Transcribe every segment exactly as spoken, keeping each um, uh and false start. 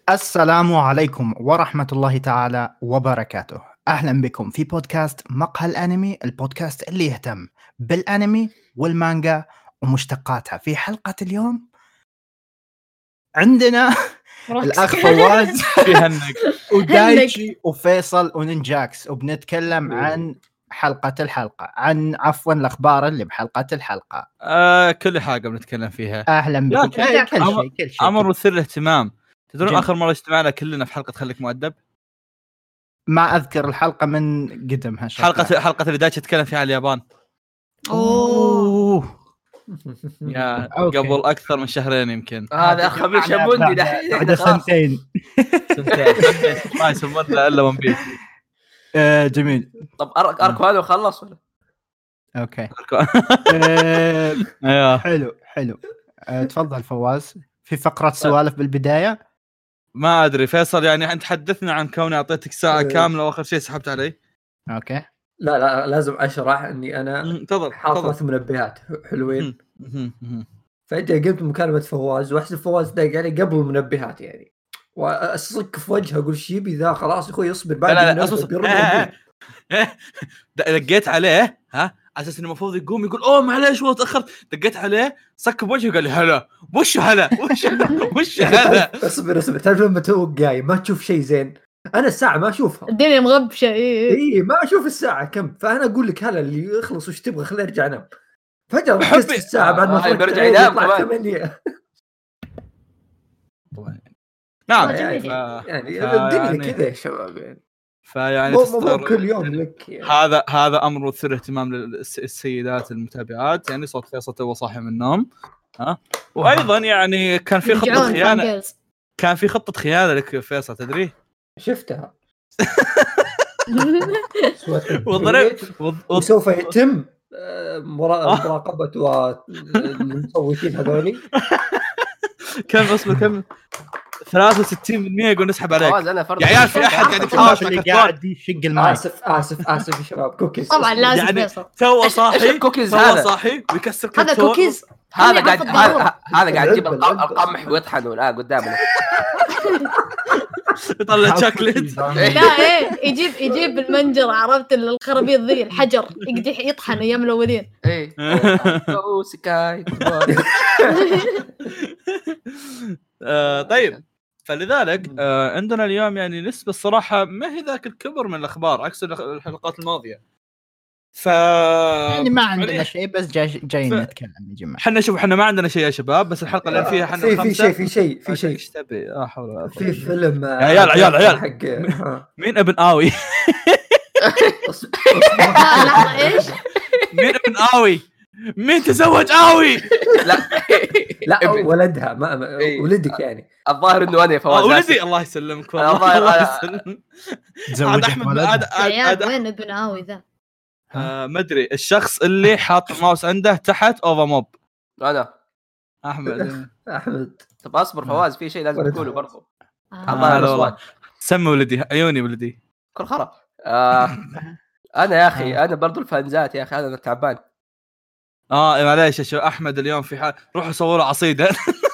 السلام عليكم ورحمة الله تعالى وبركاته. أهلا بكم في بودكاست مقهى الأنمي، البودكاست اللي يهتم بالأنمي والمانجا ومشتقاتها. في حلقة اليوم عندنا الأخ فواز في هنك ودايتشي وفيصل وننجاكس، وبنتكلم عن حلقة الحلقة عن عفوا الأخبار اللي بحلقة الحلقة. آه كل حاجة بنتكلم فيها. أهلا بكم. لا، كل شيء أمر, كل شيء أمر مثير للاهتمام. تدرون جميل. آخر مرة اجتمعنا كلنا في حلقة خليك مؤدب؟ ما أذكر الحلقة من قدمها. حلقة حلقة اللي دايتشي تتكلم فيها عن اليابان. أوه يا أوكي. قبل أكثر من شهرين يمكن. هذا خبير شموندي دحين بعد سنتين سنتين ما يسمون له إلا ون بيس. آه جميل. طب أرك أرك هذا وخلص ولا؟ أوكي. آه، أيوه حلو حلو. آه، تفضل فواز في فقرة سوالف بالبداية. ما أدري فيصل، يعني أنت حدثنا عن كوني أعطيتك ساعة أه. كاملة وآخر شيء سحبت علي. أوكي. لا لا لازم أشرح إني أنا تفضل حاطط منبهات حلوين. فجأة قمت مكالمة فواز وأحسب فواز داق علي قبل المنبهات يعني، وأصك في وجهه أقول شي بي ذا خلاص أخوي اصبر بعد. لا لا أصبر. دقيت عليه ها أساس إنه المفروض يقوم يقول أوه معليش والله تأخرت. دقيت عليه سكب وجهه وقال لي هلا وش هلا وش وش هلا. اصبر اصبر تعرف لما توك جاي ما تشوف شيء زين، أنا الساعة ما أشوفها، الدنيا مغبشة. إيه إيه ما أشوف الساعة كم، فأنا أقول لك هلا اللي يخلص وش تبغى خليني أرجع أنام. فجأة ركزت في الساعة بعد ما برجع ينام كمان. ثمانية. نعم يعني ف... يعني ف... الدنيا يعني... كذا يا شباب يعني. فيعني مو تستر... مو كل يوم لك يعني. هذا هذا امر مثير اهتمام للسيدات المتابعات. يعني صوت فيصل تو صاحي من النوم ها. وايضا يعني كان في خطه خيانه، كان في خطه خيانه لك فيصل تدري. شفتها وضرب وسوف يتم مراقبه والمصوتين هذولي. كم اصبر كم ثلاثة وستين بالمئة يقول نسحب عليك يا عيال. في احد قاعد يتحاش اللي قاعد يشق الماء. اسف اسف اسف يا شباب. كوكيز طبعا لازم يعني فيصل تو صاحي كوكيز هذا هذا صاحي ويكسر هذا كرتون. كوكيز هذا قاعد هذا هذا قاعد يجيب القمح ويطحن ولا قدامنا يطلع شوكليت. لا ايه يجيب يجيب المنجر، عرفت الخرابيط ذي الحجر يقدح يطحن ايام الاولين. ايه او سكاي. طيب فلذلك آه عندنا اليوم يعني نسبة الصراحة ما هي ذاك الكبر من الأخبار عكس الحلقات الماضية. ف يعني ما عندنا شيء بس جاي جايين ف... نتكلم يا جماعة. حنا شوف حنا ما عندنا شيء يا شباب، بس الحلقة اللي فيها حنا في في شيء في شيء في شيء ايش تبي؟ اه حول في فيلم يا عيال عيال عيال حق مين ابن آوي؟ لا ايش مين ابن آوي؟ مين تزوج آوي؟ لا لا ولدها ما ولدك يعني. الظاهر انه انا فواز ولدي. الله يسلمك والله الله يسلمك. تزوج احمد عاد وين ابن آوي ذا؟ آه ما ادري الشخص اللي حاط الماوس عنده تحت اوفا موب. انا احمد احمد. طب اصبر فواز في شيء لازم تقوله برضه. الله سمي ولدي عيوني ولدي كل خرا. آه انا يا اخي انا برضو الفانزات يا اخي انا تعبان. اه معليش يا شو احمد اليوم في حال روحوا صوروا عصيده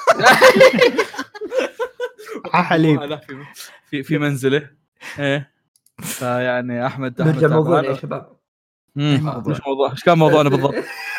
حليب في في منزله. ايه فيعني احمد نرجع موضوع يا شباب. امم مش موضوع ايش كان موضوعنا بالضبط؟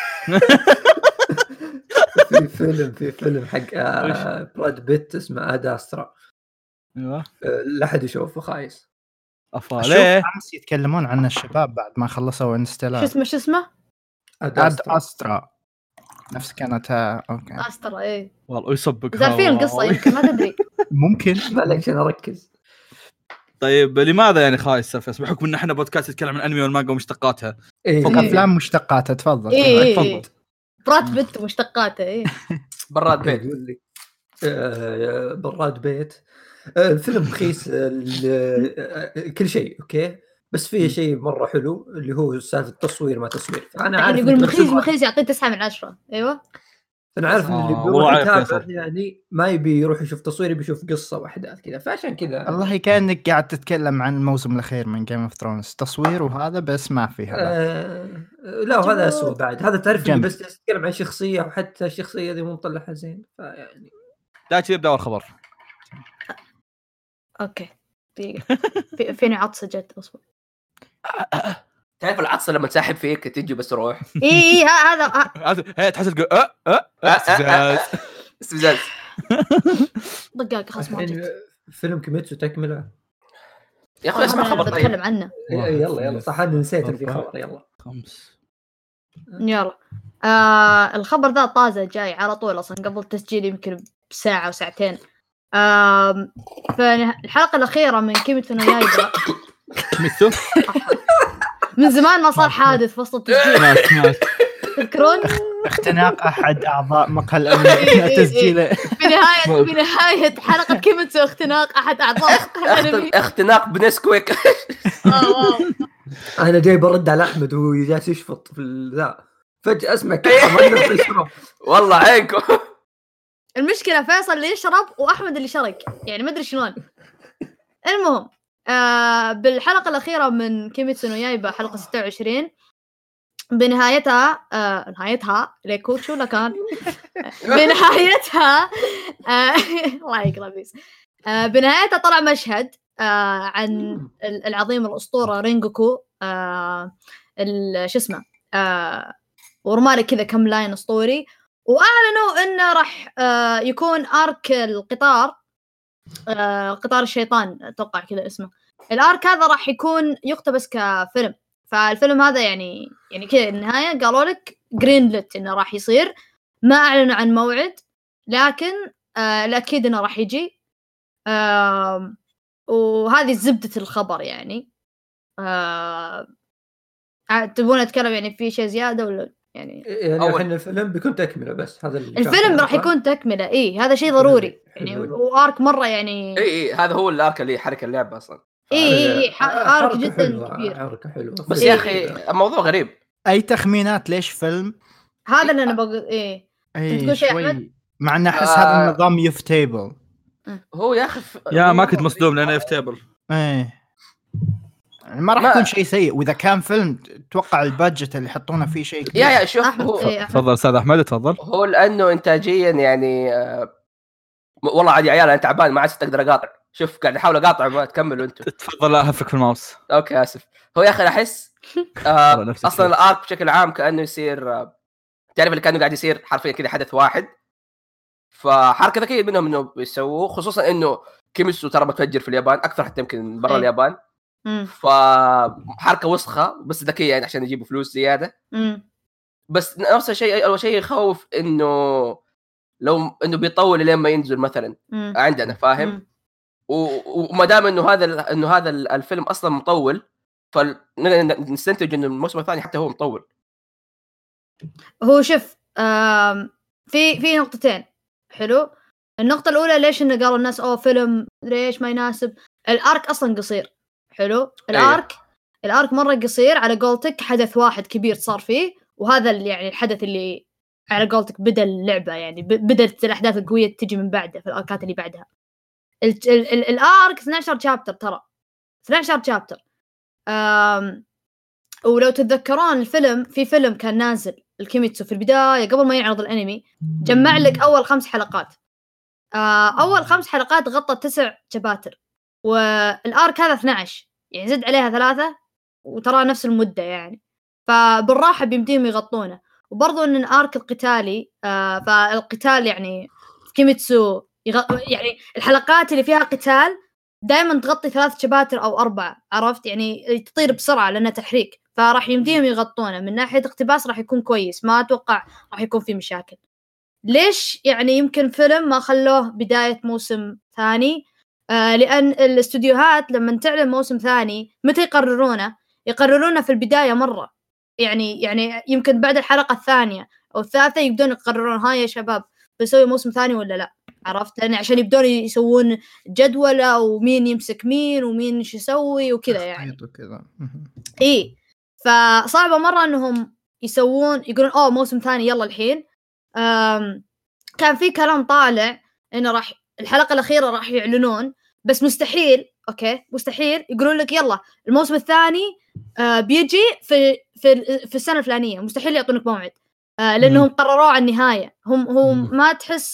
في فيلم في فيلم حق براد بيت اسمه آد أسترا. ايوه لا احد يشوفه خايس. افا امس يتكلمون عنه الشباب بعد ما خلصوا انستلا. شو اسمه شو اسمه آد أسترا نفس كانت. اوكي أسترا ايه والله يسبك زال فيه القصه يمكن ما تدري. ممكن معليش انا اركز. طيب لماذا يعني خايس سرفس بحكم ان احنا بودكاست يتكلم عن الانمي والمانجا ومشتقاتها؟ إيه افلام مشتقاتها. تفضل إيه تفضل. إيه. براد بيت ومشتقاته ايه براد بيت يقول لي آه براد بيت الفيلم رخيص كل شيء اوكي، بس فيه شيء مره حلو اللي هو سالفه التصوير ما تصوير. فانا عارف يقول مخيز مخيز يعطيه تسعة من عشرة. ايوه انا عارف ان اللي بيروح يتابع يعني ما يبي يروح يشوف تصوير، يبي يشوف قصه واحداث كذا، فعشان كذا والله كانك قاعد تتكلم عن الموسم الاخير من جيم اوف ثرونز تصوير وهذا بس ما في هذا. آه لا هذا اسوء بعد. هذا تعرف اللي بس تتكلم عن شخصيه وحتى الشخصيه دي مو مطلعها زين. فيعني لا تجيب دور خبر اوكي دقيقة في فيني عطسة جت اصبر. تعرف العطسه لما تسحب فيك تجي بس روح. اي اي هذا هي تحس تقول اه اه استفزاز استفزاز. دقاق خلاص ما الحين جت. فيلم كيميتسو تكمله يا اخوي اسمع خبر طيب. بتكلم عنه. يلا يلا صح انا نسيت ان في خبر. يلا خمس يلا آه الخبر ذا طازة جاي على طول أصلا قبل التسجيل يمكن بساعة وساعتين. آه فالحلقة الأخيرة من كيميتسو نو يايبا ميتسو من زمان ما صار حادث وسط التسجيل تذكرون اختناق احد اعضاء مقهى الانمي تسجيله في نهاية في نهاية حلقة كيميتسو اختناق أحد أعضاء مقهى الأنمي. اختناق بنسكويك. آه واو انا جاي برد على احمد وهو جالس يشفط في ذا فجاه اسمع كذا ما يشرب والله عينكم. المشكلة فيصل اللي يشرب وأحمد اللي شرق يعني ما أدري شلون. المهم آه بالحلقة الأخيرة من كيميتسو نو يايبا حلقة ستة وعشرين بنهايتها آه نهايتها ليكوتشو لكان بنهايتها آه الله يقرأ بيس آه بنهايتها طلع مشهد آه عن العظيم الأسطورة رينجوكو آه شو اسمه آه ورمالي كذا كم لاين أسطوري وأعلنوا إنه راح آه يكون آرك القطار آه قطار الشيطان أتوقع كذا اسمه. الآرك هذا راح يكون يقتبس كفيلم. فالفيلم هذا يعني يعني كذا النهاية قالوا لك جرين ليت إنه راح يصير. ما أعلنوا عن موعد لكن آه الأكيد إنه راح يجي. آه وهذه زبدة الخبر يعني. آه تبون أتكلم يعني في شيء زيادة ولا يعني؟ يعني الحين الفيلم بيكون تكملة بس هذا الفيلم راح يكون تكملة إيه هذا شيء ضروري يعني وآرك مرة يعني إيه إيه هذا هو الآرك اللي حركة اللعبة أصلاً. إيه إيه آرك جدا حلوة. كبير حركة حلوة بس يا أخي الموضوع غريب. اي تخمينات ليش فيلم؟ هذا اللي أنا بقول إيه اي شوي مع ان احس هذا آه النظام يفتيبل. هو يا اخي ف... يا ما كنت مصدوم لانه يفتيبل. ايه ما راح يكون شيء سيء واذا كان فيلم توقع البادجت اللي يحطونه فيه شيء كبير. يا يا شوف هو تفضل استاذ احمد تفضل. هو لانه انتاجيا يعني آه... والله عادي يا عيال انا تعبان ما عاد تقدر اقاطع. شوف قاعد احاول اقاطع ما تكملوا انتم. تفضل اهفك في الماوس. اوكي اسف. هو يا اخي احس آه... اصلا الارك بشكل عام كانه يصير آه... تعرف اللي كانه قاعد يصير حرفيا كذا حدث واحد. فحركه ذكيه منهم انه بيسووه خصوصا انه كيميتسو ترى متفجر في اليابان اكثر حتى يمكن برا اليابان. فحركه وسخه بس ذكيه يعني عشان يجيبوا فلوس زياده. مم. بس نفس الشيء اول شيء يخوف انه لو انه بيطول لين ما ينزل مثلا مم. عندنا فاهم. وما دام انه هذا انه هذا الفيلم اصلا مطول فنستنتج انه الموسم الثاني حتى هو مطول. هو شوف في في نقطتين حلو. النقطة الأولى ليش إنه قالوا الناس أوه فيلم ليش ما يناسب. الأرك أصلاً قصير حلو. الأرك أيه. الأرك مرة قصير على قولتك حدث واحد كبير صار فيه وهذا اللي يعني الحدث اللي على قولتك بدأ اللعبة يعني بدأت الأحداث القوية تجي من بعده في الأركات اللي بعدها. ال ال ال الأرك اثنا عشر شابتر ترى اثنا عشر شابتر. أم ولو تتذكرون الفيلم في فيلم كان نازل الكيميتسو في البداية قبل ما يعرض الأنمي جمع لك أول خمس حلقات. أول خمس حلقات غطت تسع شباتر والآرك هذا اثنا عشر يعني زد عليها ثلاثة وترى نفس المدة يعني فبالراحة بيمديهم يغطونه. وبرضو أن الآرك القتالي آه فالقتال يعني كيميتسو يغ... يعني الحلقات اللي فيها قتال دائما تغطي ثلاث شباتر أو أربعة عرفت يعني تطير بسرعة لأنها تحريك فراح يمديهم يغطونه من ناحية اقتباس راح يكون كويس ما أتوقع راح يكون في مشاكل. ليش يعني يمكن فيلم ما خلوه بداية موسم ثاني آه لأن الاستوديوهات لما تعلن موسم ثاني متى يقررونه يقررونه في البداية مرة يعني يعني يمكن بعد الحلقة الثانية أو الثالثة يبدون يقررون هاي يا شباب بيسوي موسم ثاني ولا لا عرفت لأن عشان يبدون يسوون جدولة ومين يمسك مين ومين إيش يسوي وكذا يعني إيه فصعبة مرة أنهم يسوون يقولون أوه موسم ثاني يلا الحين. أم كان في كلام طالع إنه راح الحلقة الأخيرة راح يعلنون بس مستحيل أوكي مستحيل يقولون لك يلا الموسم الثاني آه بيجي في في في السنة الفلانية مستحيل يعطونك موعد آه لأنهم قرروا على النهاية هم هم ما تحس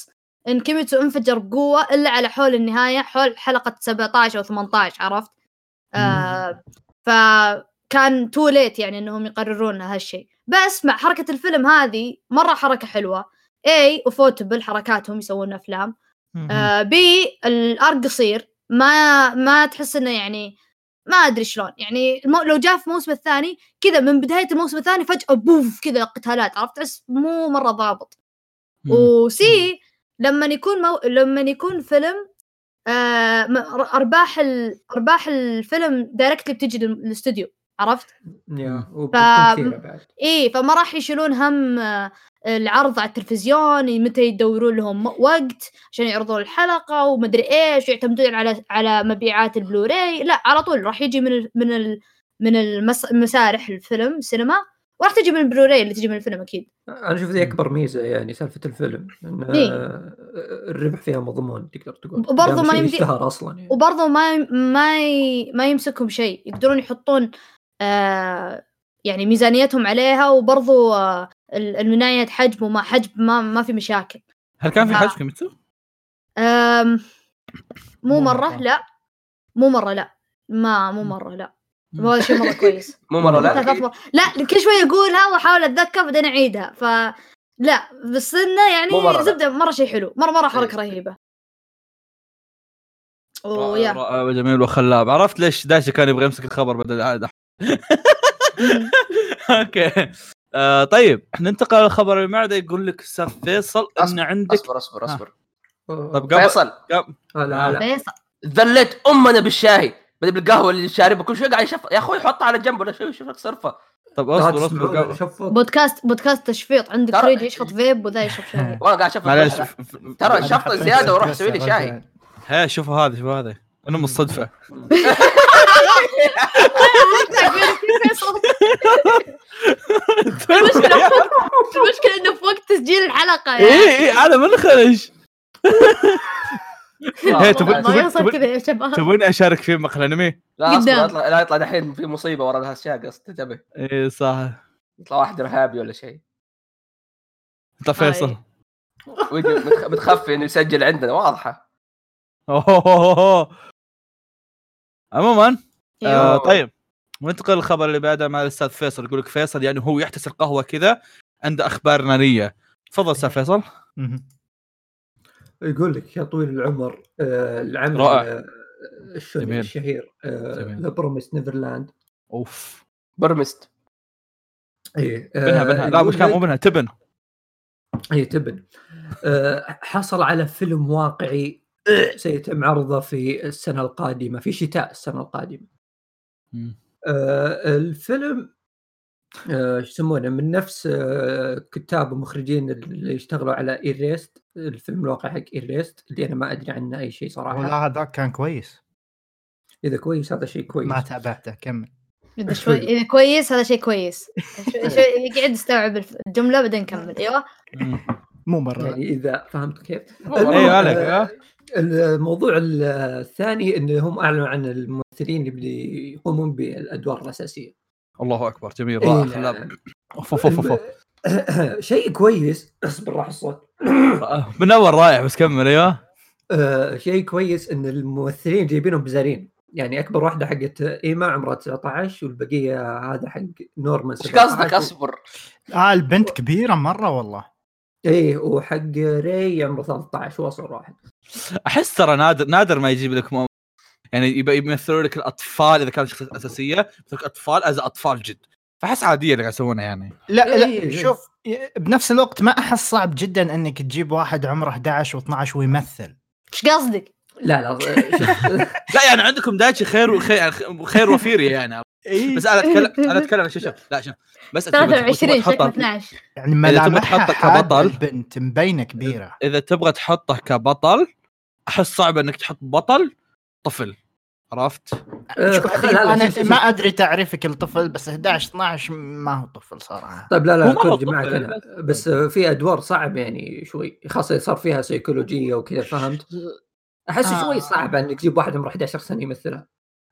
ان كيميتسو انفجر بقوه الا على حول النهايه، حول حلقه سبعة عشر او ثمانية عشر، عرفت؟ آه فكان تو ليت يعني انهم يقررون هالشيء. بس مع حركه الفيلم هذه مره حركه حلوه، اي وفوتبل حركاتهم يسوون افلام، آه بي الارك قصير، ما ما تحس انه يعني ما ادري شلون يعني المو... لو جاء في الموسم الثاني كذا من بدايه الموسم الثاني فجاه بوف كذا قتالات، عرفت؟ تحس مو مره ضابط. وسي لما يكون مو... لما يكون فيلم آه ارباح ال... ارباح الفيلم دايركتلي بتجي للاستوديو، عرفت؟ يا ف... وبتكون كثيرة بعد. ايه فما راح يشيلون هم آه العرض على التلفزيون، متى يدورون لهم وقت عشان يعرضون الحلقة ومدري ايش، ويعتمدون على على مبيعات البلوراي. لا على طول راح يجي من ال من ال من المس... مسارح الفيلم سينما، وراح تجي من البلوراي اللي تجي من الفيلم اكيد. انا اشوف ذي اكبر ميزه يعني سالفه الفيلم ان الربح فيها مضمون تقدر تقول، وبرضه ما يمدي اصلا يعني. وبرضه ما ما ي... ما يمسكهم شيء، يقدرون يحطون آه يعني ميزانيتهم عليها، وبرضه آه المناية حجم وما حجم ما ما في مشاكل. هل كان في حجم كيميتسو؟ أم مو مرة لا مو مرة لا ما مو مرة لا هذا شيء مرة كويس. مو مرة لا لا كل شوي أقولها وأحاول أتذكر بعدين أعيدها، فلا بس إنه يعني زبدة مرة شيء حلو، مرة مرة حركة رهيبة. أوه يا رائع جميل وخلاب. عرفت ليش داشي كان يبغى يمسك الخبر بدل العادة. اوكي آه طيب ننتقل للخبر اللي بعده. يقول لك استاذ فيصل ان عندك اصبر اصبر اصبر طب قبل فيصل قبل... لا لا فيصل ذليت امنا بالشاي بدل بالقهوه اللي شاربها كل شوي قاعد يشف يا اخوي حطها على جنب ولا شيء شوف لك صرفه. طب اصبر اصبر قبل بودكاست بودكاست تشفيط عندك فريد يشفط فيب وذا يشرب شاي وانا قاعد اشوف ترى شفط زياده وروح سوي لي شاي. ها شوفوا هذا شوفوا هذا انه مصدفه. المشكلة إنه في وقت تسجيل الحلقة يعني. إيه إيه أنا من خرج. هي تبون تبون كذا يا شباب. تبون أشارك في مقهى الأنمي؟ لا أصلا يطلع لا يطلع دحين في مصيبة ورا هالشيء قصد تنتبه. إيه صح. يطلع واحد إرهابي ولا شيء. يطلع فيصل. ويجي متخفي إنه يسجل عندنا واضحة. أوه. عموما آه طيب ننتقل للخبر اللي بعده مع الأستاذ فيصل. يقول لك فيصل يعني هو يحتسي القهوة كذا عنده أخبار نارية. تفضل أستاذ فيصل. يقول لك يا طويل العمر آه العمل آه الشوني الشهير ذا بروميس نيفرلاند. اوف برمست ايه آه بنها بنها لا مش كان مو بنها تبن اي تبن آه حصل على فيلم واقعي سيتم عرضه في السنة القادمة في شتاء السنة القادمة. آه الفيلم ايش آه يسمونه من نفس آه كتاب ومخرجين اللي يشتغلوا على إيريست الفيلم الواقع حق إيريست اللي أنا ما أدري عنه أي شيء صراحة. ولا هذا كان كويس. إذا كويس هذا شيء كويس. ما تابعته كمل. إذا شوي إذا كويس هذا شيء كويس. شوي يقعد يستوعب الجملة بعدين نكمل. أيوة. مو مرة. يعني إذا فهمت كيف. أيوة عليك. الموضوع الثاني إنهم أعلنوا عن الممثلين اللي يقومون بالأدوار الأساسية. الله أكبر جميل رائع خلاب. أوف أوف أوف. شيء كويس. اصبر راح الصوت. من أول رائع بس كمل أيوة. آه شيء كويس إن الممثلين جايبينهم بزارين. يعني أكبر واحدة حقت إيما عمرها تسعة عشر والبقية هذا حق نورمان. إيش قصدك أصبر؟ آه البنت كبيرة مرة والله. إيه وحق ري عمره ثلاثة عشر واصل واحد. أحس ترى نادر نادر ما يجيب لك مو... يعني يبقى يمثلوا لك الأطفال إذا كانت شخصية أساسية مثل أطفال أز أطفال جد. فحس عادية اللي قاعد يسوونها يعني. لا لا شوف بنفس الوقت ما أحس صعب جدا إنك تجيب واحد عمره أحد عشر واثناشر عشر ويمثل. إيش قصدك؟ لا لا لا يعني عندكم دايتشي خير وخير خير وفيري يعني. بس أنا أتكلم أنا أتكلم شوف لا شوف بس ثلاثة وعشرين شكل اثنا عشر يعني ملامحها كبطل بنت مبينة كبيرة. إذا تبغى تحطه كبطل أحس صعب إنك تحط بطل طفل عرفت؟ أنا ما أدري تعريفك الطفل بس أحد عشر اثنا عشر ما هو طفل صراحة. طيب لا لا كل جماعة أنا بس في أدوار صعب يعني شوي خاصة صار فيها سيكولوجية وكذا فهمت؟ أحس آه. شوي صعب إنك تجيب واحد عمره أحد عشر سنة يمثلها.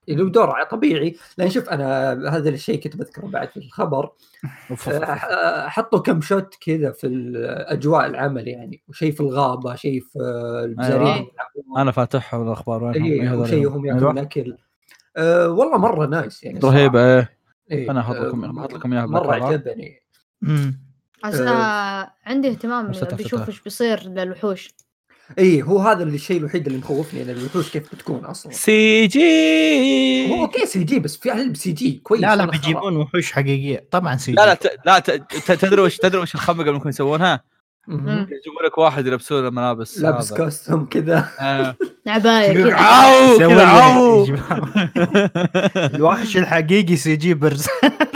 له دور طبيعي. لان شوف انا هذا الشيء كنت بذكره بعد في الخبر، حطوا كم شوت كذا في الاجواء العمل يعني، وشيء في الغابه، شيء في البزارين. أيوة. انا فاتحها الاخبار وينهم اي شيء هم ياكلون اكل. أه والله مره نايس يعني رهيبه. ايه إيه. انا احط لكم بحط لكم اياها مره عجبني. امم آه عندي اهتمام بشوف ايش بيصير للوحوش. ايه هو هذا الشيء الوحيد اللي مخوفني، ان الوحوش كيف بتكون اصلا. سي جي هو اوكي سي جي، بس في علم سي جي كويس. لا لا بيجيبون وحوش حقيقيه طبعا سي جي. لا لا ت... لا ت... تدري وش تدري وش الخمه قبل ما يسوونها؟ مم. يجيبون لك واحد يلبسون له ملابس لابس كاستم كذا آه. عبايه كذا. عاو كذا عاو. الوحش الحقيقي سي جي برز.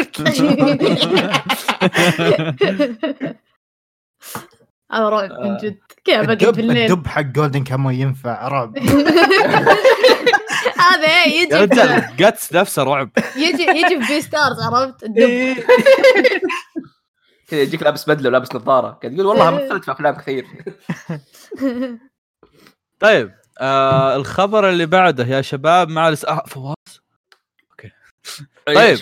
أنا رعب من جد. كيف بقيت بالليل؟ الدب حق جولدن كامو ينفع رعب. هذا يجي يا رجال جاتس نفسه رعب. يجي يجي في بي ستارز، عرفت الدب كذا يجيك لابس بدله ولابس نظاره، كذا تقول والله مثلت في افلام كثير. طيب آه الخبر اللي بعده يا شباب مع الس... آه فواز. اوكي طيب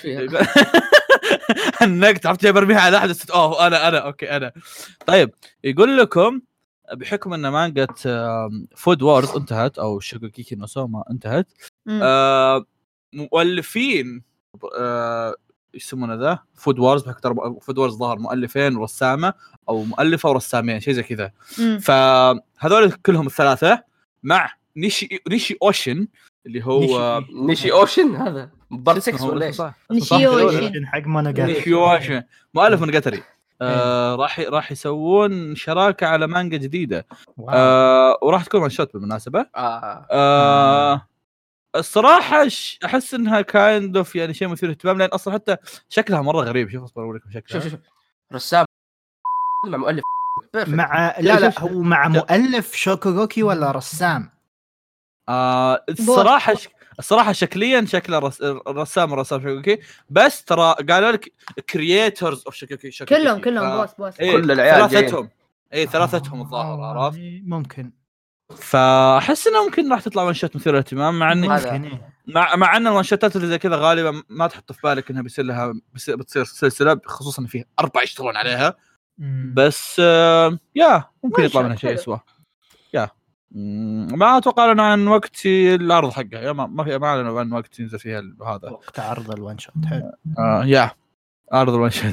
النقد عرفت برميها على احد. اوه انا انا اوكي انا طيب يقول لكم بحكم ان مانجا فود وارز انتهت او شوغوكيكي نو سوما انتهت، آه مؤلفين آه يسمونه ذا فود وارز، بحكتر فود وارز ظهر مؤلفين ورسامه او مؤلفه ورسامين شيء زي كذا. فهذول كلهم الثلاثه مع نيشي نيشي اوشن اللي هو نيشي, نيشي اوشن هذا بارسكس ولا ايش؟ نيشي اوشن حق مونوجاتري. نيشي اوشن مؤلف مونوجاتري. آه راح راح يسوون شراكه على مانجا جديده. آه وراح تكون ون شوت بالمناسبه. آه. آه الصراحه احس انها كايند اوف يعني شيء مثير اهتمام، لان اصلا حتى شكلها مره غريب. شوف اصبر اوريكم شكلها. شوف شوف رسام مع مؤلف مع لا لا هو مع مؤلف شوكوغوكي ولا رسام؟ آه الصراحه ش... الصراحه شكليا شكل الرس... الرسام الرسام شوكوغوكي، بس ترى قالوا لك كرييترز اوف شوكوغوكي كلهم كلهم بوس بوس إيه كل العيال ثلاثتهم اي ثلاثتهم الظاهر عرفت. ممكن فاحس انه ممكن راح تطلع ونشات مثيره للاهتمام، مع اني مع مع ان الونشاتات اللي زي كذا غالبا ما تحط في بالك انها بيصير لها بتصير سلسله، خصوصا فيه اربعه يشتغلون عليها. بس آه يا ممكن يطلع منها شيء يسوى. يا ما اتوقع لنا عن وقت العرض حقها، يا ما ما في ما اعلنوا عن وقت ينزل فيها هذا وقت عرض الون شوت. حلو آه يا عرض الون شوت.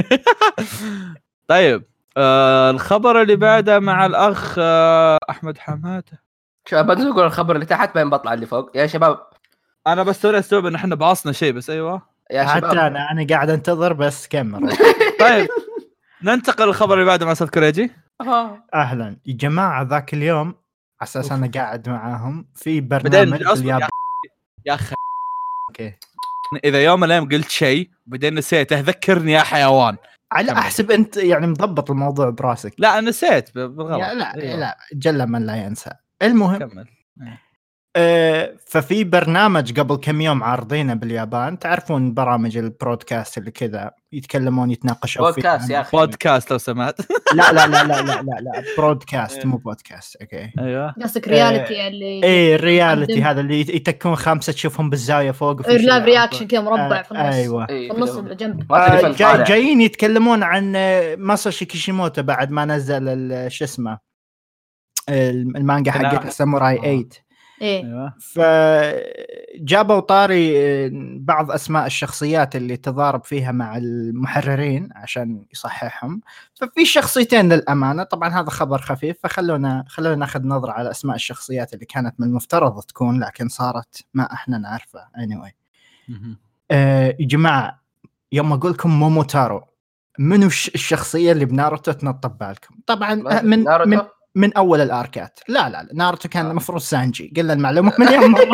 طيب آه الخبر اللي بعده مع الاخ آه احمد حماده. شباب نقول الخبر اللي تحت بين بطلع اللي فوق يا شباب. انا بس توني استوعب ان احنا باصنا شيء بس. ايوه يا شباب حتى انا انا قاعد انتظر بس كمل. طيب ننتقل للخبر اللي بعده مع استاذ كوريجي. اهلا يا جماعه. ذاك اليوم على اساس انا قاعد معاهم في برنامج باليابان يا اخي. اوكي اذا يوم من الايام قلت شيء بعدين نسيته ذكرني يا حيوان. على احسب انت يعني مضبط الموضوع براسك. لا نسيت بالغلط. لا إيه. لا جل من لا ينسى. المهم كمل. آه ففي برنامج قبل كم يوم عارضينه باليابان. تعرفون برامج البرودكاست اللي كذا يتكلمون يتناقشون فيه. بودكاست يا اخي بودكاست لو سمعت. لا لا لا لا لا لا, لا. برودكاست مو بودكاست. اوكي ايوه قصدك رياليتي آه اللي ايه الرياليتي هذا اللي يتكون خمسه تشوفهم بالزاويه فوق في لايف رياكشن كذا مربع في النص. ايوه في النص الجنب. آه جاي جايين يتكلمون عن ماساشي كيشيموتو بعد ما نزل شو اسمه المانجا حق ساموراي ثمانية. إيه. فجابوا طاري بعض أسماء الشخصيات اللي تضارب فيها مع المحررين عشان يصححهم. ففي شخصيتين للأمانة، طبعا هذا خبر خفيف، فخلونا خلونا ناخذ نظرة على أسماء الشخصيات اللي كانت من المفترض تكون لكن صارت ما إحنا نعرفها. anyway آه يا جماعة يوم أقولكم موموتارو منو الشخصية اللي بناروتو تنطب بالكم؟ طبعا من ناروتو؟ من من اول الاركات. لا لا, لا. ناروتو كان المفروض سانجي. قلنا المعلومه مليون مره.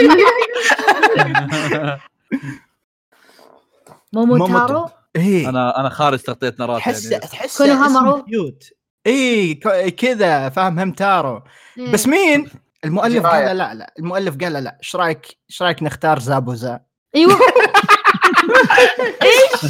موموتارو ايه انا انا خارج تغطيه ناروتو تحس يعني. تحس كله همرو كيوت. ايه كذا فاهم همتارو. إيه. بس مين المؤلف؟ قال لا لا المؤلف قال لا ايش رايك ايش رايك نختار زابوزا. ايوه ايش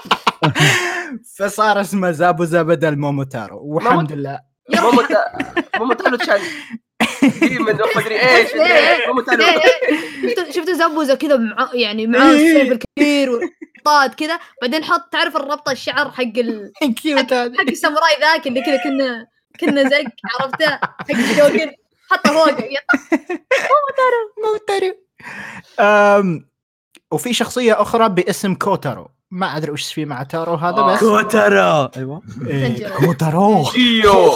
فصار اسمه زابوزا بدل موموتارو والحمد لله. موموتارو تشان من ما ادري ايش موموتارو. شفتوا زبوزه كذا مع يعني مع السيف الكبير وطاد كذا، بعدين حط تعرف الربطه الشعر حق ال كيوت هذا حق الساموراي ذاك اللي كذا كنا كنا زق عرفته حق الجوجل حطه فوق موترو. أم وفي شخصيه اخرى باسم كوتارو، ما ادري وش في مع تارو هذا بس كوتارو. ايوه إيه، كوتارو ايوه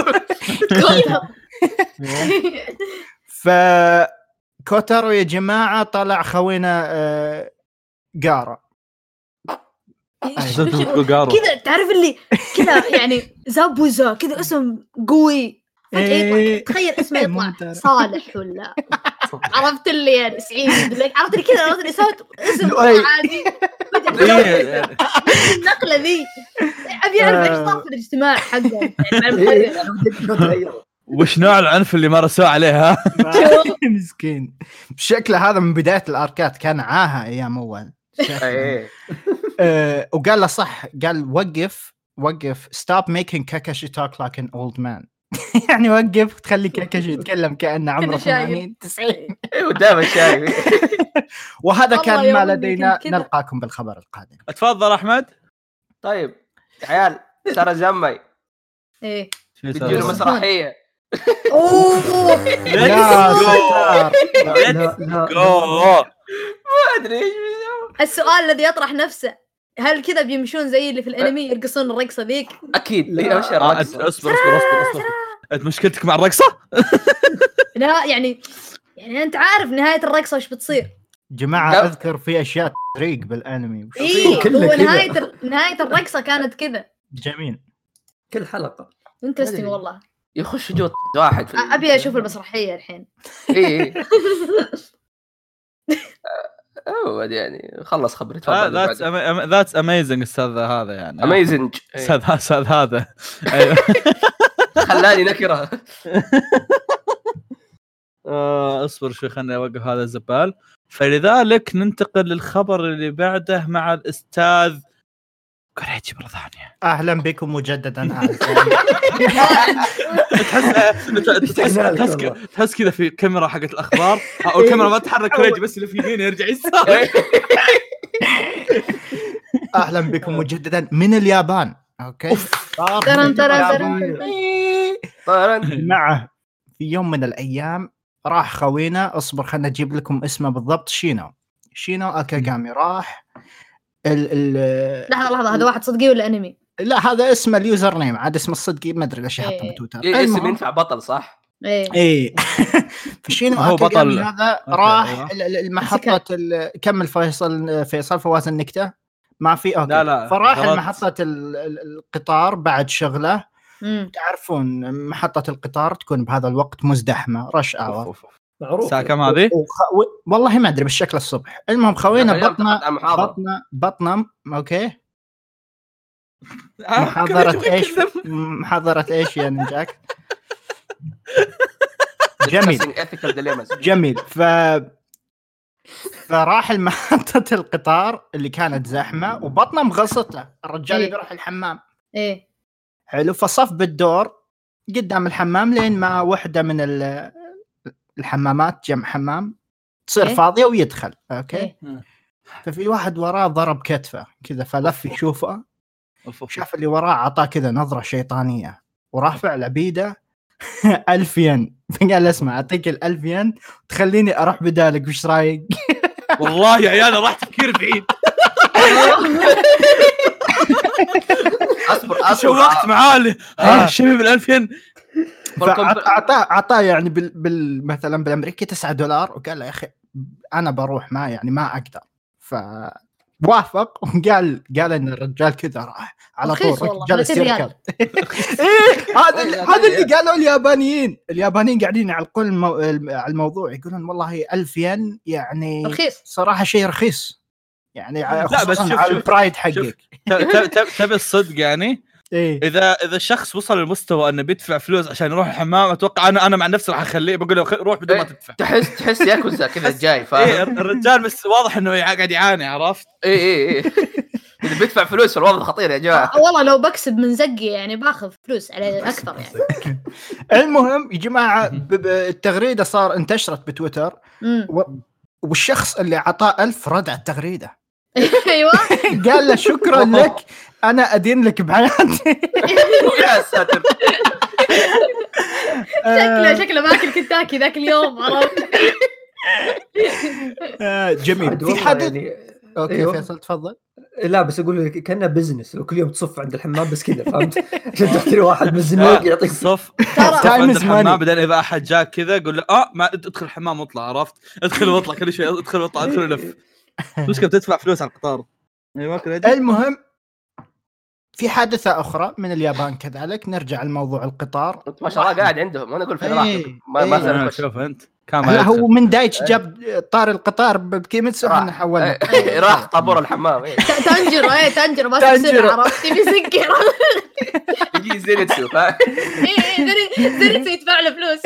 فكوتارو يا جماعه طلع خوينا آه، قارا كذا تعرف اللي كذا يعني زابوزا كذا اسم قوي فجأة يطلع تخيل اسمه يطلع صالح ولا عرفت اللي يعني تسعين عرفت اللي كذا عرفت اللي صوت اسم عادي النقلة ذي أبي أعرف إيش صار في الاجتماع حقه يعني وش نوع العنف اللي مارسوه عليها مسكين. بشكله هذا من بداية الأركات كان عاها أيام أول أه وقال له صح، قال وقف وقف stop making Kakashi talk like an old man يعني وقف تخلي كاكاشي يتكلم كأنه عمره ثمانين تسعين ودائما شايف. وهذا كان ما لدينا، نلقاكم بالخبر القادم. اتفضل أحمد. طيب يا عيال سارة زمي ايه بيديروا مسرحية. اوه يا ستار لا لا لا ما ادري ايش بيسوي. السؤال الذي يطرح نفسه، هل كذا بيمشون زي اللي في الانمي يرقصون الرقصه ذيك؟ اكيد لا آه اصبر اصبر اصبر اصبر انت مشكلتك مع الرقصه؟ لا يعني يعني انت عارف نهايه الرقصه وش بتصير جماعه. لا. اذكر في اشياء تريق بالانمي وش ايه كله هو كذا. نهايه ال- نهايه الرقصه كانت كذا جميل. كل حلقة انترستنج والله. يخش جو واحد في أ- ابي اشوف المسرحيه الحين. ايه اوه يعني خلص خبري تفضل. ذاتس ذاتس اميزنج استاذ هذا يعني اميزنج استاذ استاذ هذا ايوه خلاني نكره. آه، اصبر شوي خليني اوقف هذا الزبال. فلذلك ننتقل للخبر اللي بعده مع الاستاذ كوريجي مرة ثانية. اهلا بكم مجددا اعزائي. تحس تحس تحس تحس كذا في كاميرا حقت الاخبار او الكاميرا ما تتحرك كوريجي بس اللي في يمين يرجع يسار. اهلا بكم مجددا من اليابان. اوكي ترى ترى ترى معه في يوم من الايام راح خوينا، اصبر خلنا نجيب لكم اسمه بالضبط، شينو شينو اكاغامي. راح ال ال لحظه لحظه هذا واحد صدقي ولا انمي؟ لا هذا اسمه اليوزر نيم، عاد اسم الصدقي ما ادري ليش حطه بتويتر. إيه اسم ينفع بطل صح؟ ايه ايه فشينو هو بطل. هذا راح المحطة كمل فيصل فيصل فواز النكتة ما في اوكي. لا لا فراح غلط. المحطة القطار بعد شغله. مم. تعرفون محطة القطار تكون بهذا الوقت مزدحمة رش اور. معروف. الساعة كم هذه؟ وخ... و... والله ما ادري بالشكل الصبح. المهم خوينا اليوم بطنا تقعد على المحاضرة. بطنا بطنا اوكي. آه، محاضرة ايش؟ محاضرة ايش يا نجاك؟ جميل جميل. ف فراح المحطة القطار اللي كانت زحمة وبطنه مغصته، الرجال إيه. يروح الحمام. ايه حلو. فصف بالدور قدام الحمام لين ما وحدة من ال- الحمامات جمع حمام تصير إيه. فاضية ويدخل. اوكي. إيه. ففي واحد وراه ضرب كتفه كذا فلف يشوفه، أوف أوف. شاف اللي وراه عطاه كذا نظرة شيطانية ورافع لبيده ألف ين. فقال اسمع أعطيك الألف ين تخليني أروح بدالك، وش رايك؟ والله يا عيال راح تفكير بعيد. اصبر اصبر شوقت معاه ها الشباب الألف ين. فأعطاه أعطاه يعني بال, بال مثلا بالأمريكي تسعة دولار وقال له يا أخي أنا بروح ما يعني ما أقدر. ف وافق وقال قال ان الرجال كذا راح على طول جلس يركض. ايه هذا هذا اللي قالوا اليابانيين. اليابانيين قاعدين يعلقون المو... على الموضوع يقولون والله ألف ين يعني رخيص صراحه شيء رخيص يعني. لا بس شوف على البرايد حقك تبي الصدق يعني. إيه؟ اذا اذا الشخص وصل للمستوى انه بيدفع فلوس عشان يروح الحمام اتوقع انا انا مع نفسي راح اخليه بقول له روح بدون ما تدفع. تحس تحس ياكوزا كذا جاي فاهم. إيه الرجال بس واضح انه قاعد يعاني عرفت. اي اي اي اذا بيدفع فلوس الوضع خطير يا جماعه. والله لو بكسب من زقي يعني باخذ فلوس على اكثر يعني. المهم يا جماعه التغريده صار انتشرت بتويتر والشخص اللي عطاه ألف رد على التغريده ايوه قال له شكرا لك انا ادين لك بحياتي. يا ساتر شكله شكله ماكل كنتاكي ذاك اليوم عرفت. آه، جميل. عاد في والله حدث يعني اوكي أيوه. فيصل تفضل. لا بس اقول لك كانه بزنس لو كل يوم تصف عند الحمام بس كذا فهمت عشان تشتري واحد مزنوق يعطيك صف ترى صف عند Time is الحمام، money. بعدين اذا احد جاك كذا قول له اه ما ادخل الحمام واطلع، عرفت؟ ادخل واطلع كل شيء، ادخل واطلع ادخل ولف. مشكلة تدفع فلوس على القطار. ايوه كذا. المهم في حادثة أخرى من اليابان كذلك، نرجع لموضوع القطار. انت ما شاء الله قاعد عندهم وانا اقول فين راح إيه، ما ما إيه. صار آه، يخش. شوف انت كم هلا هو من دايتش إيه. جاب طار القطار بكيميتسو احنا راح حولنا إيه، راح طابور الحمام إيه. ت- تنجر ايه تنجر ما تنجر. تسكر عرفت تبي سكر. يجي زينتسو فاهم؟ ايه زري زري يدفع له فلوس.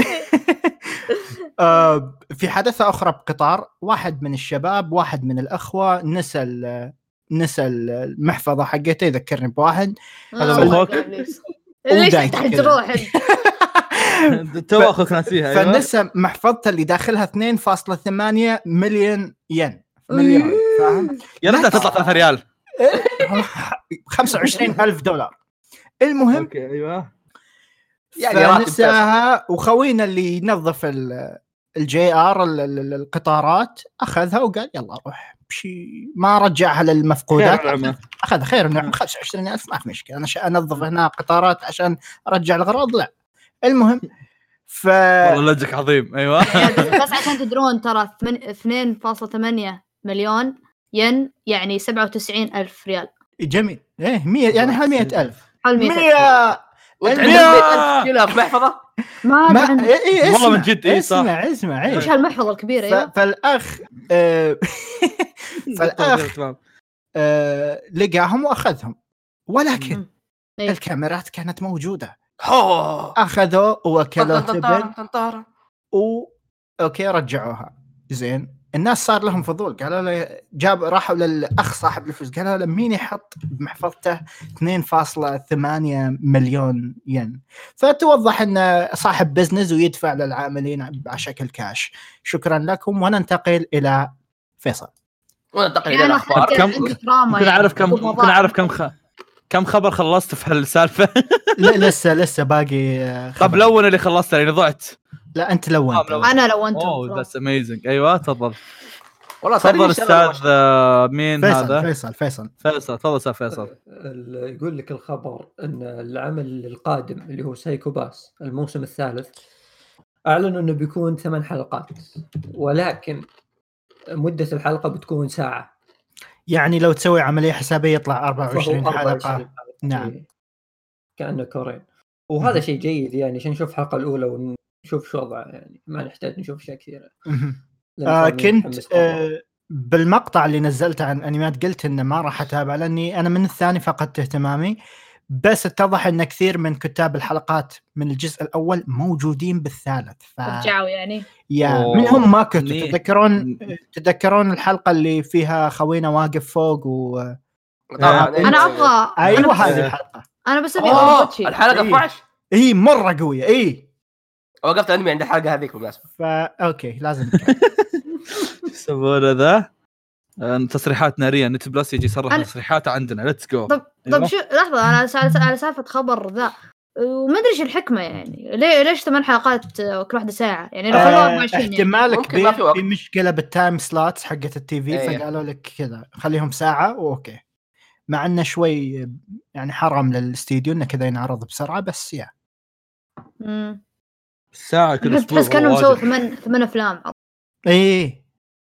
آه، في حادثة أخرى بقطار، واحد من الشباب واحد من الأخوة نسى ال- نسى المحفظة حقته، يذكرني بواحد هذا آه، أخوك؟ ليش ليش ودايت تحت كذا. روح تو اخوك ناسيها. ايوه فنسى محفظته اللي داخلها اثنين فاصلة ثمانية مليون ين مليون، فاهم؟ يا ريت تطلع ثلاثة ريال. خمسة وعشرين ألف دولار. المهم اوكي ايوه يعني راتب فنساها، وخوينا اللي ينظف ال- الجي ار ال- ال- القطارات اخذها وقال يلا روح بشي، ما رجعها للمفقودات، خير نعمة. اخذ خير نعم خمسة وعشرين ألف ما في مشكله، انا شا انظف هنا قطارات عشان ارجع الغراض لا. المهم ف والله لجك عظيم. ايوه بس عشان تدرون ترى اثنين فاصلة ثمانية مليون ين يعني سبعة وتسعين ألف ريال. جميل ايه مية يعني هل مئة ألف حول مئة ألف. مية وانت المية. عندك مئة ألف كيلو في محفظه ما ما أدري إيه إيه والله من اسمع، جد، إيه صح. اسمع اسمع إيه. وش هالمحفظة الكبيرة. ف... ايوه فالاخ آه... فالاخ تمام. آه... لقاهم واخذهم، ولكن مم. إيه. الكاميرات كانت موجوده، هو اخذوا وكلوا تبن طنطارة طنطارة و اوكي رجعوها. زين الناس صار لهم فضول، قالوا له جاب راحوا للاخ صاحب الفلوس قالوا له مين يحط بمحفظته اثنين فاصلة ثمانية مليون ين، فتوضح انه صاحب بزنس ويدفع للعاملين على شكل كاش. شكرا لكم وننتقل الى فيصل. وننتقل الى يعني الاخبار. كم- كم ممكن اعرف كم ممكن اعرف كم خ... كم خبر خلصت في هالسالفه؟ لا لسه لسه باقي آه، خبر. طب لون اللي خلصته لاني ضعت. لا انت لو انت. آه، لو- انا لو انت اوه ذاتس اميزنج. ايوه تفضل والله تفضل استاذ. آه، مين فيصل هذا؟ فيصل فيصل فيصل تفضل استاذ فيصل. ال- يقول لك الخبر ان العمل القادم اللي هو سايكو باس الموسم الثالث اعلنوا انه بيكون ثمان حلقات، ولكن مدة الحلقة بتكون ساعة، يعني لو تسوي عملية حسابية يطلع أربعة فهو وعشرين أربعة حلقة. وعشرين حلقة. نعم. إيه. كأنه كورين، وهذا شيء جيد يعني عشان نشوف الحلقة الأولى ونشوف شو وضعه، يعني ما نحتاج نشوف أشياء كثيرة. مهم. لأن آه فاهمين كنت متحمس مرة. آه بالمقطع اللي نزلته عن انميات قلت انه ما راح اتابع لاني انا من الثاني فقدت اهتمامي، بس اتضح ان كثير من كتاب الحلقات من الجزء الاول موجودين بالثالث. ف رجعوا يعني يا أوه. منهم ما كنت ني- تذكرون تذكرون الحلقه اللي فيها خوينا واقف فوق و طبعا آه، إيه. انا ابغى ايوه أنا بس- هذه الحلقه انا بس ابي أوه، اوروتشي. الحلقه إيه. اثنا عشر هي مره قويه. اي وقفت انمي عند الحلقه هذيك بالمناسبه. فا اوكي لازم يسمونه ذا آه، تصريحات ناريه. نت بلس يجي يصرح أنا- تصريحاته عندنا ليتس جو. طب طب شو لحظه انا سأل على سالفه خبر ذا وما ادري ايش الحكمه يعني ليه ليش ثمان حلقات آه، كل واحده ساعه يعني لو خلوها أربعة وعشرين يعني. احتمال ممكن ما في كبير وقت. في مشكله بالتايم سلوتس حقت التي في إيه. فقالوا لك كذا خليهم ساعه واوكي، مع انه شوي يعني حرام للاستديو انه كذا ينعرض بسرعه، بس يا امم ساعه كل اسبوع تحس كانوا والله مسوي واجد. ثمان ثمان افلام. ايه.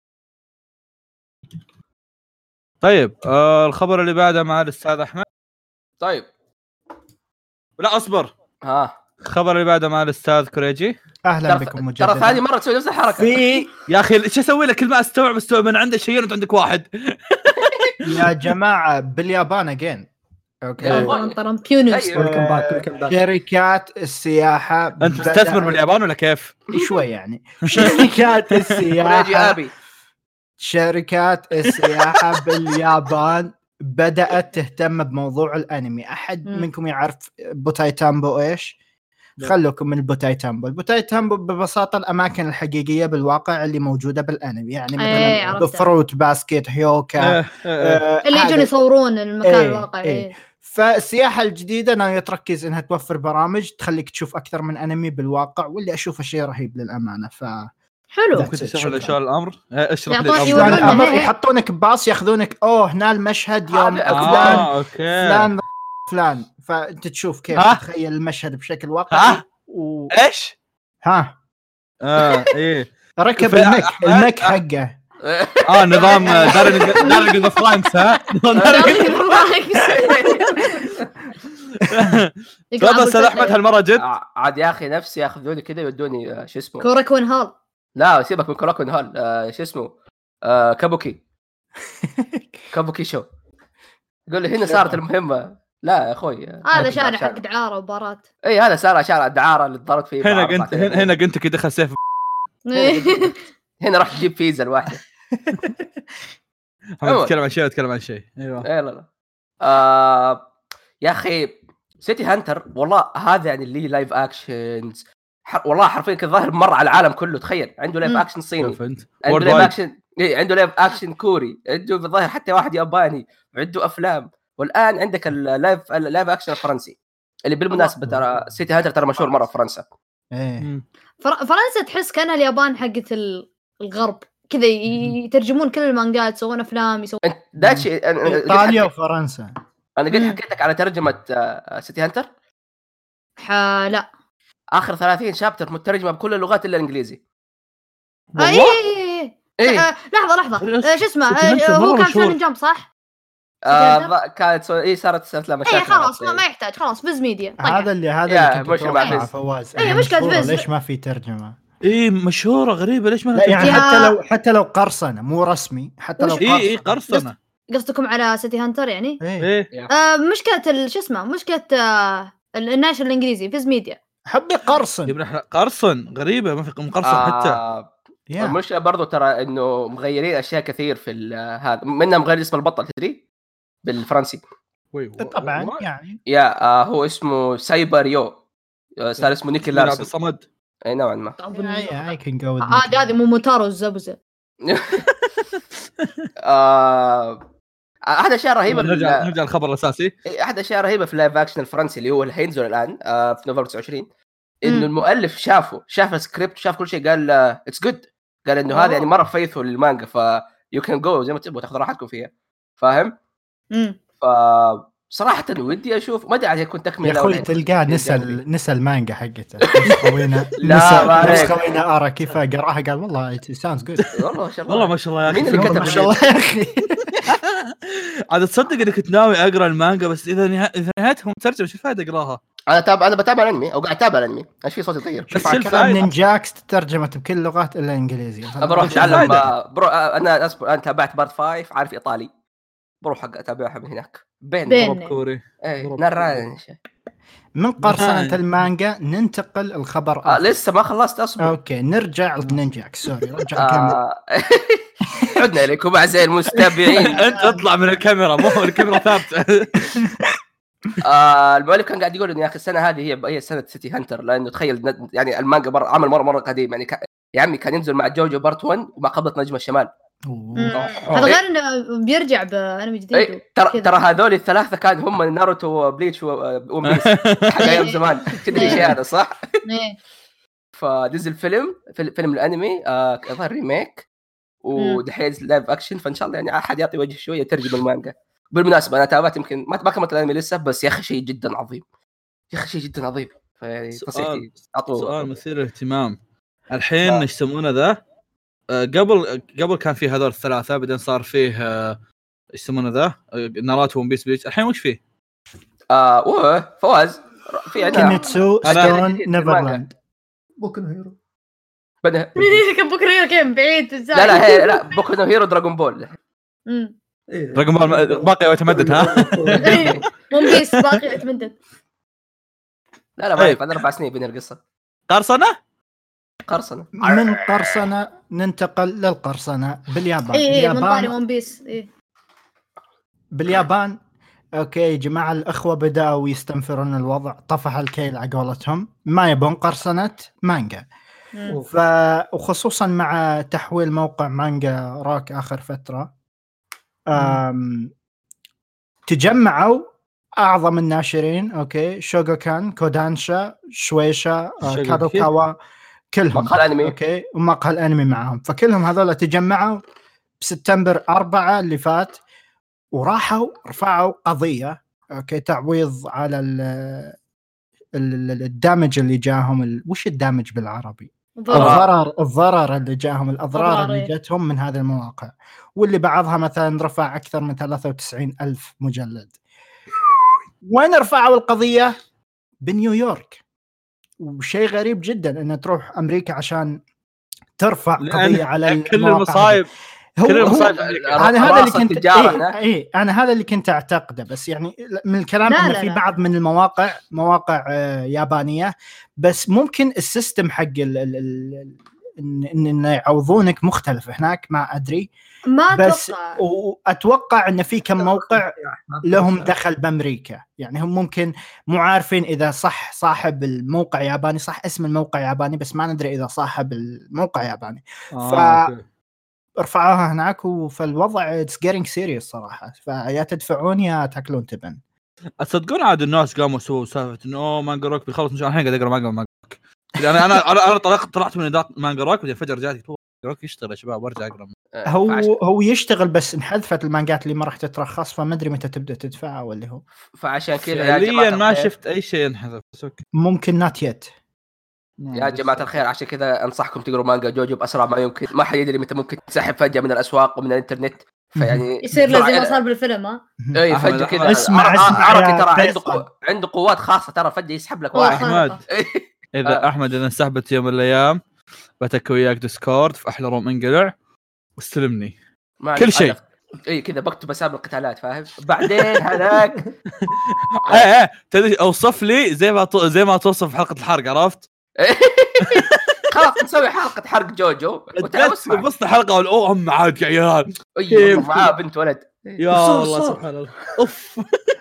طيب آه الخبر اللي بعده مع الاستاذ احمد. طيب لا اصبر، ها الخبر اللي بعده مع الاستاذ كوريجي. اهلا ترى بكم مجددا. ترى ثاني مره تسوي نفس الحركه. في يا اخي ايش اسوي لك؟ كل ما استوعب استوعب من عنده شيئين وانت عندك واحد. يا جماعه باليابان اجين اوكي إيه. طرم بيونس. أيوة. ويلكم باك ويلكم باك. شركات السياحه انت تستثمر باليابان ولا كيف؟ شوي يعني شركات كوريجي السياحه ابي شركات السياحة باليابان بدأت تهتم بموضوع الأنمي. أحد مم. منكم يعرف بوتاي تامبو إيش؟ خلوكم من البوتاي تامبو. البوتاي تامبو ببساطه الاماكن الحقيقيه بالواقع اللي موجوده بالانمي، يعني إيه، مثلا عرفتها. بفروت باسكت هيوكا إيه، إيه. آه، اللي يجون هذا- يصورون المكان إيه، الواقعي. إيه. إيه. فالسياحه الجديده انها تركز انها توفر برامج تخليك تشوف اكثر من انمي بالواقع، واللي اشوفه شيء رهيب للامانه. ف حلو. That's ممكن it، تشرح شكراً. لي شو الامر؟ إيه، اشرح لي يعطون- الامر. يورون- الامر إيه. يحطونك باص ياخذونك اوه هنا المشهد يوم هذا فلان اه اوكي فلان فلان، فانت تشوف كيف ها؟ تتخيل المشهد بشكل واقعي. ها؟ و... ايش؟ ها اه ايه ركب في- المك أحمد- المك حقه. اه نظام دارينج ذا فرانكس. ها تفضل استاذ احمد هالمره جد. عاد يا اخي نفسي ياخذوني كذا يودوني آه، شو اسمه كوراكون هال. لا سيبك من كوراكون هال آه، شو اسمه آه، كابوكي كابوكي شو يقول لي هنا صارت المهمه. لا يا اخوي آه، هذا شارع حق دعاره وبارات. اي هذا صار شارع الدعاره اللي ضربت فيه هنا بأربعة قلت هنا هنا قلت كده دخل سيف. هنا راح تجيب فيزا الواحده. محمد تتكلم عن شيء اتكلم عن شيء. ايوه اي لا لا آه يا اخي سيتي هانتر والله هذا يعني اللي لايف اكشنز ح... والله حرفيا كذا ظاهر مر على العالم كله. تخيل عنده لايف مم. اكشن صيني، شوف انت عنده Worldwide. لايف اكشن إيه عنده لايف اكشن كوري، عنده بالظاهر حتى واحد ياباني، وعنده افلام، والان عندك اللايف اللايف اكشن الفرنسي اللي بالمناسبه ترى سيتي هانتر ترى مشهور مره في فرنسا. ايه مم. فر- فرنسا تحس كانها اليابان حقت ال- الغرب كذا، ي- يترجمون كل المانجات، يسوون افلام، يسوون انت ده شيء أنا- أنا قد ايطاليا حكيت- وفرنسا. انا قد مم. حكيت لك على ترجمه آه، سيتي هانتر. ح... لا اخر ثلاثين شابتر مترجمه بكل اللغات الا الانجليزي. آه، اي اي إيه. آه، لحظه لحظه ليش؟ آه، شو اسمه سيتي هانتر آه، هو مرة كان مشهور. شونن جمب صح؟ آه سيتي ض- كانت سو... اي صارت صارت لها مشاكل. اي خلاص ما, عرفت؟ ما يحتاج، خلاص فيز ميديا طيب. هذا اللي هذا يا اللي كنت مشكلة مع أتوقعه فيز. فواز. إيه، إنها مشكلة مشهورة، فيز. ليش ما في ترجمه؟ ايه مشهوره غريبه ليش ما لا يعني يا- حتى لو حتى لو قرصنه مو رسمي، حتى لو وش- ايه ايه قرصنه. قرصنه. قصدكم على سيتي هانتر يعني؟ ايه ايه آه مشكله ال- شو اسمه مشكله آه ال- الناشر الانجليزي فيز ميديا. حبي قرصن. يبنى إحنا قرصن غريبه ما في مقرصن حتى. آه يا. المشكله برضو ترى انه مغيرين اشياء كثير في ال- هذا، منها مغير اسم البطل تدري بالفرنسي. وي- طبعا و- يعني يا آه هو اسمه سايبر يو آه صار اسمه نيكي من عبد لارسن. الصمد. اي نوعا ما. اي كان جو عادي هذه مو موتارو الزبزه. آه احد الاشياء رهيبه نرجع في نرجع الخبر الاساسي. احد الاشياء رهيبه في اللايف اكشن الفرنسي اللي هو اللي حينزل الان آه في نوفمبر تسعة وعشرين انه مم. المؤلف شافه شاف السكريبت شاف كل شيء قال اتس جود، قال انه هذا يعني مره فيثو للمانجا ف يو كان جو زي ما تبغوا تاخذوا راحتكم فيها فاهم. امم ف صراحه ودي اشوف ما ادري عاد يكون تكمله يا اخوي ولا- تلقاه نسى الجانبي. ال- نسى المانجا حقته. نسى خوينا لا، نسى ما عليك. نسى خوينا ارى كيف قراها قال والله ساوندز جود. والله ما شاء الله والله ما شاء الله يا اخي. مين اللي كتب ما شاء الله يا اخي. عاد تصدق اني كنت ناوي اقرا المانجا بس اذا نها... اذا نهايتها مترجمه شو الفائده اقراها؟ انا تابع انا بتابع الانمي او قاعد اتابع الانمي ايش في صوتي يطير. بس مع شو كلام الفائدة؟ نينجاكس ترجمت بكل اللغات الا الانجليزي. بروح وش اتعلم الفائدة؟ آه، برو... آه، انا اصبر انا تابعت بارت خمسة عارف ايطالي بروح حق اتابعها من هناك بين بين. ضرب كوري. ايه ضرب نران من قرصنة نهاية. المانجا ننتقل الخبر آه آخر. لسه ما خلصت اصبر. اوكي نرجع لنينجاكس سوري رجع كمل. آه... عدنا اليكم اعزائي المستمعين. انت اطلع من الكاميرا مو الكاميرا ثابته. آه المؤلف كان قاعد يقول ان يا اخي السنه هذه هي هي سنه سيتي هانتر لانه تخيل يعني المانجا مره عمل مره مره قديم يعني ك... يا عمي كان ينزل مع جوجو بارت واحد ومع قبضه نجم الشمال. مم. أوه. هذا غير انه بيرجع بانمي جديد. اي ترى وكذا. ترى هذول الثلاثه كان هم ناروتو وبليتش وون بيس حق ايام زمان تدري ايش هذا صح؟ إيه. فنزل فيلم فيلم, فيلم الانمي آه ظهر ريميك ودحين لايف اكشن فان شاء الله يعني احد يعطي وجه شويه ترجم المانجا. بالمناسبه انا تابعت يمكن ما ما كملت الانمي لسه بس يا اخي شيء جدا عظيم يا اخي شيء جدا عظيم فيعني سؤال نصيحتي اعطوه سؤال مثير للاهتمام الحين آه. ايش يسمونه ذا آه، قبل قبل كان في هذول الثلاثه بعدين صار فيه آه، ايش يسمونه ذا آه، ناروتو ون بيس بليتش الحين وش فيه؟ آه اوه فواز في عندنا كينيتسو هذا ستون جديد في نيفرلاند. بوكو نو هيرو بدأ كان بكره كم بعيد لا لا هي لا بوكو نو هيرو دراغون بول امم إيه. رقم بال- باقي يتمدد ها. ون بيس باقي يتمدد. لا لا ما طيب. أعرف، انا اربع سنين بين القصه قرصنه؟ قرصنه من قرصنة ننتقل للقرصنة باليابان. اي اي من طاري باليابان ون بيس. اي باليابان اوكي جماعة الاخوة بدأوا يستنفرون الوضع، طفح الكيل على قولتهم، ما يبون قرصنة مانجا. مم. ف وخصوصا مع تحويل موقع مانجا روك اخر فترة، أم... تجمعوا اعظم الناشرين، اوكي شوغوكان، كودانشا، شويشا، آه، كادوكاوا، كلهم مقهى الانمي. اوكي ومقهى الانمي معهم. فكلهم هذول تجمعوا بسبتمبر أربعة اللي فات، وراحوا رفعوا قضية اوكي تعويض على ال ال- الدامج اللي جاهم ال... وش الدامج بالعربي؟ ضرر. الضرر الضرر اللي جاهم، الاضرار أضرار، اللي إيه. جتهم من هذه المواقع، واللي بعضها مثلا رفع اكثر من ثلاثة وتسعين ألف مجلد. وين رفعوا القضية؟ بنيويورك. وشيء غريب جدا ان تروح امريكا عشان ترفع قضية على كل المواقع. المصايب هو كل هو المصايب انا هذا اللي كنت التجارة إيه هناك. إيه انا هذا اللي كنت اعتقده، بس يعني من الكلام لا انه لا في لا. بعض من المواقع مواقع آه يابانيه، بس ممكن السيستم حق ال ال ال ان إن يعوضونك مختلف هناك، ما ادري. ما بس اتوقع. واتوقع ان في كم موقع لهم دخل بامريكا، يعني هم ممكن مو عارفين اذا صح صاحب الموقع ياباني، صح اسم الموقع ياباني، بس ما ندري اذا صاحب الموقع ياباني. آه، ف أوكي. رفعوها هناك، فالوضع it's getting serious صراحة. فيا تدفعون يا تاكلون تبن. تصدقون عاد الناس قاموا سووا سالفه انه اوه مانجا روك بيخلص ان شاء الله. الحين قاعد اقرا مانجا مانجا روك. انا انا انا انا طلعت طلعت من نطاق مانجا روك وبعدين فجاه رجعت قلت روك يشتغل يا شباب وارجع اقرا. هو فعش... هو يشتغل، بس انحذفت المانجات اللي ما راح تترخص، فما ادري متى تبدا تدفعها ولا هو. فعشان كذا يا جماعه فعليا ما الخير، شفت اي شيء انحذف. بس اوكي ممكن نات يت. يا جماعه الخير عشان كذا انصحكم تقروا مانجا جوجو باسرع ما يمكن. ما حد يدري متى ممكن تسحب فجاه من الاسواق ومن الانترنت، فيعني يصير له زي ما بسرعة- صار بالفيلم. ها اي أحمد- فجاه أحمد. كذا اسمع- عر- اسمع عربي يا ترى عنده فيصل. قو... عنده قوات خاصه ترى، فجاه يسحب لك قوة واحد. خارقة. اذا آه. احمد اذا انسحبت يوم من الايام بتك وياك ديسكورد في احلى روم انقلع واستلمني ما كل شيء. اي كذا بكتب اسامي القتالات فاهم. بعدين هذاك ايه ايه تدري اوصف لي زي ما تو... زي ما توصف حلقه الحرق، عرفت؟ خلاص نسوي حلقه حرق جوجو وتعال اسمع. بس الحلقه والاو ام عاد يا عيال ايوه معاه بنت ولد. يا صار- الله صار. سبحان الله. اوف.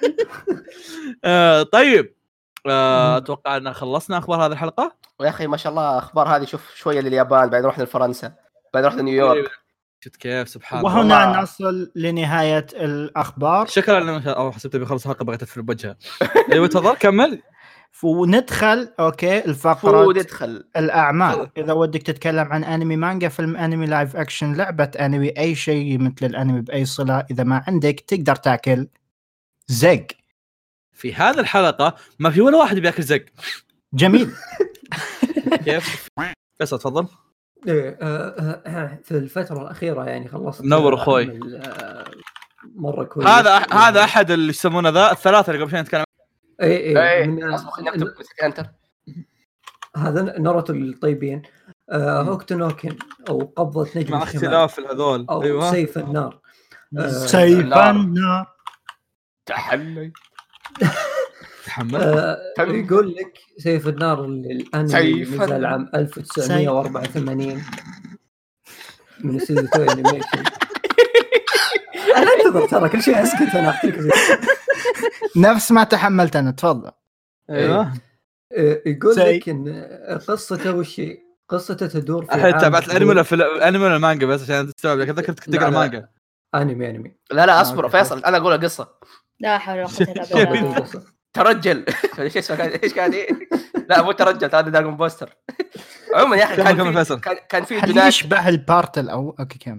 آه طيب آه، اتوقع ان خلصنا اخبار هذه الحلقه. ويا اخي ما شاء الله اخبار هذه. شوف شويه لليابان، بعدين رحنا لفرنسا، بعدين رحنا نيويورك. شفت كيف سبحان الله. وهنا والله. نصل لنهايه الاخبار. شكرا لك. او حسبت بيخلص الحلقه بغيت ادفل بوجهها. ايوه تفضل كمل. وندخل اوكي فود الفقره ادخل. الاعمال. اذا ودك تتكلم عن انمي، مانجا، فيلم انمي، لايف اكشن، لعبه انمي، اي شيء مثل الانمي باي صله، اذا ما عندك تقدر تاكل زق. في هذه الحلقه ما في ولا واحد بياكل زق. جميل. كيف بس تفضل. إيه آه، آه، في الفترة الأخيرة يعني خلصت منور أخوي. أعمل، آه، مرة كويس. هذا هذا احد اللي يسمونه ذا الثلاثه اللي قبل شوي نتكلم. إيه إيه اي من- اصبح نكتب انتر. هذا ناروتو الطيبين، آه، هوكتو نوكن أو قبضة نجم مع الشمال اختلاف الهذول. أو ايوه سيف النار. آه، سيف النار. النار. تحلي تحمل. آه، تم. يقول لك سيف النار اللي الانمي سيف نزل النار. عام ألف وتسعمية وأربعة وثمانين من استوديو توي انيميشن. انا انتظر ترى كل شيء اسكت انا احكي لك. نفس ما تحملت انا. تفضل. ايوه آه، يقول سي. لك ان قصته وش هي؟ قصته تدور في الحين عام تابعت الانمي ولا في الانمي ولا المانجا بس عشان تستوعب لك ذكرت لا، تقرا لا. مانجا. انمي انمي لا لا اصبر أوكي. فيصل انا اقول القصه. لا حول ولا قوة الا بالله. ترجل ايش اسمه كان ايش كان إيه؟ لا مو ترجل هذا دراجون بوستر. عموما يا اخي كمل- كان كمل في فيصل. كان, كان في هل جنات. يشبه البارتل او اوكي كم؟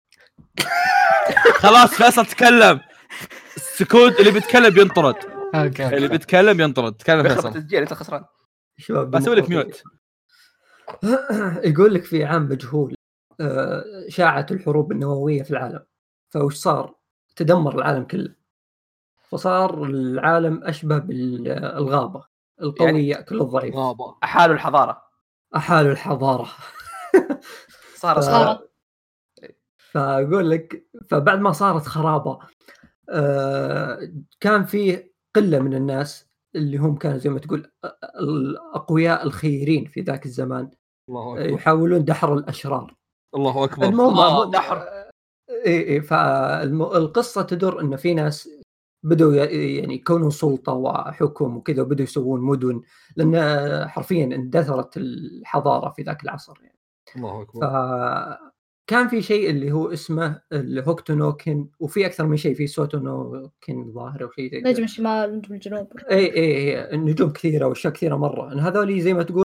خلاص فيصل تكلم. السكوت اللي بيتكلم بينطرد. اوكي اللي بيتكلم ينطرد. تكلم بيخرب فيصل. التسجيل انت خسران. شباب بسوي لك ميوت. يقول لك في عام مجهول آه، شاعت الحروب النووية في العالم. فوش صار؟ تدمر العالم كله، فصار العالم أشبه بالغابة، القوي يعني يأكل الضعيف. غابة. احال الحضاره أحال الحضارة. صار ف- صار فأقول لك فبعد ما صارت خرابة آه، كان في قلة من الناس اللي هم كانوا زي ما تقول الأقوياء الخيرين في ذاك الزمان، الله آه، اكبر. يحاولون دحر الأشرار. الله اكبر. المهم الله دحر. اي اي فالقصه تدور انه في ناس بدوا يعني يكونوا سلطة وحكم وكذا، وبدوا يسوون مدن، لأن حرفيا اندثرت الحضارة في ذاك العصر يعني. الله أكبر. فكان في شيء اللي هو اسمه الهوكتونوكن، وفي أكثر من شيء، في سوتونوكن ظاهر أو شيء زي كذا. نجم الشمال، نجم الجنوب. اي اي النجوم كثيرة واشياء كثيرة مرة. ان هذول زي ما تقول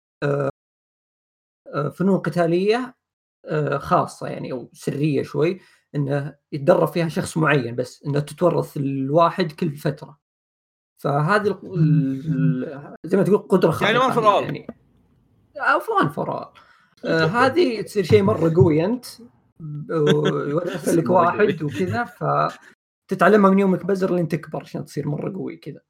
فنون قتالية خاصة يعني او سرية شوي، انه يتدرب فيها شخص معين، بس انه تتورث الواحد كل فترة. فهذه زي ما تقول قدرة خارقة يعني وان فور يعني او وان فور هذه تصير شيء مرة قوي انت، ويورث لك واحد وكذا، فتتعلمها من يومك بزر لين تكبر عشان تصير مرة قوي كذا.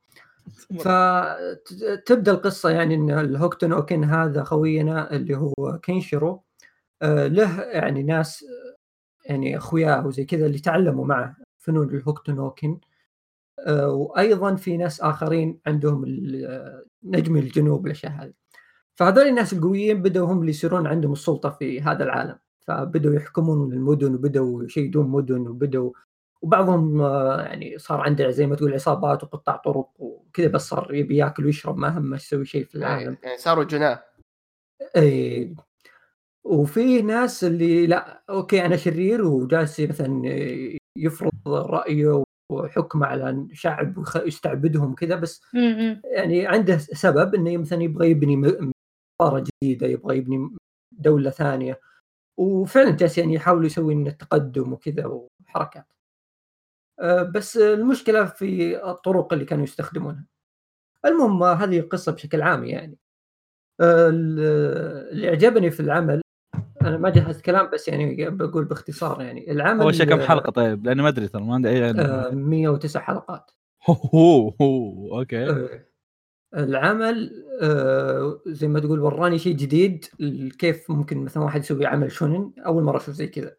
فتبدأ القصة يعني ان الهوكتونوكن هذا خوينا اللي هو كينشيرو له يعني ناس يعني اخوياه وزي كذا اللي تعلموا معه فنون الهوكتونوكن، وايضا في ناس اخرين عندهم نجم الجنوب الاشياء هذه. فهذول الناس القويين بدأوا هم اللي يصيرون عندهم السلطة في هذا العالم، فبدأوا يحكمون المدن وبدأوا يشيدون مدن، وبدأوا وبعضهم يعني صار عنده زي ما تقول عصابات وقطاع طرق وكذا، بس صار يبي ياكل ويشرب ما هم يسوي شيء في العالم يعني صاروا جناه. اي وفي ناس اللي لا اوكي انا شرير وجالس مثلا يفرض رأيه وحكم على شعب ويستعبدهم كذا، بس م-م. يعني عنده سبب انه مثلا يبغى يبني مدينة جديدة، يبغى يبني دولة ثانية، وفعلا جالس يعني يحاول يسوي إنه تقدم وكذا وحركات. بس المشكلة في الطرق اللي كانوا يستخدمونها. المهم هذه القصة بشكل عام يعني. اللي عجبني في العمل، أنا ما جهزت كلام بس يعني بقول باختصار يعني العمل. أول شيء كم حلقة طيب؟ لأني ما أدري ترى، ما عندي أي علم. مية وتسع حلقات. هو هو أوكي. العمل زي ما تقول وراني شيء جديد، كيف ممكن مثلا واحد يسوي عمل شونن، أول مرة أشوف زي كذا.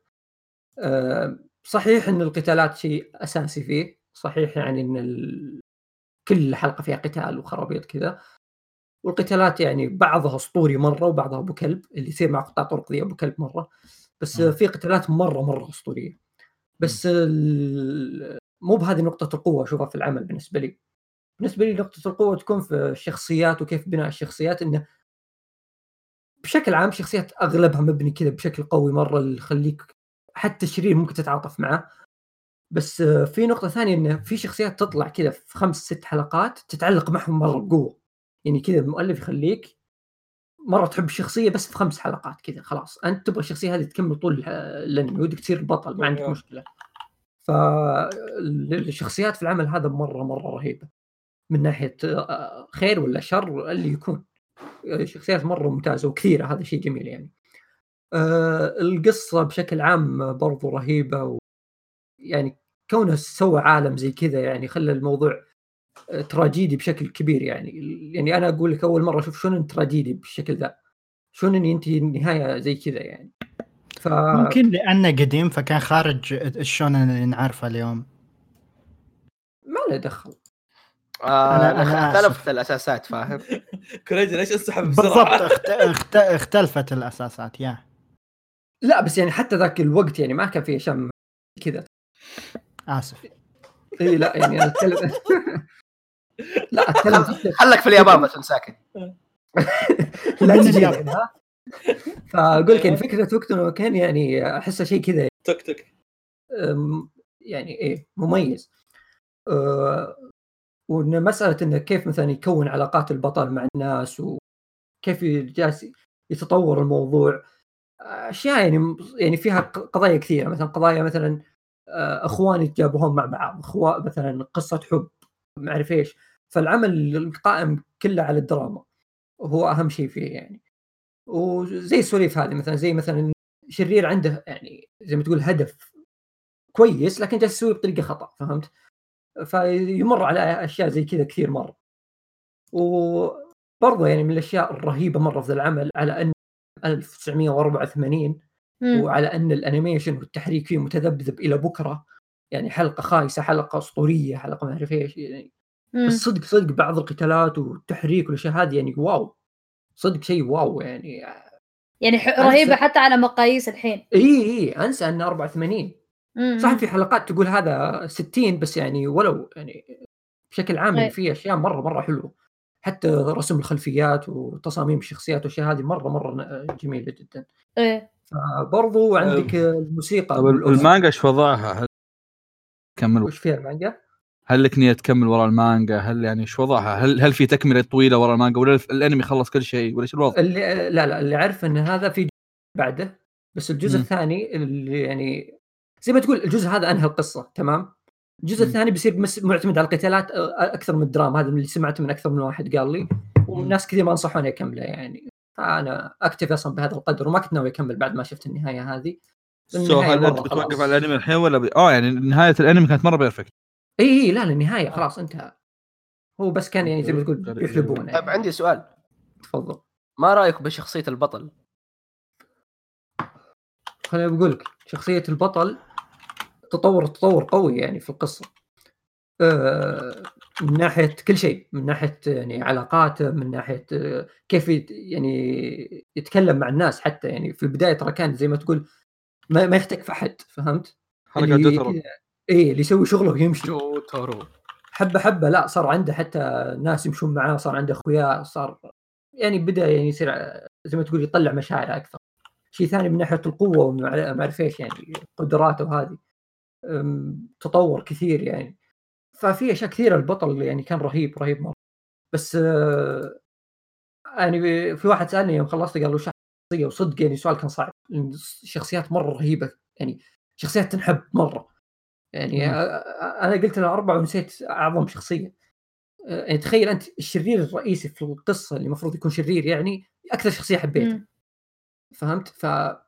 صحيح إن القتالات شيء أساسي فيه، صحيح يعني إن ال... كل حلقة فيها قتال وخرابيط كذا، والقتالات يعني بعضها أسطوري مرة وبعضها أبو كلب، اللي يصير مع قطاع طرق ذي أبو كلب مرة، بس م. في قتالات مرة مرة أسطورية. بس ال... مو بهذه نقطة القوة أشوفها في العمل بالنسبة لي. بالنسبة لي نقطة القوة تكون في الشخصيات وكيف بناء الشخصيات، إنه بشكل عام شخصيات أغلبها مبني كذا بشكل قوي مرة، اللي يخليك حتى الشرير ممكن تتعاطف معه. بس في نقطة ثانية إنه في شخصيات تطلع كذا في خمس ست حلقات تتعلق معهم مرة بقوة، يعني كذا المؤلف يخليك مرة تحب الشخصية بس في خمس حلقات كذا خلاص أنت تبغى الشخصية هذه تكمل طول لأن ودك تصير بطل، ما عندك مشكلة. فالشخصيات في العمل هذا مرة مرة رهيبة من ناحية خير ولا شر اللي يكون، شخصيات مرة ممتازة وكثيرة، هذا شيء جميل يعني. القصة بشكل عام برضو رهيبة، و يعني كونه سوى عالم زي كذا يعني خلى الموضوع تراجيدي بشكل كبير يعني. يعني أنا أقول لك أول مرة أشوف شونن تراجيدي بالشكل ذا، شونن ينتهي النهاية زي كذا يعني. ف... ممكن لأنه قديم فكان خارج الشونن اللي نعرفه اليوم. ما له دخل. آه أنا, أنا اختلفت الأساسات فاهم. كريجي ليش أسحب بسرعة؟ بالضبط اخت... اخت... اختلفت الأساسات يا لا بس يعني حتى ذاك الوقت يعني ما كان فيه شم كذا. آسف. إيه لا يعني أنا أتكلم لا أتكلم خلك في اليابان بس ساكن. لا تجي هنا. فأقول لك يعني فكرة وقتنا كان يعني أحسه شيء كذا تك تك يعني إيه مميز. أه وإن مسألة إنه كيف مثلا يكون علاقات البطل مع الناس وكيف جالس يتطور الموضوع، أشياء يعني يعني فيها قضايا كثيرة، مثلا قضايا مثلا أخوان يتجابهون مع بعض، أخوة مثلا قصة حب ما أعرف إيش. فالعمل القائم كله على الدراما وهو أهم شيء فيه يعني. وزي السواليف هذه مثلا زي مثلا شرير عنده يعني زي ما تقول هدف كويس لكن جالس يسوي بطريقة خطأ، فهمت؟ فيمر على أشياء زي كذا كثير مرة. وبرضه يعني من الأشياء الرهيبة مرة في العمل على أن ألف وتسعمية وأربعة وثمانين مم. وعلى أن الأنيميشن والتحريك فيه متذبذب إلى بكرة، يعني حلقة خايسة حلقة أسطورية حلقة ما أعرف إيش يعني. مم. بس صدق صدق بعض القتالات والتحريك والأشياء هذه يعني واو، صدق شيء واو يعني. يعني ح- رهيبة حتى على مقاييس الحين. إيه إيه أنسى أن أربعة وثمانين صح في حلقات تقول هذا ستين بس يعني ولو يعني بشكل عام إيه. في اشياء مره مره حلوه، حتى رسم الخلفيات وتصاميم الشخصيات والاشياء هذه مره مره جميله جدا. ايه برضو عندك الموسيقى طب والأوسط. المانجا ايش وضعها؟ هل كمل وش فيها المانجا؟ هل لك نية تكمل ورا المانجا؟ هل يعني ايش وضعها؟ هل هل في تكمله طويله ورا المانجا ولا الانمي خلص كل شيء ولا ايش الوضع؟ اللي لا لا اللي عارف ان هذا في بعده، بس الجزء م. الثاني اللي يعني زي ما تقول الجزء هذا انهى القصه تمام. الجزء م. الثاني بيصير مس- معتمد على القتالات اكثر من الدراما. هذا اللي سمعته من اكثر من واحد قال لي، والناس كثير ما انصحوني اكمله يعني. فانا اكتفي اصلا بهذا القدر وما كنت ناوي اكمل بعد ما شفت النهايه هذه. سو هل انت بتوقف على الانمي الحين ولا ب... اه يعني نهايه الانمي كانت مره بيرفكت؟ اي اي لا النهايه خلاص انتهى، هو بس كان يعني زي ما تقول يحلبونه طيب يعني. عندي سؤال، تفضل. ما رايك بشخصيه البطل؟ خليني بقول لك شخصيه البطل تطور تطور قوي يعني في القصه، آه من ناحيه كل شيء، من ناحيه يعني علاقاته، من ناحيه آه كيف يعني يتكلم مع الناس. حتى يعني في البدايه ترى كان زي ما تقول ما, ما يختك في احد، فهمت؟ حركه جوترو. ايه اللي يسوي شغله ويمشي جوترو حبه حبه. لا صار عنده حتى ناس يمشون معاه، صار عنده اخويا، صار يعني بدا يعني يصير زي ما تقول يطلع مشاعر اكثر. شيء ثاني من ناحيه القوه وما اعرف ايش يعني قدراته وهذه تطور كثير يعني. ففي اشياء كثيره البطل يعني كان رهيب رهيب مره. بس آه يعني في واحد سالني يوم خلصت قال له شخصيه، وصدق يعني السؤال كان صعب. الشخصيات مره رهيبه يعني، شخصيات تنحب مره يعني. م. انا قلت له اربعه ونسيت اعظم شخصيه. يعني تخيل انت الشرير الرئيسي في القصه اللي المفروض يكون شرير يعني اكثر شخصيه حبيتها، فهمت؟ ف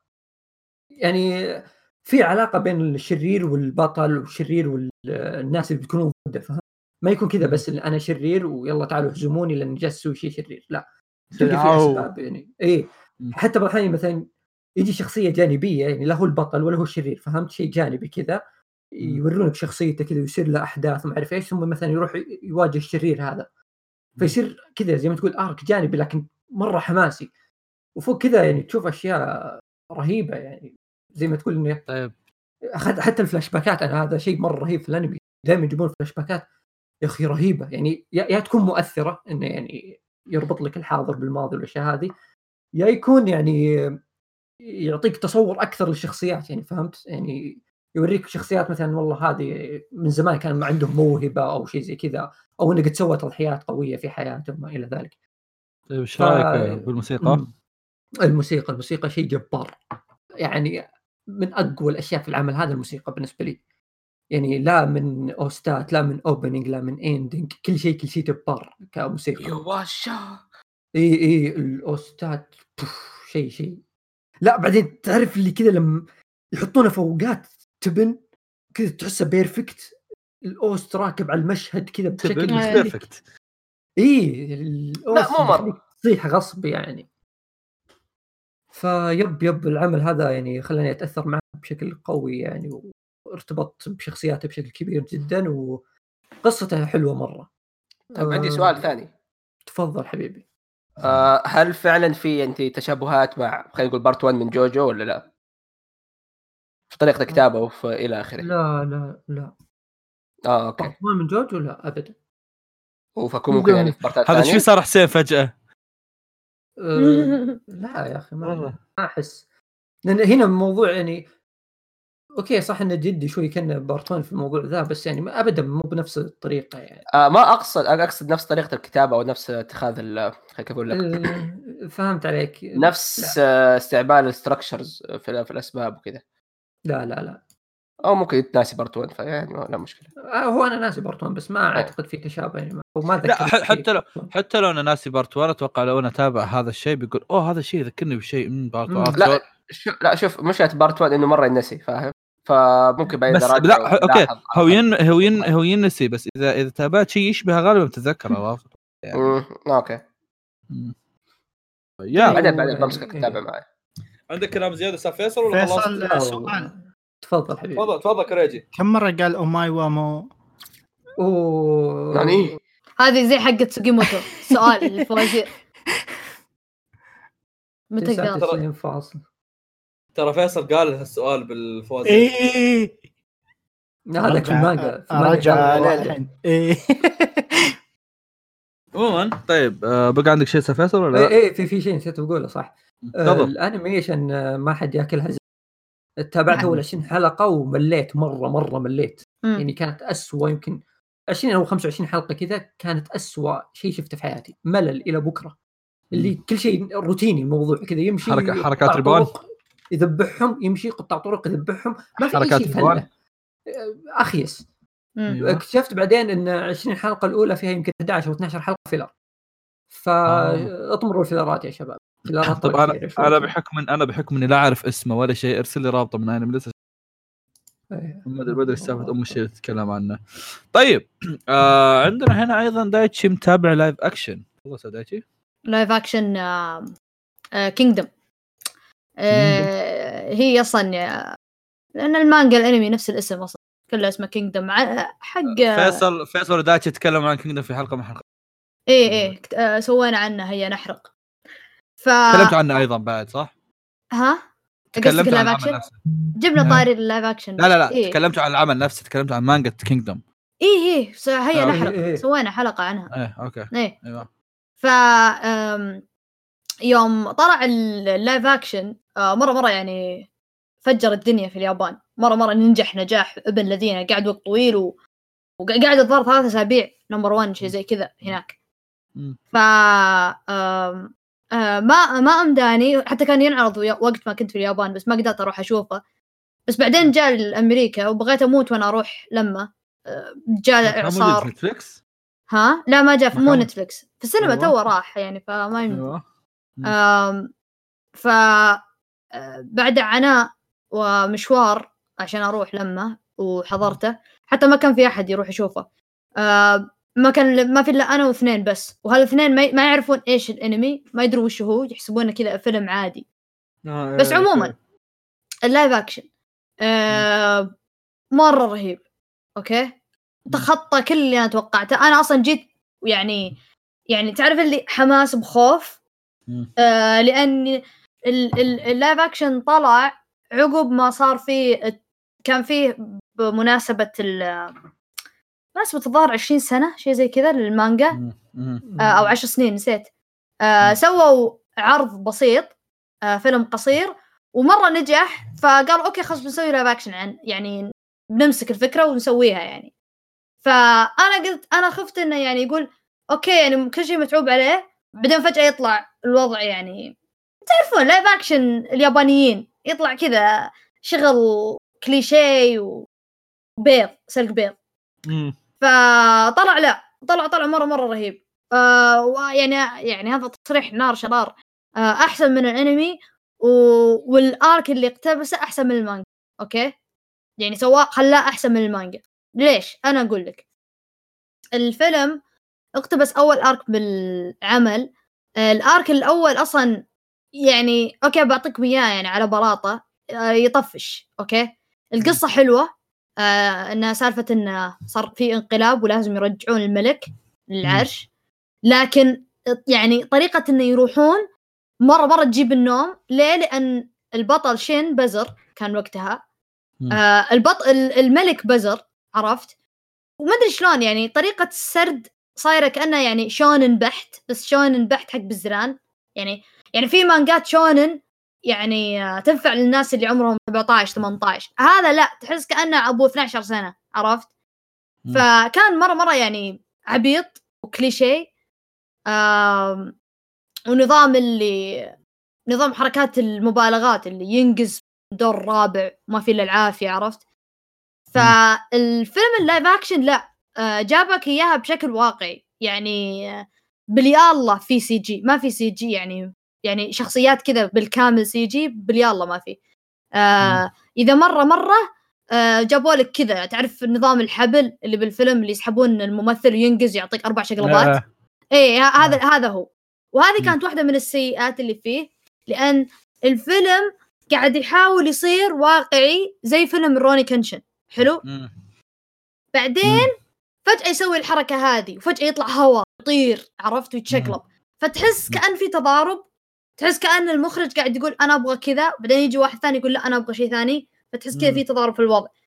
يعني في علاقه بين الشرير والبطل والشرير والناس اللي بيكونون ضده، فهمت؟ ما يكون كذا بس اللي انا شرير ويلا تعالوا اهزموني لان جالس اسوي شيء شرير. لا تلقى في اسباب يعني. ايه حتى بعض الحين مثلا يجي شخصيه جانبيه يعني لا هو البطل ولا هو الشرير، فهمت؟ شيء جانبي كذا يورونك شخصيته كذا ويصير له احداث وما اعرف ايش، ثم مثلا يروح يواجه الشرير هذا فيصير كذا زي ما تقول ارك جانبي لكن مره حماسي. وفوق كذا يعني تشوف اشياء رهيبه يعني زي ما تقول انه طيب حتى الفلاش باكات. انا هذا شيء مره رهيب في الانمي، دائما يجيبون فلاش باكات يا اخي رهيبه يعني. يا تكون مؤثره انه يعني يربط لك الحاضر بالماضي والاشياء هذه، يا يكون يعني يعطيك تصور اكثر للشخصيات يعني، فهمت؟ يعني يوريك شخصيات مثلا والله هذه من زمان كان ما عندهم موهبه او شيء زي كذا، او انه قد سوى تضحيات قويه في حياتهم ما الى ذلك. طيب ايش رايك بالموسيقى؟ الموسيقى الموسيقى شيء جبار يعني، من اقوى الاشياء في العمل هذا الموسيقى بالنسبه لي يعني. لا من اوستات لا من اوبننج لا من اندنج، كل شيء كل شيء جبار كموسيقى. يواشا اي اي الاوستات شيء شيء. لا بعدين تعرف اللي كذا لما يحطونه فوقات تبن كذا تحسه بيرفكت، الاوست راكب على المشهد كذا بشكل بيرفكت. اي الاوست لا مو مره تصيح غصب يعني. فيب يب العمل هذا يعني خلاني اتاثر معه بشكل قوي يعني، وارتبطت بشخصياته بشكل كبير جدا، وقصته حلوه مره. طيب عندي سؤال ثاني. تفضل حبيبي. آه هل فعلا في انت تشابهات مع خلينا نقول بارت واحد من جوجو ولا لا؟ في طريقه كتابه وفي الى اخره. لا لا لا اه اوكي. بارت واحد من جوجو لا ابدا. وفكون ممكن يعني في بارتات هذا ثانيه. شو صار حسين فجاه؟ أه لا يا اخي ما احس، لان هنا الموضوع يعني اوكي صح انه جدي شوي كان بارتون في الموضوع ذا، بس يعني ابدا مو بنفس الطريقه يعني. آه ما اقصد اقصد نفس طريقه الكتابه او نفس اتخاذ ال كيف اقول لك فهمت عليك. نفس لا. استعمال الستراكشرز في, في الاسباب وكذا. لا لا لا او ممكن يتناسب بارت واحد فيعني لا مشكله. آه هو انا ناسي بارتون بس ما اعتقد في تشابه يعني، وما لا حتى لو حتى لو انا ناسي بارت واحد اتوقع لو انا تابع هذا الشيء بيقول اوه هذا الشيء يذكرني بشيء من بارت واحد. لا شو لا شوف مشكله بارت واحد انه مره ينسي فاهم، فممكن بعد بس لا اوكي هو ين هو ين هو ينسي، بس اذا اذا تابعت شيء يشبه غالبا بتتذكره عرفت يعني. امم اوكي يا بعدين بعدين بمسك تتابع معي. عندك كلام زياده استاذ فيصل ولا خلاص؟ فيصل سؤال. تفضل حبيبي. تفضل تفضل كريجي. كم مره قال اوماي وامو؟ اوه يعني هذه زي حقه سوغيموتو سؤال الفوازير متى قال؟ فاصل ترى فيصل قال هالسؤال بالفوازير. ايه هذاك في المانجا في المانجا رجع كان واحد. الحين ايه عموما طيب آه، بقى عندك شيء فيصل ولا ايه لا؟ ايه في في شيء نسيت اقوله صح. آه تفضل. الانيميشن آه، ما حد ياكلها زي. تابعت اول عشرين حلقه ومليت مره مره مليت. مم. يعني كانت أسوأ يمكن عشرين او خمسة وعشرين حلقه كذا، كانت أسوأ شيء شفته في حياتي. ملل الى بكره، اللي كل شيء روتيني، الموضوع كذا يمشي حركة حركات قطع ريبون طرق يذبحهم، يمشي قطع طرق يذبحهم، ما في اي حركات شيء ريبون. فله. اخيس. مم. أيوة. اكتشفت بعدين ان عشرين حلقه الاولى فيها يمكن إحدى عشر او اثني عشر حلقه فيلر، فاطمروا الفيلرات يا شباب. فيلرات طب انا كثيرة شوي انا كذا. بحكم ان انا بحكم اني لا اعرف اسمه ولا شيء، ارسل لي رابطه من انمي لسه إيه. ما ادري بدري سالفه ام الشيء اللي تتكلم عنه. طيب آه عندنا هنا ايضا دايتشي متابع لايف اكشن. والله دايتشي لايف اكشن كينجدم. هي اصلا آه، لان المانجا الانمي نفس الاسم اصلا، كله اسمه كينجدم حق فيصل فيصل ودايتشي تكلم عن كينجدم في حلقه من حلقات. ايه ايه كت- آه، سوينا عنه هي نحرق. ف تكلمت عنه ايضا بعد صح؟ ها تكلمت قصدك عن اللايف العمل اكشن؟ نفسه. جبنا إيه. طاري اللايف اكشن. لا لا لا إيه. تكلمت عن العمل نفسه، تكلمت عن مانجا كينجدم. ايه ايه س- هي آه. نحرق إيه، إيه. سوينا حلقة عنها. ايه اوكي ايه ايوه. ف آم، يوم طلع اللايف اكشن آه، مرة مرة يعني فجر الدنيا في اليابان، مرة مرة ننجح نجاح ابن الذين، قاعد وقت طويل و... وقاعد الظاهر ثلاثة أسابيع نمبر وان شيء زي كذا هناك. مم. ف آم، آه، ما ما أمداني، حتى كان ينعرض ويا- وقت ما كنت في اليابان بس ما قدرت أروح أشوفه. بس بعدين جاء لأمريكا وبغيت أموت وأنا أروح لما آه، جاء إعصار. نتفليكس؟ ها لا ما جاء في ما مو كان- نتفليكس، في السينما أيوة. تو راح يعني فما يمدي. ايوه. آم، ف آه، بعد عناء ومشوار عشان أروح لما وحضرته، حتى ما كان في أحد يروح يشوفه. آه، ما كان ما في إلا أنا واثنين بس، وهالاثنين ما ما يعرفون إيش الأنمي، ما يدرون وش هو، يحسبونه كذا فيلم عادي. آه، بس إيه، عموما أوكي. اللايف أكشن آه، مرة رهيب. أوكي تخطى كل اللي أنا توقعته. أنا أصلا جيت يعني يعني تعرف اللي حماس بخوف مم. آه، لأن ال- ال- اللايف أكشن طلع عقب ما صار فيه، كان فيه بمناسبة ال مناسبة الظاهر عشرين سنة شيء زي كذا للمانجا مم. مم. آه، أو عشر سنين نسيت. آه، مم. سووا عرض بسيط آه، فيلم قصير ومرة نجح، فقالوا أوكي خلاص بنسوي لايف أكشن عن يعني بنمسك الفكرة ونسويها يعني. فأنا قلت أنا خفت إنه يعني يقول أوكي يعني كل شيء متعوب عليه، بعدين فجأة يطلع الوضع يعني تعرفون لايف أكشن اليابانيين يطلع كذا شغل كليشيه وبيض سلق بيض. مم. فطلع لا طلع طلع مرة مرة رهيب. آه ويعني يعني هذا تصريح نار شرار آه أحسن من الأنمي و... والآرك اللي اقتبسه أحسن من المانجا. أوكي يعني سواء خلاه أحسن من المانجا. ليش؟ أنا أقول لك الفيلم اقتبس أول آرك بالعمل. آه الآرك الأول أصلا يعني أوكي بعطيكم إياه يعني على بلاطة آه يطفش. أوكي القصة حلوة آه إنها سالفة إنه صار في انقلاب ولازم يرجعون الملك للعرش، لكن يعني طريقة إنه يروحون مرة مرة تجيب النوم. ليه؟ لأن البطل شين بزر كان وقتها آه البطل الملك بزر عرفت، وما أدري شلون يعني طريقة السرد صايرة كأنها يعني شونن بحت، بس شونن بحت حق بزران. يعني يعني في مانجات شونن يعني آه تنفع للناس اللي عمرهم سبعة عشر ثمانية عشر، هذا لا تحس كأنه أبو اثني عشر سنة عرفت. مم. فكان مرة مرة يعني عبيط وكليشيه آه ونظام اللي نظام حركات المبالغات اللي ينقز دور رابع ما في إلا العافية عرفت. فالفيلم اللايف أكشن لا آه جابك إياها بشكل واقعي يعني آه باليالله في سي جي ما في سي جي يعني يعني شخصيات كذا بالكامل سي جي باليالله ما في آه إذا مرة مرة آه جابوا لك كذا تعرف نظام الحبل اللي بالفيلم اللي يسحبون الممثل وينقز يعطيك أربع شقلبات. إيه هذا هذا هو. وهذه كانت واحدة من السيئات اللي فيه، لأن الفيلم قاعد يحاول يصير واقعي زي فيلم روني كنشن حلو. مم. بعدين فجأة يسوي الحركة هذه وفجأة يطلع هوا يطير عرفت ويتشقلب، فتحس كأن في تضارب، تحس كأن المخرج قاعد يقول أنا أبغى كذا، بعدين يجي واحد ثاني يقول لا أنا أبغى شيء ثاني، فتحس كذا في تضارب في الوضع.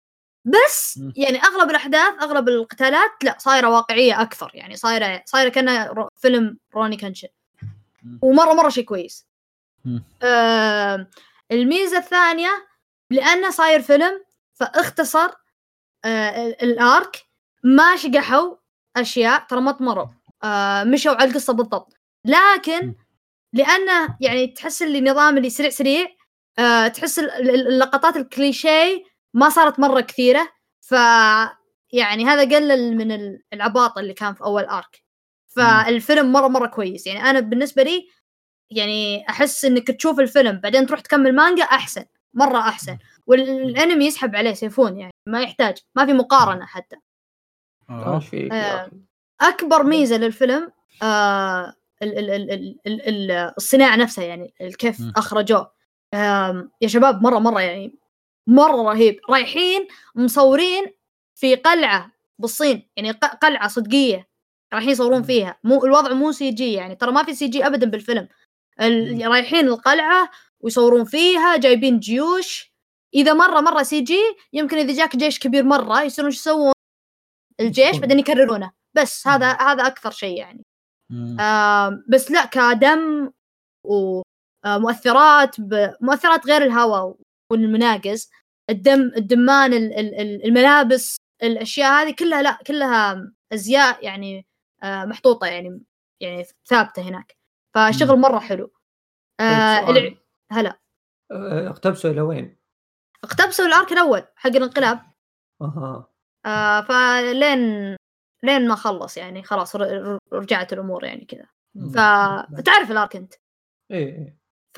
بس م. يعني اغلب الاحداث اغلب القتالات لا صايره واقعيه اكثر يعني صايره صايره كأنه رو- فيلم روني كنشن م. ومره مره شيء كويس. م. آه الميزه الثانيه لانه صاير فيلم فاختصر آه الارك ما شقحوا اشياء ترى ما تمروا آه مشوا على القصه بالضبط لكن لانه يعني تحس اللي نظام اللي سريع سريع آه تحس اللقطات الكليشيه ما صارت مره كثيره ف يعني هذا قلل من العباطه اللي كان في اول ارك فالفيلم مره مره كويس يعني انا بالنسبه لي يعني احس انك تشوف الفيلم بعدين تروح تكمل مانجا احسن مره احسن والانمي يسحب عليه سيفون يعني ما يحتاج ما في مقارنه حتى. اه آه اكبر ميزه للفيلم آه ال ال ال ال ال ال الصناعه نفسها يعني كيف اخرجوه يا شباب مره مره يعني مره رهيب. رايحين مصورين في قلعه بالصين يعني قلعه صدقيه رايحين يصورون فيها مو الوضع مو سي جي يعني ترى ما في سي جي ابدا بالفيلم ال... رايحين القلعه ويصورون فيها جايبين جيوش اذا مره مره سي جي يمكن اذا جاك جيش كبير مره يصيرون ايش يسوون الجيش بعدين يكررونه بس هذا هذا اكثر شيء يعني. آه بس لا كدم ومؤثرات مؤثرات غير الهواء والمناقز الدم الدمان الملابس الاشياء هذه كلها لا كلها ازياء يعني آه محطوطه يعني يعني ثابته هناك فشغل مره حلو. آه الع... هلا اقتبسوا الى وين؟ اقتبسوا الارك الاول حق الانقلاب. اها آه فلين لين ما خلص يعني خلاص رجعت الامور يعني كذا فتعرف الارك انت ايه ف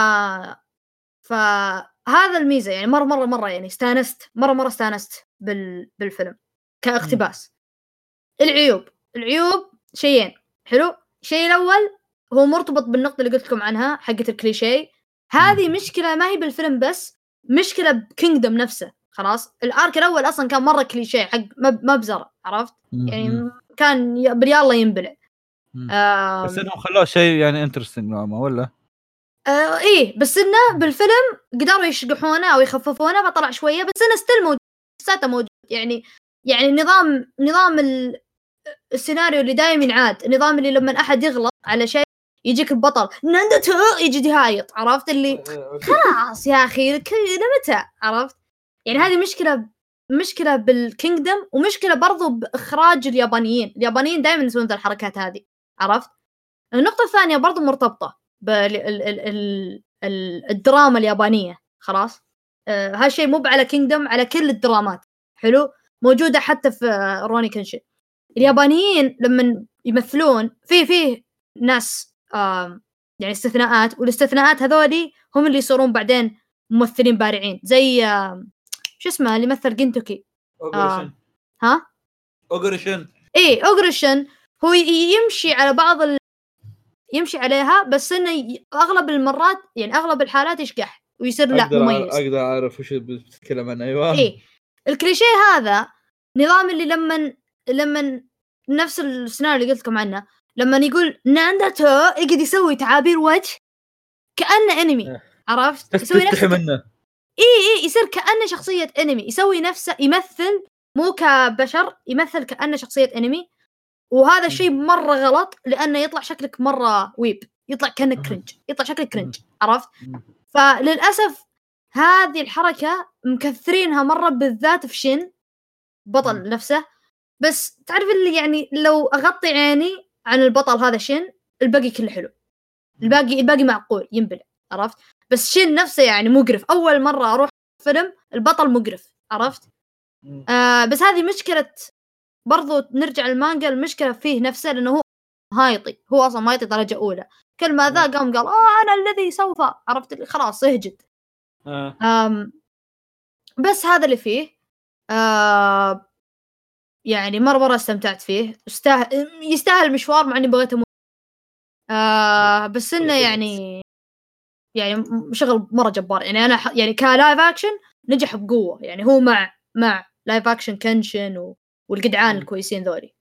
فهذا الميزه يعني مره مره مره يعني استانست مره مره استانست بال... بالفيلم كاقتباس. العيوب العيوب شيئين حلو. الشيء الاول هو مرتبط بالنقطه اللي قلت لكم عنها حقه الكليشيه هذه مشكله ما هي بالفيلم بس مشكله بكينجدم نفسه. خلاص الارك الاول اصلا كان مره كليشيه حق ما بزر عرفت يعني كان باليالله ينبلع بس انهم خلوه شيء يعني انترستنج ما ولا آه ايه بس انه بالفيلم قدروا يشقحونه او يخففونه فطلع شويه بس انه ستيل موجود ساته موجود يعني يعني نظام نظام السيناريو اللي دايم ينعاد النظام اللي لما احد يغلط على شيء يجيك البطل نندته يجي يهايط عرفت اللي خلاص يا اخي كذا متى عرفت يعني هذه مشكله مشكله بالكينجدم ومشكله برضو باخراج اليابانيين اليابانيين دائما يسوون ذا الحركات هذه عرفت. النقطه الثانيه برضو مرتبطه بالدراما اليابانيه خلاص آه هالشيء مو على كينجدم على كل الدرامات حلو موجوده حتى في روني كنشن. اليابانيين لما يمثلون في فيه ناس آه يعني استثناءات والاستثناءات هذولي هم اللي يصيرون بعدين ممثلين بارعين زي آه شو اسمه اللي مثل جينتوكي اوغريشن آه ها اوغريشن ايه اوغريشن هو يمشي على بعض ال... يمشي عليها بس انه ي... اغلب المرات يعني اغلب الحالات يشقح ويصير لا أقدر مميز. اقدر اعرف وش بتتكلم عنه. ايوه ايه الكليشيه هذا نظام اللي لما لما نفس السيناريو اللي قلت لكم عنه لما يقول نانداتو يقعد يسوي تعابير وجه كأنه انمي عرفت يسوي نفسه منه اي اي يصير كأنه شخصيه انمي يسوي نفسه يمثل مو كبشر يمثل كأنه شخصيه انمي وهذا الشيء مره غلط لانه يطلع شكلك مره ويب يطلع كأنك كرنج يطلع شكلك كرنج عرفت. فللاسف هذه الحركه مكثرينها مره بالذات في شين بطل نفسه بس تعرف اللي يعني لو اغطي عيني عن البطل هذا شين الباقي كله حلو الباقي الباقي معقول ينبلع عرفت. بس شين نفسه يعني مقرف اول مره اروح فيلم البطل مقرف عرفت. آه بس هذه مشكله برضو نرجع المانجا المشكله فيه نفسه لانه هو هايطي هو اصلا هايطي درجه اولى كل ما ذا قام قال اه انا الذي سوف عرفت خلاص يهجد. آم بس هذا اللي فيه آه يعني مرة مرة استمتعت فيه يستاهل يستاهل مشوار مع اني بغيت اموت آه بس انه يعني يعني شغل مرة جبار يعني انا ح... يعني كلايف اكشن نجح بقوة يعني هو مع مع لايف اكشن كنشن و... والقدعان الكويسين ذولي.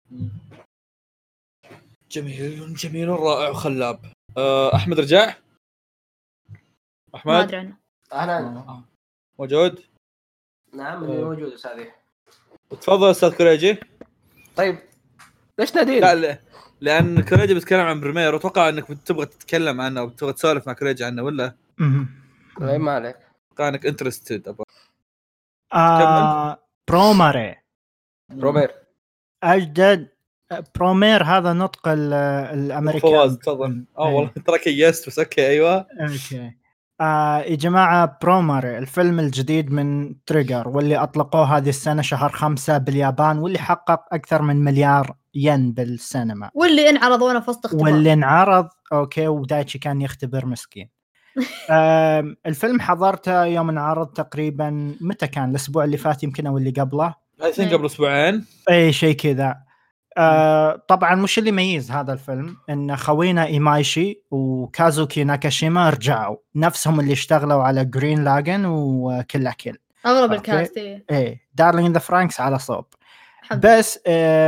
جميل جميل رائع وخلاب. أه احمد رجع احمد ما ادري عنه انا موجود نعم اللي موجود هذه. تفضل استاذ كوريجي. طيب ليش نادين؟ لا لا لان كوريجي بيتكلم عن بريمير واتوقع انك بتبغى تتكلم عنه او بتبغى تسولف مع كوريجي عنه ولا لا ما عليك كانك انترستد ابغى آه بروماري برومير اجدد برومير هذا نطق الامريكان. فواز تفضل. اه والله ترى كيست بس اوكي ايوه اوكي آه يا جماعه بروماري الفيلم الجديد من تريجر واللي اطلقوه هذه السنه شهر خمسة باليابان واللي حقق اكثر من مليار ين بالسينما واللي انعرض وانا في وسط اختبار واللي انعرض اوكي ودايتشي كان يختبر مسكين. آه الفيلم حضرته يوم انعرض تقريبا متى كان الاسبوع اللي فات يمكن او اللي قبله اي ثينك قبل اسبوعين اي شيء كذا. آه طبعا مش اللي يميز هذا الفيلم ان خوينا ايمايشي وكازوكي ناكاشيما رجعوا نفسهم اللي اشتغلوا على جرين لاجن وكل اكل اغلب الكاست ايه دارلينج ذا فرانكس على صوب. بس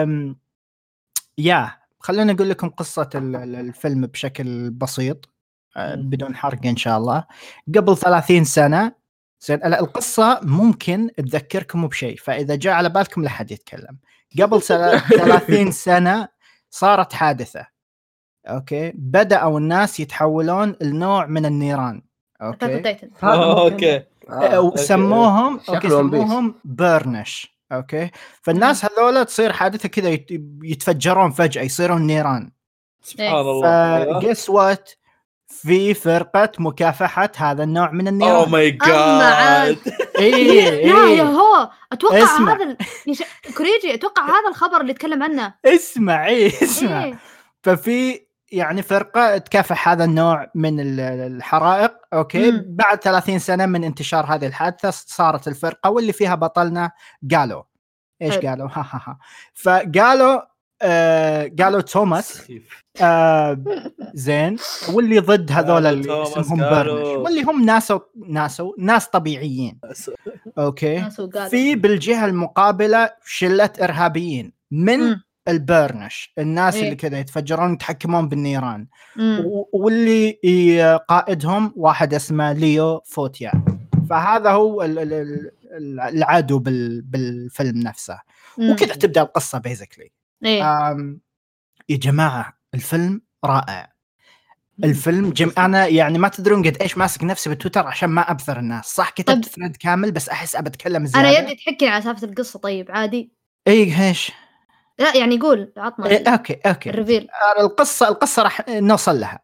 يا خلينا نقول لكم قصة الفيلم بشكل بسيط بدون حرق ان شاء الله. قبل ثلاثين سنة زين القصة ممكن تذكركم بشيء فاذا جاء على بالكم لا حد يتكلم. قبل ثلاثين سنة صارت حادثة اوكي بدأوا الناس يتحولون لنوع من النيران اوكي اوكي وسموهم اوكي سموهم بيرنش اوكي. فالناس هذولا تصير حادثة كذا يتفجرون فجأة يصيرون نيران سبحان الله. guess what في فرقة مكافحة هذا النوع من النيران. اوه ماي جاد. ايه يا هو اتوقع اسمع. هذا ال... يش... كوريجي اتوقع هذا الخبر اللي تكلم عنه. اسمع ايه اسمع إيه؟ ففي يعني فرقة تكافح هذا النوع من الحرائق اوكي مم. بعد ثلاثين سنة من انتشار هذه الحادثة صارت الفرقة واللي فيها بطلنا قالوا ايش حلو. قالوا ها ها ها فقالوا آه قالوا توماس آه زين واللي ضد هذول اللي اسمهم بيرنش واللي هم ناس ناس ناس طبيعيين اوكي في بالجهة المقابلة شلة ارهابيين من م. البيرنش الناس إيه؟ اللي كذا يتفجرون يتحكمون بالنيران م. واللي قائدهم واحد اسمه ليو فوتيا. فهذا هو العدو بالفيلم نفسه م. وكذا تبدأ القصة بيزيكلي. إيه؟ يا جماعة الفيلم رائع. الفيلم جم أنا يعني ما تدرون قد إيش ماسك نفسي بتويتر عشان ما أبثر الناس صح كتبت ثريد كامل بس أحس أبتكلم زيادة. أنا يبدي تحكي على سالفة القصة طيب عادي. إيه إيش لا يعني قول عطنا إيه أوكي أوكي الريفيل. القصة القصة راح نوصل لها.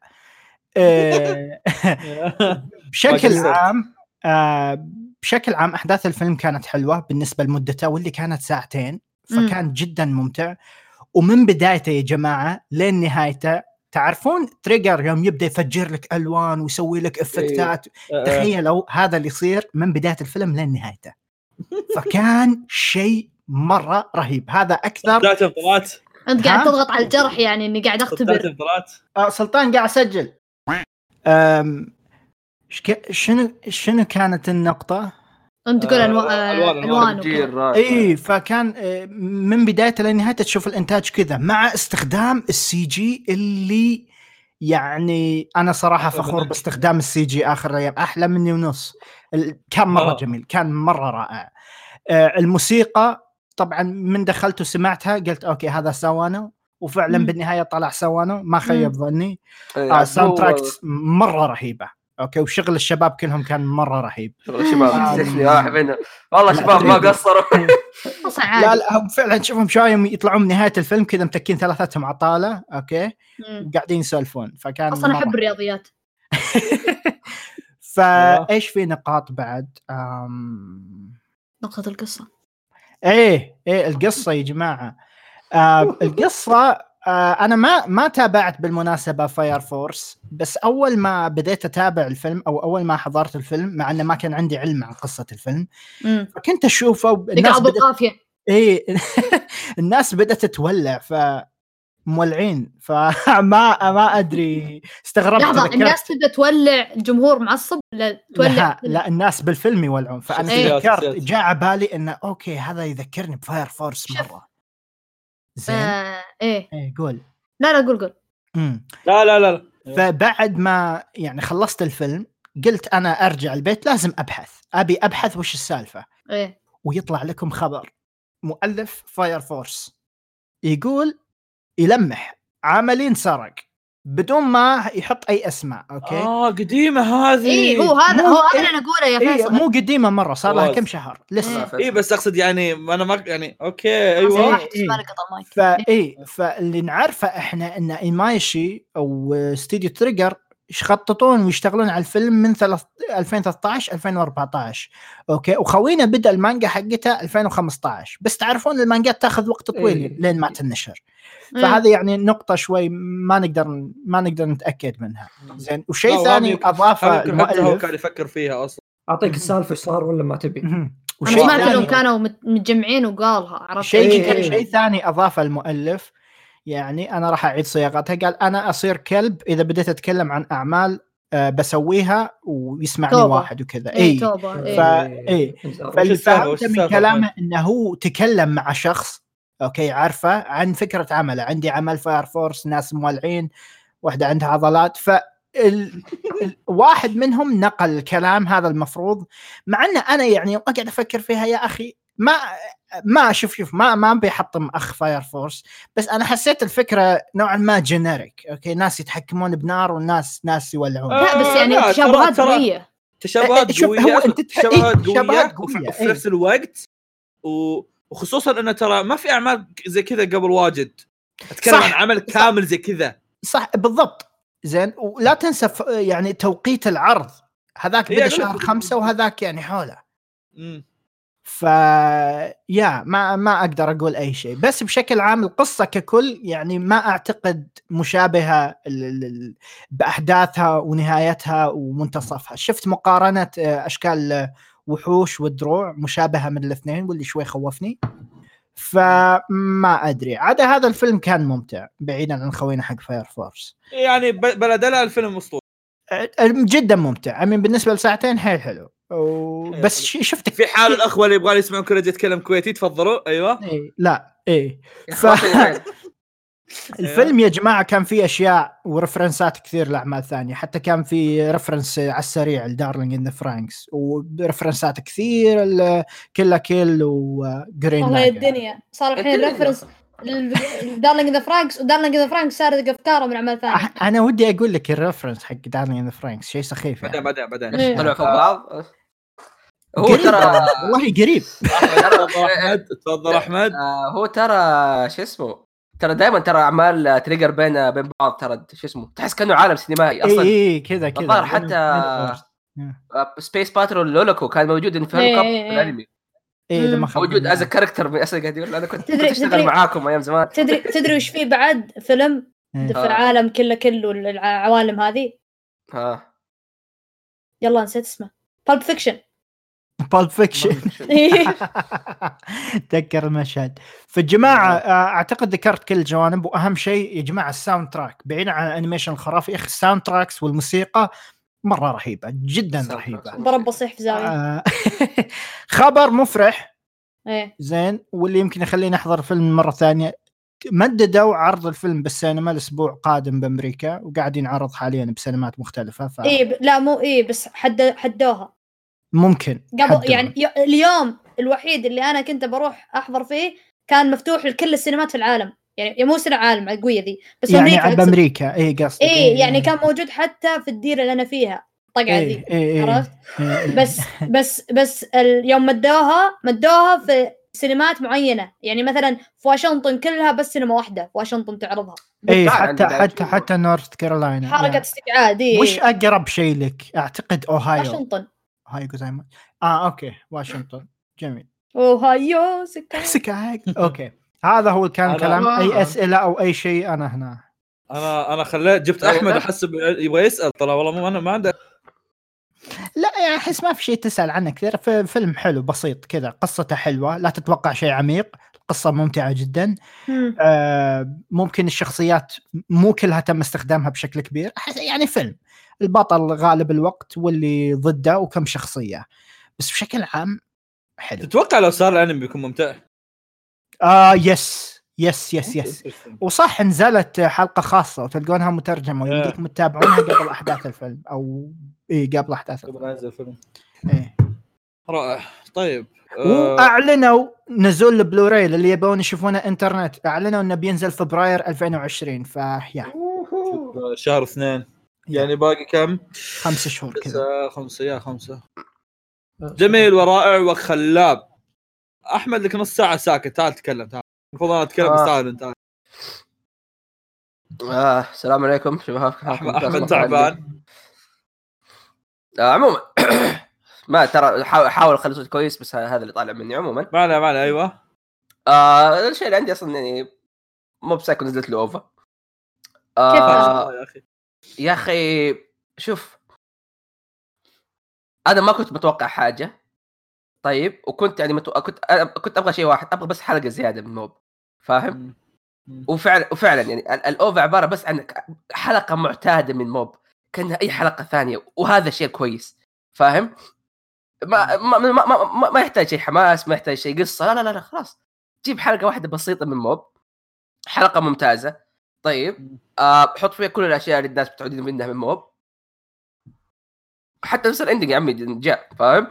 بشكل عام بشكل عام أحداث الفيلم كانت حلوة بالنسبة لمدته واللي كانت ساعتين فكان م. جدا ممتع. ومن بدايته يا جماعة لين نهايته تعرفون تريجر يوم يبدأ يفجر لك ألوان ويسوي لك إفكتات إيه. تخيلوا هذا اللي يصير من بداية الفيلم لين نهايته فكان شيء مرة رهيب. هذا أكثر طلعت أنت قاعد تضغط على الجرح يعني إني قاعد أختبر. آه سلطان قاعد أسجل. أم شنو شنو كانت النقطة؟ أنت تقول أنواع ألوان إيه فكان من بدايته لنهايته تشوف الإنتاج كذا مع استخدام السي جي اللي يعني أنا صراحة فخور باستخدام السي جي آخر الأيام أحلى مني ونص. كان مرة جميل كان مرة رائع. الموسيقى طبعا من دخلت وسمعتها قلت أوكي هذا سوانو وفعلا م. بالنهاية طلع سوانو ما خيب ظني. آه ساوند تراكس مرة رهيبة اوكي وشغل الشباب كلهم كان مره رهيب. شغل الشباب تسلي واحد منهم والله شباب ما قصروا. لا لا هم فعلا تشوفهم شايم يطلعون من نهايه الفيلم كذا متكين ثلاثتهم عطاله اوكي وقاعدين يسولفون فكان اصلا احب الرياضيات. فايش في نقاط بعد أم... نقطه القصه ايه ايه القصه يا جماعه آه القصه آه أنا ما ما تابعت بالمناسبة فاير فورس بس أول ما بديت أتابع الفيلم أو أول ما حضرت الفيلم مع أنه ما كان عندي علم عن قصة الفيلم مم. فكنت أشوفه الناس بدأت إيه الناس بدأت تتولع فمولعين فما ما أدري استغربت. لحظة الناس تبدأ تولع الجمهور معصب لا تولع لا, لا الناس بالفيلم يولعون فأنا إيه؟ تذكرت جاء على بالي إنه أوكي هذا يذكرني بفاير فورس مرة. زين آه، ايه ايه قول لا لا قول قول امم لا لا لا فبعد ما يعني خلصت الفيلم قلت انا ارجع البيت لازم ابحث ابي ابحث وش السالفه. ايه ويطلع لكم خبر مؤلف فاير فورس يقول يلمح عاملين سرق بدون ما يحط اي اسماء. اوكي اه قديمه هذه. اي هو هذا مو- هو هذا إيه، اللي نقوله يا اي فيصل. مو قديمه مره، صار لها خلاص. كم شهر لسه. آه، اي بس اقصد يعني انا ما يعني اوكي خلاص، ايوه. واحد إيه. ما لقط المايك. فاي فاللي نعرفه احنا ان ايمايشي او استوديو تريجر يخططون ويشتغلون على الفيلم من ثلاث- ألفين وثلاثة عشر ألفين وأربعة عشر. اوكي وخوينا بدا المانجا حقتها ألفين وخمسة عشر، بس تعرفون المانجات تاخذ وقت طويل إيه. لين ما تنشر. إيه. فهذه يعني نقطه شوي ما نقدر ما نقدر نتاكد منها. زين وشيء لا، ثاني وهم- اضافه هم يمكن حتى هو المؤلف. كان يفكر فيها اصلا. اعطيك السالفه ايش صار ولا ما تبي؟ مهم. انا وشيء سمعت ثاني- انهم كانوا مت- متجمعين وقالها، عرفت شيء إيه، إيه. شيء ثاني اضافه المؤلف، يعني انا راح اعيد صياغتها. قال انا اصير كلب اذا بديت اتكلم عن اعمال آه، بسويها ويسمعني توبة. واحد وكذا. اي اي توبه ف... إيه. إيه. إنزين. فاللي السالفة؟ وش فهمته من السالفة كلامه أحمد؟ انه هو تكلم مع شخص اوكي عارفه عن فكره عمله. عندي عمل فاير فورس، ناس مولعين، واحده عندها عضلات، ف ال... ال... واحد منهم نقل الكلام هذا المفروض. مع انه انا يعني اقعد افكر فيها يا اخي ما ما اشوف شوف ما ما بيحطم اخ فاير فورس، بس انا حسيت الفكره نوعا ما جينيريك. اوكي ناس يتحكمون بنار والناس ناس يولعون. لا بس آه، يعني لا، تشابهات ترى- ترى- قويه. تشابهات شوف، قويه. هو أنت تح- تشابهات إيه، تشابهات قويه قوية، وفي إيه. نفس الوقت و... وخصوصا انه ترى ما في اعمال زي كذا قبل واجد. اتكلم صح. عن عمل كامل زي كذا. صح بالضبط. زين ولا تنسى ف- يعني توقيت العرض هذاك إيه، بدا أقول لك. شهر خمسة وهذاك يعني حوله. امم ف يا ما ما اقدر اقول اي شيء، بس بشكل عام القصه ككل يعني ما اعتقد مشابهه ال- ال- ال- باحداثها ونهايتها ومنتصفها. شفت مقارنه آه، اشكال وحوش والدروع مشابهه من الاثنين واللي شوي خوفني. فما ادري عاد هذا الفيلم كان ممتع بعيدا عن خوينا حق فاير فورس. يعني ب... بلدلا الفيلم اسطوري جدا ممتع. امين بالنسبه لساعتين حيل حلو و... بس ش- شفتك في حال الاخوه اللي يبغون يسمعون كوريجي يتكلم كويتي تفضلوا. ايوه إيه لا ايه ف... ف... الفيلم يا جماعه كان فيه اشياء ورفرنسات كثير لاعمال ثانيه، حتى كان في رفرنس على السريع الدارلينج ان ذا فرانكس، ورفرنسات كثير كلا كيل وجرين والله الدنيا صار الحين الدنيا. ريفرنس دارلينج ذا فرانكس، ودارلينج ذا فرانكس صارت افكاره من اعمال ثانيه. انا ودي اقول لك الرفرنس حق دارلينج ان ذا فرانكس شيء سخيف بعدين يعني. بعدين بعدين إيه. طلعوا فوق بعض. هو قريب ترى والله قريب. تفضل احمد تفضل احمد. آه، هو ترى شو اسمه ترى دائما ترى اعمال تريجر بين بين بعض ترى شو اسمه تحس كانه عالم سينمائي اي اصلا. اي كذا كذا الظاهر حتى سبيس باترول لولوكو كان موجود في إيه، الكاب إيه، في الانمي، ايه اذا ما موجود از خاب كاركتر اصلا قاعد يقول انا كنت تدري- اشتغل تدري- معاكم ايام زمان. تدري تدري وش فيه بعد فيلم إيه. في العالم كله كله العوالم هذه؟ ها يلا نسيت اسمه. بالب فيكشن. بالب فيكشن. تذكر المشهد. فالجماعة اعتقد ذكرت كل الجوانب، واهم شيء يا جماعة الساوند تراك بعيدا عن الانيميشن الخرافي. يا اخي الساوند تراكس والموسيقى مرة رهيبة جدا الساوند رهيبة. تراكس. ضرب بصيح في زاويه. آه، خبر مفرح ايه زين واللي يمكن يخليني احضر فيلم مرة ثانية. مددوا عرض الفيلم بالسينما الاسبوع قادم بامريكا، وقاعد ينعرض حاليا بسينمات مختلفة. ف... ايه ب... لا مو ايه بس حد حدوها ممكن قبل حدهم. يعني ي... اليوم الوحيد اللي انا كنت بروح احضر فيه كان مفتوح لكل السينمات في العالم، يعني مو سينما عالم القويه ذي بس يعني أمريكا عاد أقصد. بامريكا اي قصدك. ايه يعني كان موجود حتى في الديره اللي انا فيها طقعه ذي. إيه إيه إيه عرفت؟ إيه. بس بس بس اليوم مدوها مدوها في سينمات معينه، يعني مثلا في واشنطن كلها بس سينما واحده في واشنطن تعرضها. اي كان حتى عندي بعد حتى شيء. حتى نورث كارولاينا. حركه يا. استبعاد. إيه وش اقرب شيء لك؟ اعتقد اوهايو. واشنطن. اوهايو زي ما اه اوكي واشنطن جميل. اوهايو سكاي. سكاك اوكي. هذا هو كان أنا- كلام. اي آه. اسئله او اي شيء انا هنا. انا انا خليت جبت احمد احسب يبغى يسال. طلع والله مو انا ما عنده. لا يعني احس ما في شيء تسال عنه كثير. في فيلم حلو بسيط كذا، قصته حلوه، لا تتوقع شيء عميق، القصه ممتعه جدا. مم. آه ممكن الشخصيات مو كلها تم استخدامها بشكل كبير. أحس يعني فيلم البطل غالب الوقت واللي ضده وكم شخصيه، بس بشكل عام حلو. تتوقع لو صار الانمي بيكون ممتع؟ آه يس يس يس يس وصح نزلت حلقة خاصة وتلقونها مترجمة ويمديكم تتابعونها قبل أحداث الفيلم أو إيه قبل أحداث الفيلم. قبل ينزل الفيلم. إيه رائع. طيب واعلنوا نزول البلوراي اللي يبون يشوفونه انترنت، اعلنوا انه بينزل فبراير ألفين وعشرين. فيا شهر اثنين يعني باقي كم؟ خمسة شهور كذا. خمسة يا خمسة. جميل ورائع وخلاب. احمد لك نص ساعه ساكت، تعال تكلم. تعال المفروض انا اتكلم آه. بس تعال انت. آه السلام عليكم شباب. احمد احمد تعبان. آه عموما ما ترى حاول حاول اخلي صوتي كويس، بس هذا اللي طالع مني. عموما معنا معنا ايوه. آه الشيء اللي عندي اصلا يعني مو بسايكو نزلت له اوفا. كيف آه يا اخي يا اخي شوف، انا ما كنت متوقع حاجه. طيب وكنت يعني متو... كنت كنت ابغى شيء واحد، ابغى بس حلقه زياده من موب، فاهم؟ وفعلا وفعلا يعني الاوفا عباره بس عن حلقه معتاده من موب كانها اي حلقه ثانيه، وهذا شيء كويس، فاهم؟ ما ما ما, ما, ما, ما يحتاج شيء حماس، ما يحتاج شيء قصه، لا لا لا خلاص جيب حلقه واحده بسيطه من موب، حلقه ممتازه. طيب آه حط فيها كل الاشياء اللي الناس بتعودين منها من موب، حتى نفس الاندنج يا عمي جاء، فاهم؟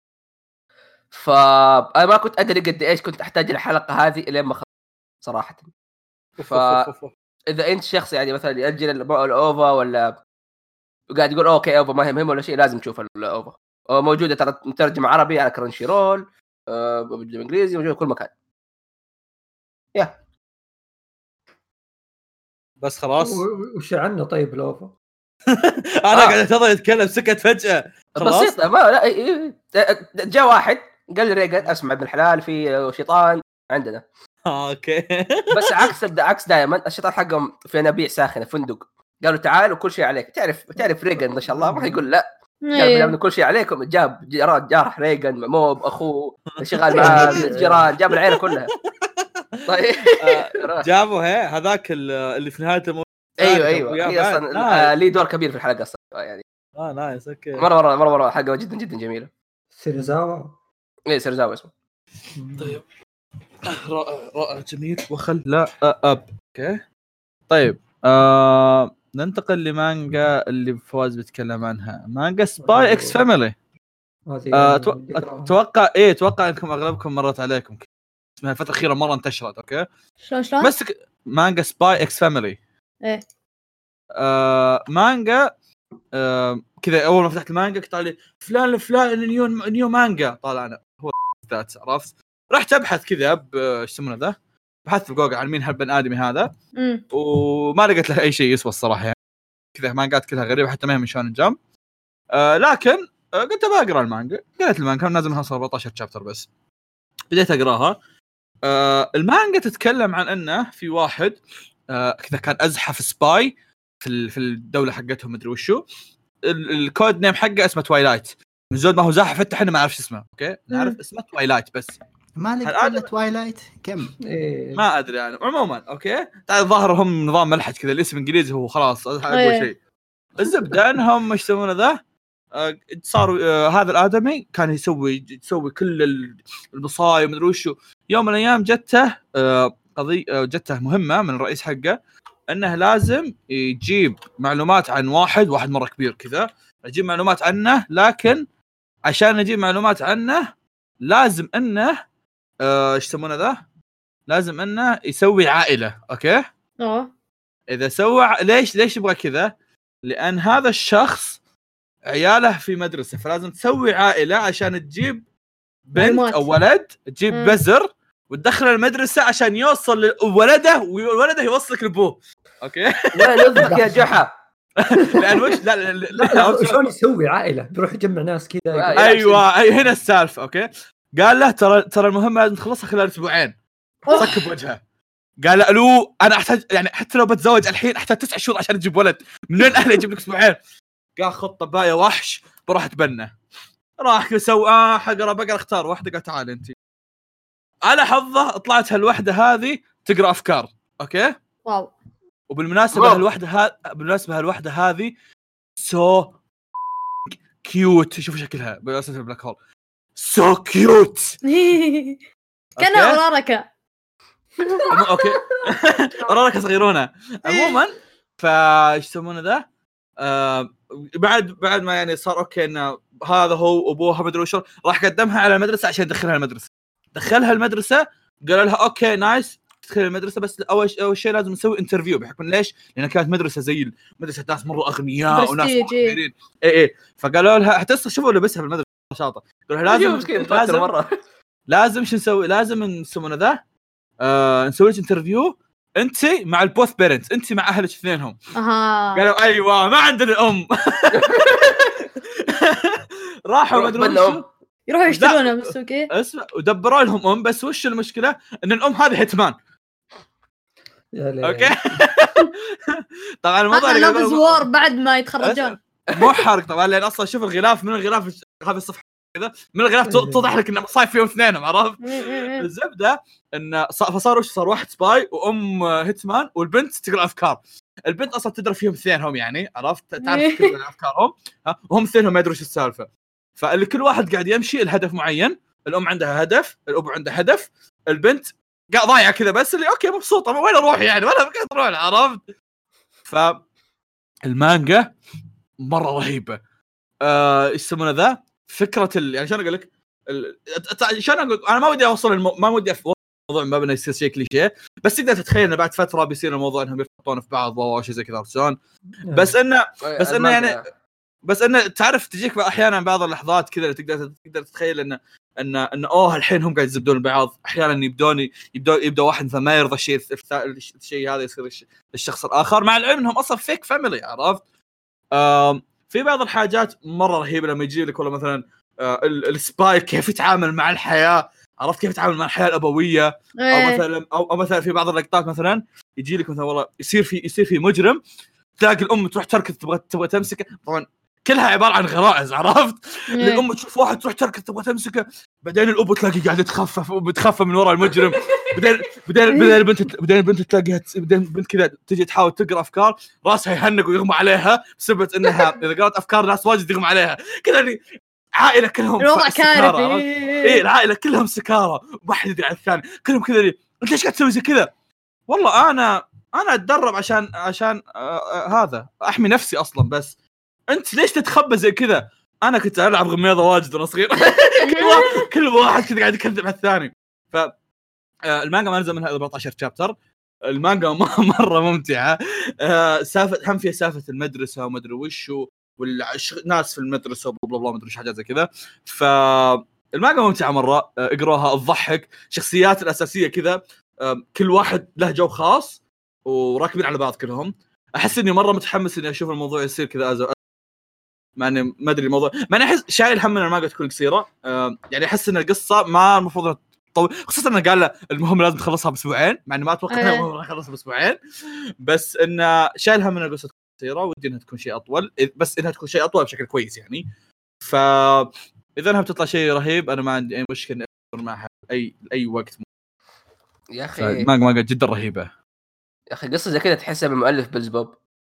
فانا ما كنت ادري قد ايش كنت احتاج الحلقه هذه الين ما خلصت صراحه. فاذا انت شخص يعني مثلا ياجل الاوفا ولا قاعد يقول اوكي اوفا ما هي مهم ولا شيء، لازم تشوف الاوفا موجوده ترى مترجم عربي على كرانشي رول، موجوده انجليزي، موجوده كل مكان. يا بس خلاص وش عنه طيب الاوفا؟ انا قاعد انتظر يتكلم سكت فجاه. بسيطه ما لا جاء واحد قال لي ريجن اسمع ابن الحلال في شيطان عندنا. اوكي بس عكس عكس دائما الشيطان حقهم في نبيع ساخنه فندق، قالوا تعال وكل شيء عليك. تعرف تعرف ريجن ما شاء الله ما يقول لا، قال لهم كل شيء عليكم. جاب جارات جارح ريجن موب اخوه شغال مع الجيران، جاب العيله كلها. طيب جابوا هي هذاك اللي في نهايه الموسم. ايوه ايوه هي اصلا لي دور كبير في الحلقه اصلا يعني. اه نايس اوكي. مره مره مره مره حلقه جدا جدا جميله. سيرزاوا ايه سيرزاوا اسمه. طيب رائع رائع جميل وخل لا اب اوكي. طيب آه... ننتقل لمانجا اللي فواز بيتكلم عنها، مانجا سباي اكس فاميلي. آه... تو... اتوقع ايه اتوقع انكم اغلبكم مرت عليكم اسمها الفتره الاخيره مره انتشرت. اوكي شلون شلون مسك مانجا سباي اكس فاميلي. ايه آه... مانجا آه... كذا اول ما فتحت المانجا قلت لي فلان الفلان نيو نيو مانجا، طالع انا هو ذات عرفت. رحت ابحث كذا بايش يسمونه ذا، بحثت في جوجل عن مين هالبن ادمي هذا امم وما لقيت له اي شيء يسوى الصراحه يعني. كذا مانجات كلها غريبه حتى ما هي من شون جمب. آه لكن آه قلت بقرا المانجا، قريت المانجا نازل منها أربعة عشر شابتر بس بديت اقراها. آه المانجا تتكلم عن انه في واحد آه كذا كان ازحف سباي في في الدوله حقتهم مدري وشو، الكود نيم حقه اسمه توايلايت. من زود ما هو زاحف حتى احنا ما نعرف اسمه. اوكي نعرف اسمه توايلايت بس ما لك ولا توايلايت كم إيه. ما ادري يعني. عموما اوكي تعال ظاهر هم نظام ملحد كذا الاسم انجليزي هو خلاص اقوى شيء. الزبده انهم ايش يسوونه ذا آه صار آه هذا الادمي كان يسوي يسوي كل المصايب مدري وشو. يوم من الايام جته آه قضيه آه جته مهمه من الرئيس حقه انه لازم يجيب معلومات عن واحد واحد مره كبير كذا، يجيب معلومات عنه، لكن عشان نجيب معلومات عنه لازم انه ايش آه يسمونه ذا لازم انه يسوي عائله. اوكي اه اذا سوى ليش ليش يبغى كذا؟ لان هذا الشخص عياله في مدرسه، فلازم تسوي عائله عشان تجيب بنت معلومات. او ولد، تجيب مم. بزر وتدخله المدرسه عشان يوصل لولده وولده يوصلك لابوه. اوكي وين يضبك يا جحا؟ لان وش لا لا, لا, لا شلون يسوي عائله؟ بيروح يجمع ناس كذا. ايوه اي هنا السالفه. اوكي قال له ترى ترى المهمه لازم تخلصها خلال اسبوعين. صك بوجهه قال له لو انا احتاج يعني حتى لو بتزوج الحين احتاج تسع شهور عشان اجيب ولد، منين اهلي اجيب لك اسبوعين؟ قال خطه بايه وحش بروح اتبنى. راح يسوي اه حقرا بقرا اختار واحده قال تعال انت. على حظه طلعت هالوحده هذه تقرا افكار. اوكي واو. وبالمناسبه هالوحده ها... بالمناسبه هالوحده هذه سو كيوت. شوف شكلها بالاساس البلاك هول سو كيوت كان اوراركا. اوكي اوراركا صغيرونه. عموما فايش يسمونه ذا آه بعد بعد ما يعني صار اوكي انه هذا هو ابوها ما ادري وش راح قدمها على المدرسه عشان يدخلها المدرسه دخلها المدرسه قالوا لها اوكي نايس تدخل المدرسه بس اول اول شيء لازم نسوي انترفيو بحكم ليش لان كانت مدرسه زي مدرسه ناس مره اغنياء وناس كبيرين اي اي فقالوا لها حتى شوفوا لبسها في المدرسه شاطره قالوا لها لازم لازم مره لازم شو نسوي لازم نسوي ذا آه نسوي لك انترفيو انت مع البوث بيرنتس انت مع اهلك اثنينهم اها قالوا ايوه ما عندنا ام راحوا ما ادري وش يروحوا يشترونها بس اوكي اسمع ودبروا لهم ام بس وش المشكله ان الام هذه هيتمان اوكي طبعا الموضوع اللي قبل زوار بعد ما يتخرجون مو حرق طبعا لان اصلا شوف الغلاف من الغلاف هذه الصفحه كذا من الغلاف توضح لك انه مصايف فيهم اثنينهم عرفت الزبده ان فصار وش صار واحد سباي وام هيتمان والبنت تقرا افكار البنت اصلا تدري فيهم اثنينهم يعني عرفت تعرف كل افكارهم ها وهم اثنينهم ما يدروا ايش السالفه فاللي كل واحد قاعد يمشي الهدف معين الام عندها هدف الاب عنده هدف البنت قاعد ضايعه كذا بس اللي اوكي مبسوطه وين اروح يعني ولا بقيت اروح عرفت فالمانجا مره رهيبه آه، ايش يسمونه ذا فكره ال... يعني شلون اقول لك ال... شلون اقول انا ما ودي اوصل الم... ما ودي اوصل الموضوع ما بنا يصير شيء كليشيه بس تقدر تتخيل انه بعد فتره بيصير الموضوع انهم يرتبطون في بعض او شيء زي كذا شلون بس انه بس انه يعني بس انه تعرف تجيك احيانا بعض اللحظات كذا تقدر تقدر تتخيل انه ان ان اوه الحين هم قاعد يزبدون بعض احيانا يبدون يبدأ يبدا واحد فما يرضى الشيء الشيء هذا يصير للشخص الاخر مع العلم انهم اصلا فيك فاميلي عرفت آم في بعض الحاجات مره رهيبه لما يجي لك والله مثلا آه السباي كيف يتعامل مع الحياه عرفت كيف يتعامل مع الحياه الابويه او مثلا او, أو مثلا في بعض اللقطات مثلا يجي لك مثلا والله يصير في يصير في مجرم تلاقي الام تروح تركض تبغى تبغى تمسكه طبعا كلها عباره عن غرائز عرفت الام تشوف واحد تروح تركض تبغى تمسكه بعدين الاب تلاقي قاعد يتخفف وبتخفى من وراء المجرم بعدين بعدين بعدين البنت بعدين البنت تلاقيها بعدين البنت كذا تجي تحاول تقرا افكار راسها يهنق ويغمى عليها بسبب انها اذا قرأت افكار ناس واجد يغمى عليها كذا يعني عائله كلهم الوضع كارثي ايه العائله كلهم سكارى واحد يدري على الثاني كلهم كذا انت ليش قاعد تسوي زي كذا والله انا انا اتدرب عشان عشان آه آه هذا احمي نفسي اصلا بس انت ليش تتخبى زي كذا انا كنت العب غميضه واجد وانا صغير كل واحد كل واحد كذا قاعد يكذب على الثاني ف المانجا ما نزل منها أربعة عشر شابتر المانجا مره ممتعه سالفه هم فيها سالفه المدرسه وما ادري وش والناس في المدرسه بلا بلا ما ادري ايش حاجات زي كذا فالمانجا ممتعه مره اقراها تضحك شخصيات الاساسيه كذا كل واحد له جو خاص وراكبين على بعض كلهم احس اني مره متحمس اني اشوف الموضوع يصير كذا أزو... مع اني ما ادري الموضوع ما انا احس شايل هم ان المانجا تكون قصيره أه يعني احس ان القصه ما المفروض طو... خصوصا انه قال له المهم لازم تخلصها باسبوعين مع اني ما اتوقع انه راح اخلصها باسبوعين بس ان شايل هم ان القصه تكون قصيره ودي انها تكون شيء اطول بس انها تكون شيء اطول بشكل كويس يعني ف اذا انها بتطلع شيء رهيب انا ما عندي اي مشكله معها اي اي وقت يا اخي المانجا جدا رهيبه يا اخي قصه زي كذا تحسها بالمؤلف بلزبوب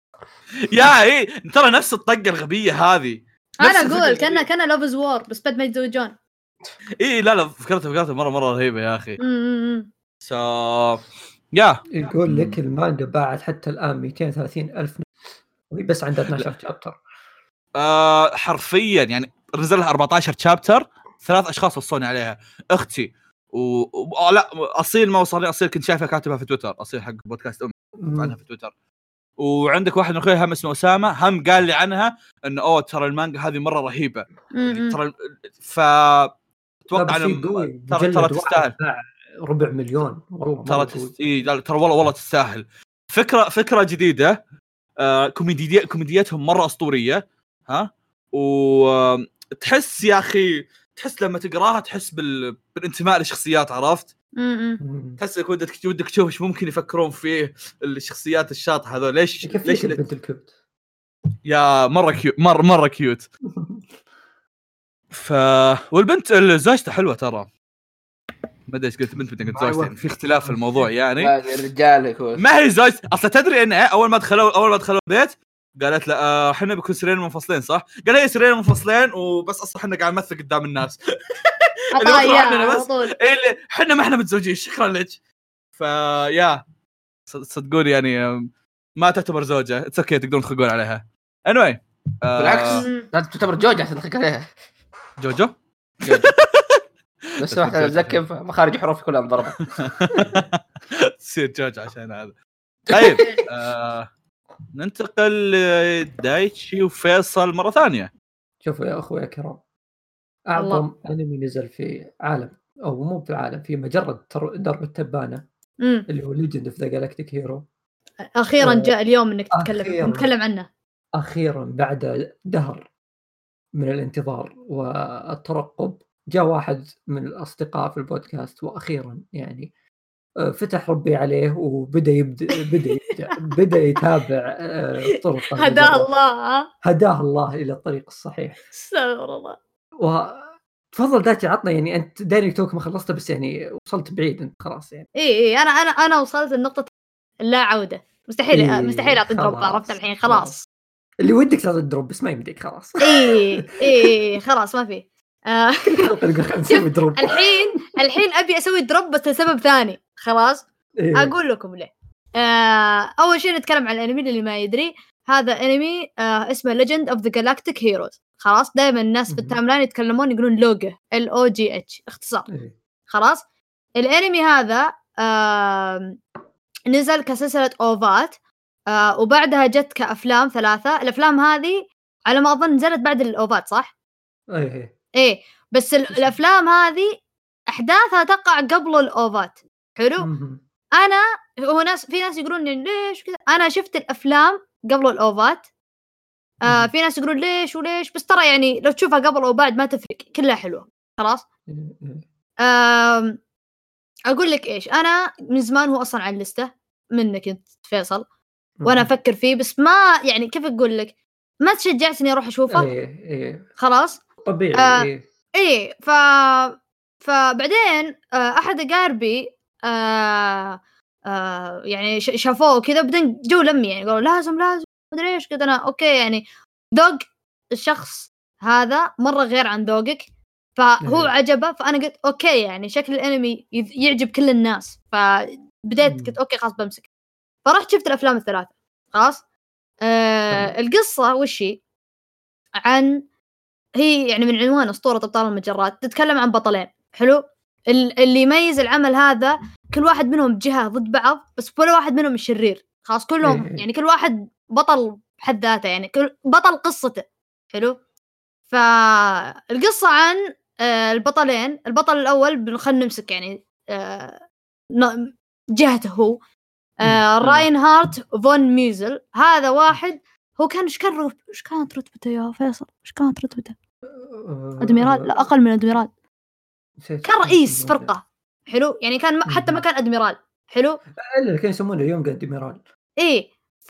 يا ايه ترى نفس الطقه الغبيه هذه انا اقول كانه كانه لوفز وور بس بعد ما يتزوجون ايه لا لا فكرتها فكرتها مره مره رهيبه يا اخي امم سو يا يقول لك المانجا باعت حتى الان مئتين وثلاثين ألف وهي بس عندها اثنا عشر شابتر آه حرفيا يعني نزل لها أربعة عشر شابتر ثلاث اشخاص وصوني عليها اختي و... و... لا اصيل ما وصلني اصيل كنت شايفها كاتبها في تويتر اصيل حق بودكاست ام عنها في تويتر وعندك واحد من اخويا هم اسمه اسامه هم قال لي عنها انه اوه ترى المانجا هذه مره رهيبه ترى ف اتوقع انه ترى ترى تستاهل ربع مليون ترى تست... إيه ترى والله والله تستاهل فكره فكره جديده آه كوميديا كوميدياتهم مره اسطوريه ها وتحس يا اخي تحس لما تقراها تحس بال... بالانتماء للشخصيات عرفت امم تحس انك ودك ودك تشوف ايش ممكن يفكرون فيه الشخصيات الشاطحه هذول ليش ليش البنت الكيوت يا مره كيوت مره مره كيوت ف والبنت زوجته حلوه ترى ما ادري ايش قلت بنت بدك زوجته في اختلاف في الموضوع يعني الرجال يكون ما هي زوج اصلا تدري ان اول ما دخلوا اول ما دخلوا البيت قالت له احنا آه بيكون سريرين منفصلين صح قال لي سريرين منفصلين وبس اصلا احنا قاعد نمثل قدام الناس احنا بس ايه احنا ما احنا متزوجين شكرا لك فيا صدقوني يعني ما تعتبر زوجة اتس اوكي تقدرون تخقون عليها anyway آه بالعكس لازم تعتبر جوجو عشان تخليك عليها جوجو بس واحد اتذكر مخارج حروفي كلها انضربت. تصير جوجو عشان هذا. طيب آه ننتقل لدايتشي وفيصل مرة ثانية. شوفوا يا أخوي الكرام، أعظم أنمي نزل في عالم أو مو في العالم، في مجرة درب التبانة مم. اللي هو ليجند اوف ذا جالاكتيك هيرو. أخيرا آه، جاء اليوم إنك تتكلم أخيراً. نتكلم عنه. أخيرا بعد دهر من الانتظار والترقب جاء واحد من الأصدقاء في البودكاست، وأخيرا يعني آه، فتح ربي عليه وبدأ يبدأ بدأ يبدأ بدأ يتابع آه، طرق هداه الله هداه الله إلى الطريق الصحيح. استغفر الله. وتفضل داتشي عطنا، يعني أنت داري توك ما خلصته بس يعني وصلت بعيد أنت خلاص يعني. إيه إيه أنا أنا أنا وصلت لنقطة لا عودة، مستحيل إيه مستحيل أعطي دروب، خلاص، عرفت الحين خلاص. اللي ودك تعطي دروب بس ما يمديك خلاص. إيه إيه خلاص ما في. آه. نسوي دروب الحين الحين أبي أسوي دروب بس لسبب ثاني خلاص. إيه. أقول لكم ليه. آه أول شيء نتكلم عن الأنمي اللي ما يدري، هذا أنمي آه اسمه Legend of the Galactic Heroes. خلاص دائما الناس في التايملاين يتكلمون يقولون لوجو ال او جي اتش اختصار. إيه. خلاص الأنمي هذا آه نزل كسلسلة أوفات آه وبعدها جت كأفلام ثلاثة. الأفلام هذه على ما أظن نزلت بعد الأوفات صح؟ إيه إيه بس الأفلام هذه أحداثها تقع قبل الأوفات. حلو. مم. أنا هو ناس في ناس يقولون ليش كذا، أنا شفت الأفلام قبل الأوفات. آه في ناس يقولون ليش وليش، بس ترى يعني لو تشوفها قبل أو بعد ما تفرق، كلها حلوة خلاص. آه أقول لك إيش، أنا من زمان هو أصلا على الليستة منك أنت فيصل، وأنا أفكر فيه بس ما يعني كيف أقول لك ما تشجعتني أروح أشوفه. إيه إيه خلاص طبيعي. آه إيه إيه ف فبعدين آه أحد قاربي آه آه يعني شافوه كذا بعدين جو لمي يعني قالوا لازم لازم مدري إيش كذا. أنا أوكي يعني ذوق الشخص هذا مرة غير عن ذوقك، فهو إيه. عجبه، فأنا قلت أوكي يعني شكل الأنمي يعجب كل الناس، فبديت قلت أوكي خلاص بمسك. فرحت شفت الأفلام الثلاثة خلاص. آه القصة وشي عن هي يعني من عنوان أسطورة أبطال المجرات، تتكلم عن بطلين. حلو. اللي يميز العمل هذا كل واحد منهم جهة ضد بعض، بس كل واحد منهم الشرير خلاص كلهم يعني كل واحد بطل بحد ذاته، يعني كل بطل قصته. حلو. فالقصة عن البطلين، البطل الأول بنخلنا نمسك يعني جهته هو راينهارت فون ميزل. هذا واحد هو كان ايش كان ايش كانت رتبته يا فيصل؟ ايش كانت رتبته؟ ادميرال؟ لا اقل من ادميرال، كان رئيس فرقه. حلو يعني كان حتى ما كان ادميرال. حلو اللي كانوا يسمونه اليوم ادميرال. ايه ف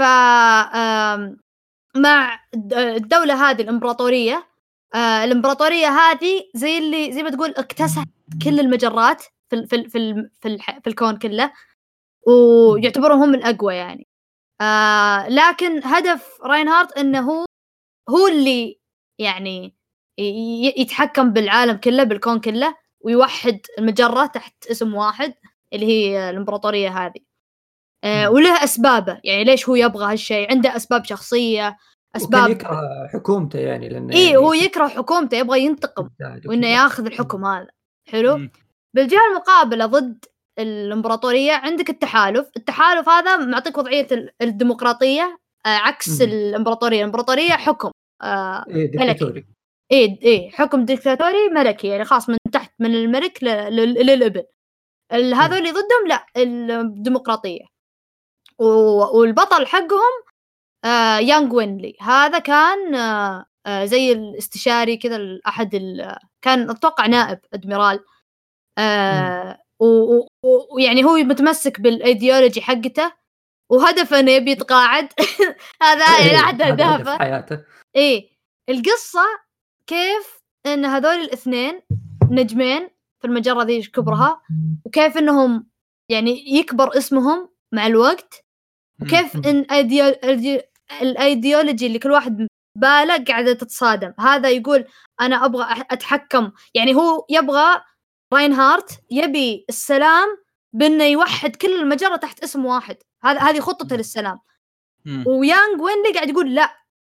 مع الدوله هذه الامبراطوريه، آه الامبراطوريه هذه زي اللي زي ما تقول اكتسحت كل المجرات في في في في, في الكون كله، ويعتبرون هم الأقوى يعني. آه لكن هدف راينهارت إنه هو هو اللي يعني يتحكم بالعالم كله بالكون كله، ويوحد المجرة تحت اسم واحد اللي هي الإمبراطورية هذه. آه وله أسبابه يعني ليش هو يبغى هالشيء، عنده أسباب شخصية، أسباب يكره حكومته يعني لأنه إيه يعني هو يكره حكومته، يبغى ينتقم وإنه ياخذ الحكم هذا. حلو. م. بالجهة المقابلة ضد الإمبراطورية عندك التحالف. التحالف هذا معطيك وضعية الديمقراطية آه عكس م. الإمبراطورية. الإمبراطورية حكم آه إيه ديكتاتوري. إيه إيه حكم ديكتاتوري ملكي يعني خاص من تحت من الملك للإبن. هذول اللي ضدهم لا الديمقراطية. والبطل حقهم آه يانغ وينلي. هذا كان آه آه زي الاستشاري كذا أحد كان أتوقع نائب أدميرال. آه ويعني هو متمسك بالايديولوجي حقته وهدفه انه يبي يتقاعد. هذا يعني احد اهدافه حياته. ايه القصه كيف ان هذول الاثنين نجمين في المجره ذي كبرها، وكيف انهم يعني يكبر اسمهم مع الوقت، وكيف ان الايديولوجي اللي كل واحد باله قاعده تتصادم. هذا يقول انا ابغى اتحكم، يعني هو يبغى راينهارت يبي السلام بأنه يوحد كل المجرة تحت اسم واحد. هذا هذه خطته للسلام. ويانغ وينلي قاعد يقول لا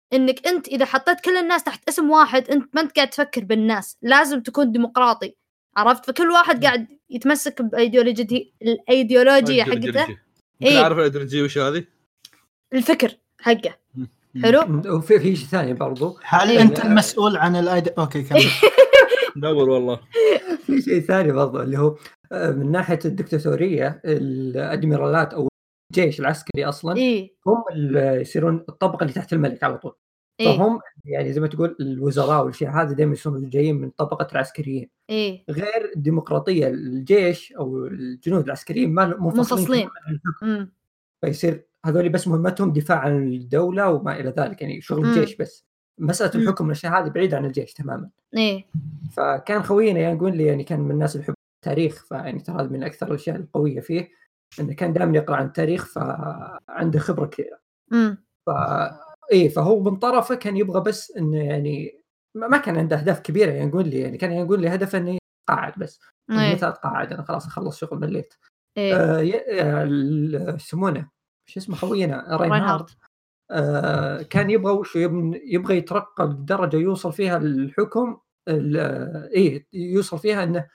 انك انت اذا حطيت كل الناس تحت اسم واحد انت ما انت قاعد تفكر بالناس، لازم تكون ديمقراطي، عرفت؟ فكل واحد قاعد يتمسك بايديولوجيته الايديولوجيه حقته. إيه؟ اعرف الايديولوجيه وش هذه؟ الفكر حقه. حلو. وفي في شيء ثاني برضو، هل إيه؟ انت المسؤول عن الايد اوكي كمل. دور والله. في شيء ثاني برضو اللي هو من ناحيه الدكتاتوريه، الادميرالات او الجيش العسكري اصلا إيه؟ هم اللي يصيرون الطبقه اللي تحت الملك على طول. إيه؟ فهم يعني زي ما تقول الوزراء والشيء هذا دائما يصيرون جايين من طبقه العسكريين. إيه؟ غير الديمقراطيه، الجيش او الجنود العسكريين ما منفصلين. منفصلين. فيصير هذول بس مهمتهم دفاع عن الدوله وما الى ذلك، يعني شغل مم. الجيش بس. مساله مم. الحكم والاشياء هذه بعيده عن الجيش تماما. إيه؟ فكان خوينا يعني يقول لي يعني كان من الناس اللي يحب التاريخ، فيعني ترى هذا من اكثر الاشياء القويه فيه انه كان دائما يقرا عن التاريخ، فعنده خبره كثيره. امم ف ايه فهو من طرفه كان يبغى بس انه يعني ما كان عنده اهداف كبيره، يعني يقول لي يعني كان يقول لي هدفه انه يقعد بس. إيه؟ متى اتقاعد انا خلاص اخلص شغل مليت. إيه؟ آه يسمونه شو اسمه خوينا راينهارد. آه كان يبغى وش يبغى يترقى لدرجه يوصل فيها الحكم ايه يوصل فيها انه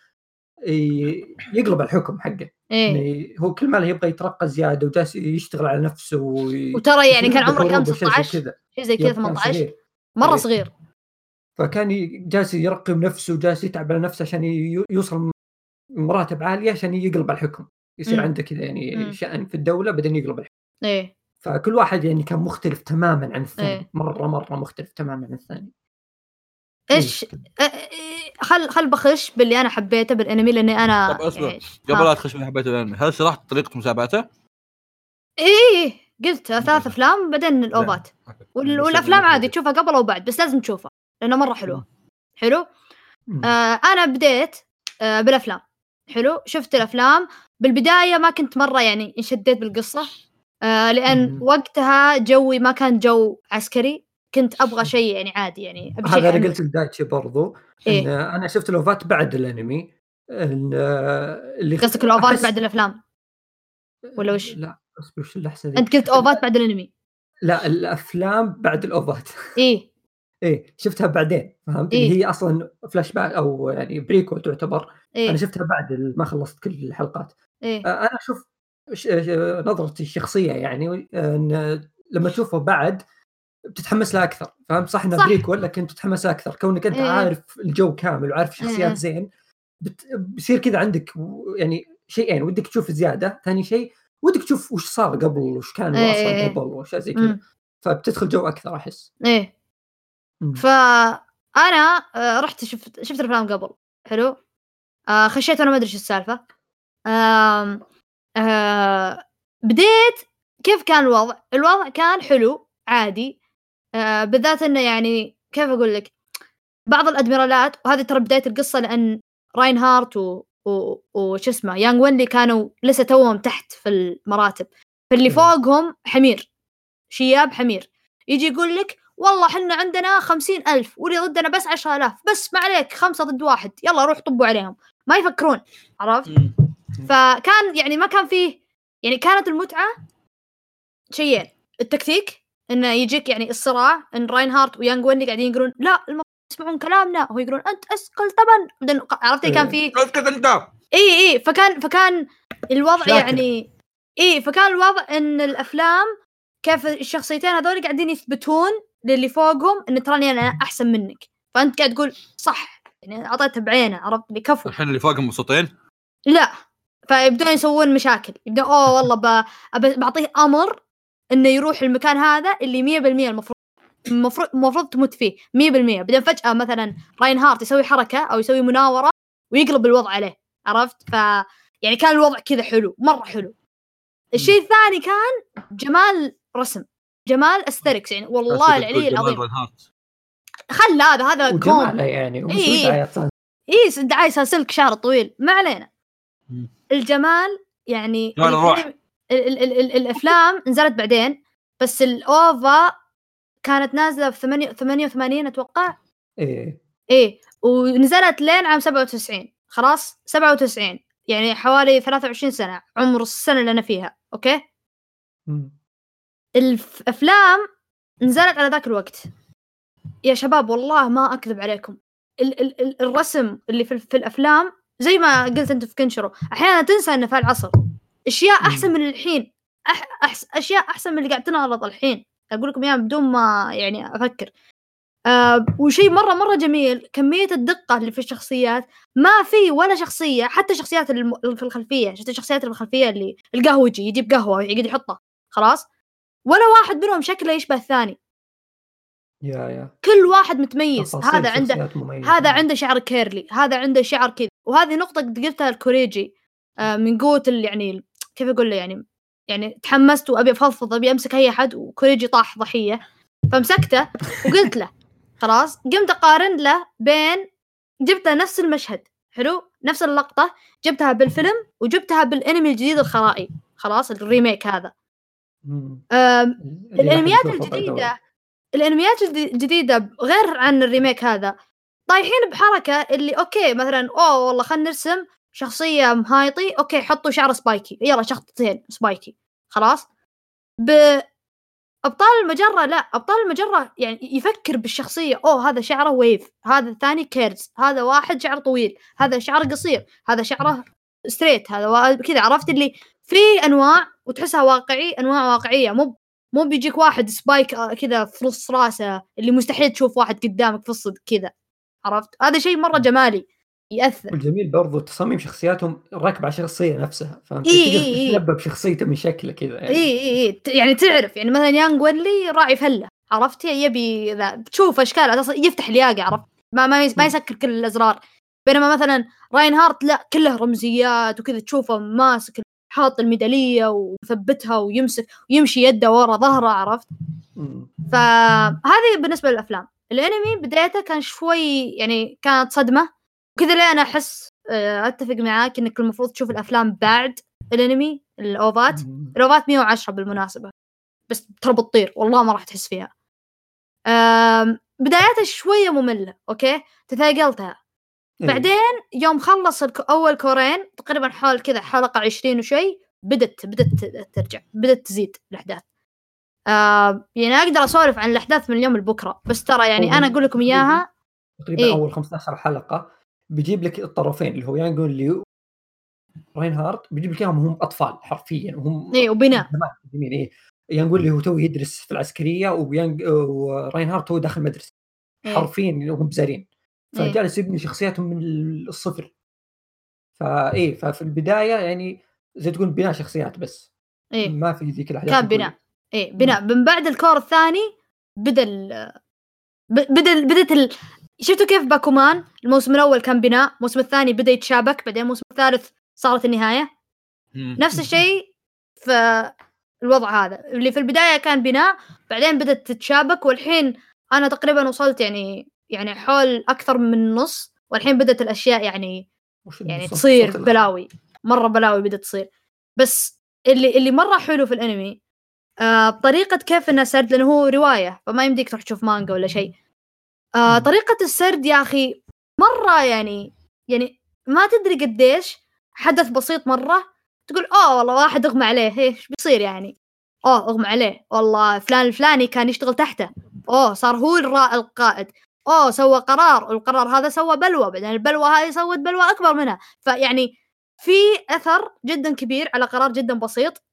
يقلب الحكم حقه. إيه؟ هو كل ما يبغى يترقى زياده وجالس يشتغل على نفسه وي... وترى يعني كان عمره كم ستة عشر شيء زي كذا ثمانية عشر مره صغير. فكان جالس يرقي نفسه وجالس يتعب على نفسه عشان يوصل مراتب عاليه عشان يقلب الحكم، يصير م. عنده كذا يعني م. شأن في الدوله بعدين يقلب الحكم. ايه فكل واحد يعني كان مختلف تماما عن الثاني. إيه؟ مره مره مختلف تماما عن الثاني. ايش خل خل بخش باللي انا حبيته بالانمي لاني انا طب اصبر يعني... قبل لا تخش من حبيته الانمي، هل شرحت طريقه مسابقته؟ ايه قلت ثلاث افلام بعدين الاوفات وال... والافلام عادي تشوفها قبل او بعد، بس لازم تشوفها لانه مره حلوه. حلو. آه انا بديت آه بالافلام. حلو. شفت الافلام بالبدايه ما كنت مره يعني انشديت بالقصه، آه لان مم. وقتها جوي ما كان جو عسكري، كنت ابغى شيء يعني عادي يعني ابي شيء. هذا انا قلت لدايتشي برضو إيه؟ ان انا شفت الاوفات بعد الانمي. إن اللي قصدك الاوفات أحس... بعد الافلام ولا وش؟ لا بس وش الاحسن؟ انت قلت اوفات بعد الانمي. لا الافلام بعد الاوفات. ايه ايه شفتها بعدين فهمت. إيه؟ هي اصلا فلاش باك او يعني بريكو تعتبر. إيه؟ انا شفتها بعد ما خلصت كل الحلقات. إيه؟ انا اشوف نظرتي الشخصيه يعني ان لما تشوفه بعد بتتحمس له اكثر. فهمت صح انه بريكو لكن تتحمس له اكثر كونك انت إيه؟ عارف الجو كامل وعارف الشخصيات إيه؟ زين. بت... بيصير كذا عندك يعني شيئين، ودك تشوف زياده. ثاني شيء ودك تشوف وش صار قبل وش كان إيه؟ واصل إيه؟ قبل وش زي كذا. فبتدخل جو اكثر احس. ايه فانا رحت شفت شفت الافلام قبل. حلو. آه خشيت وانا ما ادري ايش السالفه. آه آه بديت كيف كان الوضع. الوضع كان حلو عادي، آه بالذات انه يعني كيف اقول لك بعض الادميرالات، وهذه ترى بدايه القصه لان راينهارت و وش اسمه يانغ وينلي كانوا لسه توهم تحت في المراتب، فاللي فوقهم حمير شياب حمير يجي يقول لك والله حنا عندنا خمسين ألف واللي ضدنا بس عشرة آلاف، بس ما عليك خمسة ضد واحد يلا روح طبوا عليهم. ما يفكرون عرفت. فكان يعني ما كان فيه يعني كانت المتعة شيئين، التكتيك انه يجيك يعني الصراع ان راينهارت ويانغ وينلي قاعدين يقولون لا المفروض يسمعون كلامنا وهو يقولون انت اسكل طبعا. عرفت كان فيه اسكت انت. اي اي فكان فكان الوضع شاكر. يعني اي فكان الوضع ان الافلام كيف الشخصيتين هذول قاعدين يثبتون للي فوقهم ان تراني انا احسن منك، فانت قاعد تقول صح يعني اعطيته بعينه عرفت لي كفو. الحين اللي فوقهم مبسوطين لا فيبدون يسوون مشاكل، يبدون اوه والله ب... بعطيه امر انه يروح المكان هذا اللي مية بالمية المفروض المفروض المفروض تموت فيه مية بالمية. بعدين فجأة مثلا راينهارت يسوي حركة او يسوي مناورة ويقلب الوضع عليه عرفت. ف يعني كان الوضع كذا حلو مرة حلو. الشيء الثاني كان جمال رسم، جمال استريكس يعني والله العلي العظيم. خل هذا هذا كوم يعني ومش إيه دعاية ايه دعاية سلك شعر طويل ما علينا. الجمال يعني ال ال ال ال ال الافلام نزلت بعدين بس الاوفا كانت نازله في ثمانية وثمانين اتوقع. ايه ايه ونزلت لين عام سبعة وتسعين خلاص سبعة وتسعين يعني حوالي ثلاثة وعشرين سنه عمر السنه اللي انا فيها. اوكي. مم. الافلام نزلت على ذاك الوقت يا شباب والله ما أكذب عليكم ال- ال- ال- الرسم اللي في, في الأفلام زي ما قلت أنت في كنشرو أحيانا تنسى أنه في العصر أشياء أحسن من الحين أح أحس أشياء أحسن من اللي قاعد تنعرض الحين أقول لكم إياها بدون ما يعني أفكر. أه وشيء مرة مرة جميل كمية الدقة اللي في الشخصيات ما في ولا شخصية حتى شخصيات الم... في الخلفية شفت الشخصيات الخلفية اللي القهوجي يجيب قهوة ويقعد يحطها خلاص ولا واحد منهم شكله يشبه الثاني يا يا كل واحد متميز. تفاصيل هذا عنده شخصيات مميزة. هذا عنده شعر كيرلي هذا عنده شعر كذا وهذه نقطة قلتها الكوريجي آه من قوة ال- يعني كيف أقول له يعني يعني تحمست وأبي أفضفض أبي أمسك أي أحد وكوريجي طاح ضحية فمسكته وقلت له خلاص قمت أقارن له بين جبت نفس المشهد حلو نفس اللقطة جبتها بالفيلم وجبتها بالأنمي الجديد الخرائي خلاص الريميك هذا. الأنميات الجديدة الأنميات الجديدة غير عن الريميك هذا طايحين بحركة اللي أوكي مثلا أوه والله خلنا نرسم شخصية مهايطي أوكي حطوا شعر سبايكي يلا شخصيتين سبايكي خلاص. بأبطال المجرة لا أبطال المجرة يعني يفكر بالشخصية أوه هذا شعره ويف هذا الثاني كيرز هذا واحد شعر طويل هذا شعره قصير هذا شعره ستريت هذا كذا عرفت اللي في أنواع وتحسها واقعي أنواع واقعية مو مو بيجيك واحد سبايك كذا في نص راسه اللي مستحيل تشوف واحد قدامك في الصدق كذا عرفت. هذا شيء مرة جمالي يأثر. والجميل برضو تصميم شخصياتهم راكب على الشخصية نفسها فهمت إيه تقدر إيه إيه. تتنبأ بشخصيته من شكله كذا يعني. إيه إيه إيه يعني تعرف يعني مثلا يانغ وينلي راعي فلة عرفت يبي ذا بتشوف أشكاله أصلا يفتح الياقة عرفت ما ما ما يسكر كل الأزرار بينما مثلا راين هارت لا كله رمزيات وكذا تشوفه ماسك حاط الميدالية وثبتها ويمسك ويمشي يده ورا ظهره عرفت. فهذه بالنسبة للأفلام. الأنمي بدايته كان شوي يعني كانت صدمة وكذا ليه أنا أحس أتفق معاك إنك المفروض تشوف الأفلام بعد الأنمي الأوفات. الأوفات مية وعشرة بالمناسبة بس ترى بتطير والله ما راح تحس فيها. بدايتها شوية مملة أوكي تثاقلتها بعدين يوم خلص أول كورين تقريبا حول كذا حلقة عشرين وشيء بدت بدت ترجع بدت تزيد الأحداث. آه يعني أقدر أسولف عن الأحداث من اليوم لبكرة بس ترى يعني أنا أقول لكم إياها تقريبا إيه؟ أول خمسة عشر حلقة بيجيب لك الطرفين اللي هو يانغ ليو راين هارت بيجيب لك هم أطفال حرفيا وهم إيه وبناء إيه يانغ ليو هو تو يدرس في العسكرية ويانغ وراين هارت هو داخل مدرسة إيه؟ حرفيا وهم بزارين فجالس يبني شخصياتهم من الصفر. فايه ففي البدايه يعني زي تقول بناء شخصيات بس إيه؟ ما في ذيك الاحداث كان بناء ايه بناء من بعد الكور الثاني بدا ال بدا بدت ال... شفتوا كيف باكومان الموسم الاول كان بناء الموسم الثاني بدا يتشابك بعدين الموسم الثالث صارت النهايه نفس الشيء في الوضع هذا اللي في البدايه كان بناء بعدين بدت تتشابك والحين انا تقريبا وصلت يعني يعني حول أكثر من نص والحين بدأت الأشياء يعني يعني تصير بلاوي مرة بلاوي بدأت تصير. بس اللي اللي مرة حلو في الأنمي آه طريقة كيف إنه سرد لأنه هو رواية فما يمديك تروح تشوف مانجا ولا شيء. آه طريقة السرد يا أخي مرة يعني يعني ما تدري قديش حدث بسيط مرة تقول أوه والله واحد أغمى عليه إيش بيصير يعني أوه أغمى عليه والله فلان الفلاني كان يشتغل تحته أوه صار هو القائد أوه سوى قرار والقرار هذا سوى بلوى بعدين البلوى هذه سوت بلوى أكبر منها فيعني في أثر جدا كبير على قرار جدا بسيط.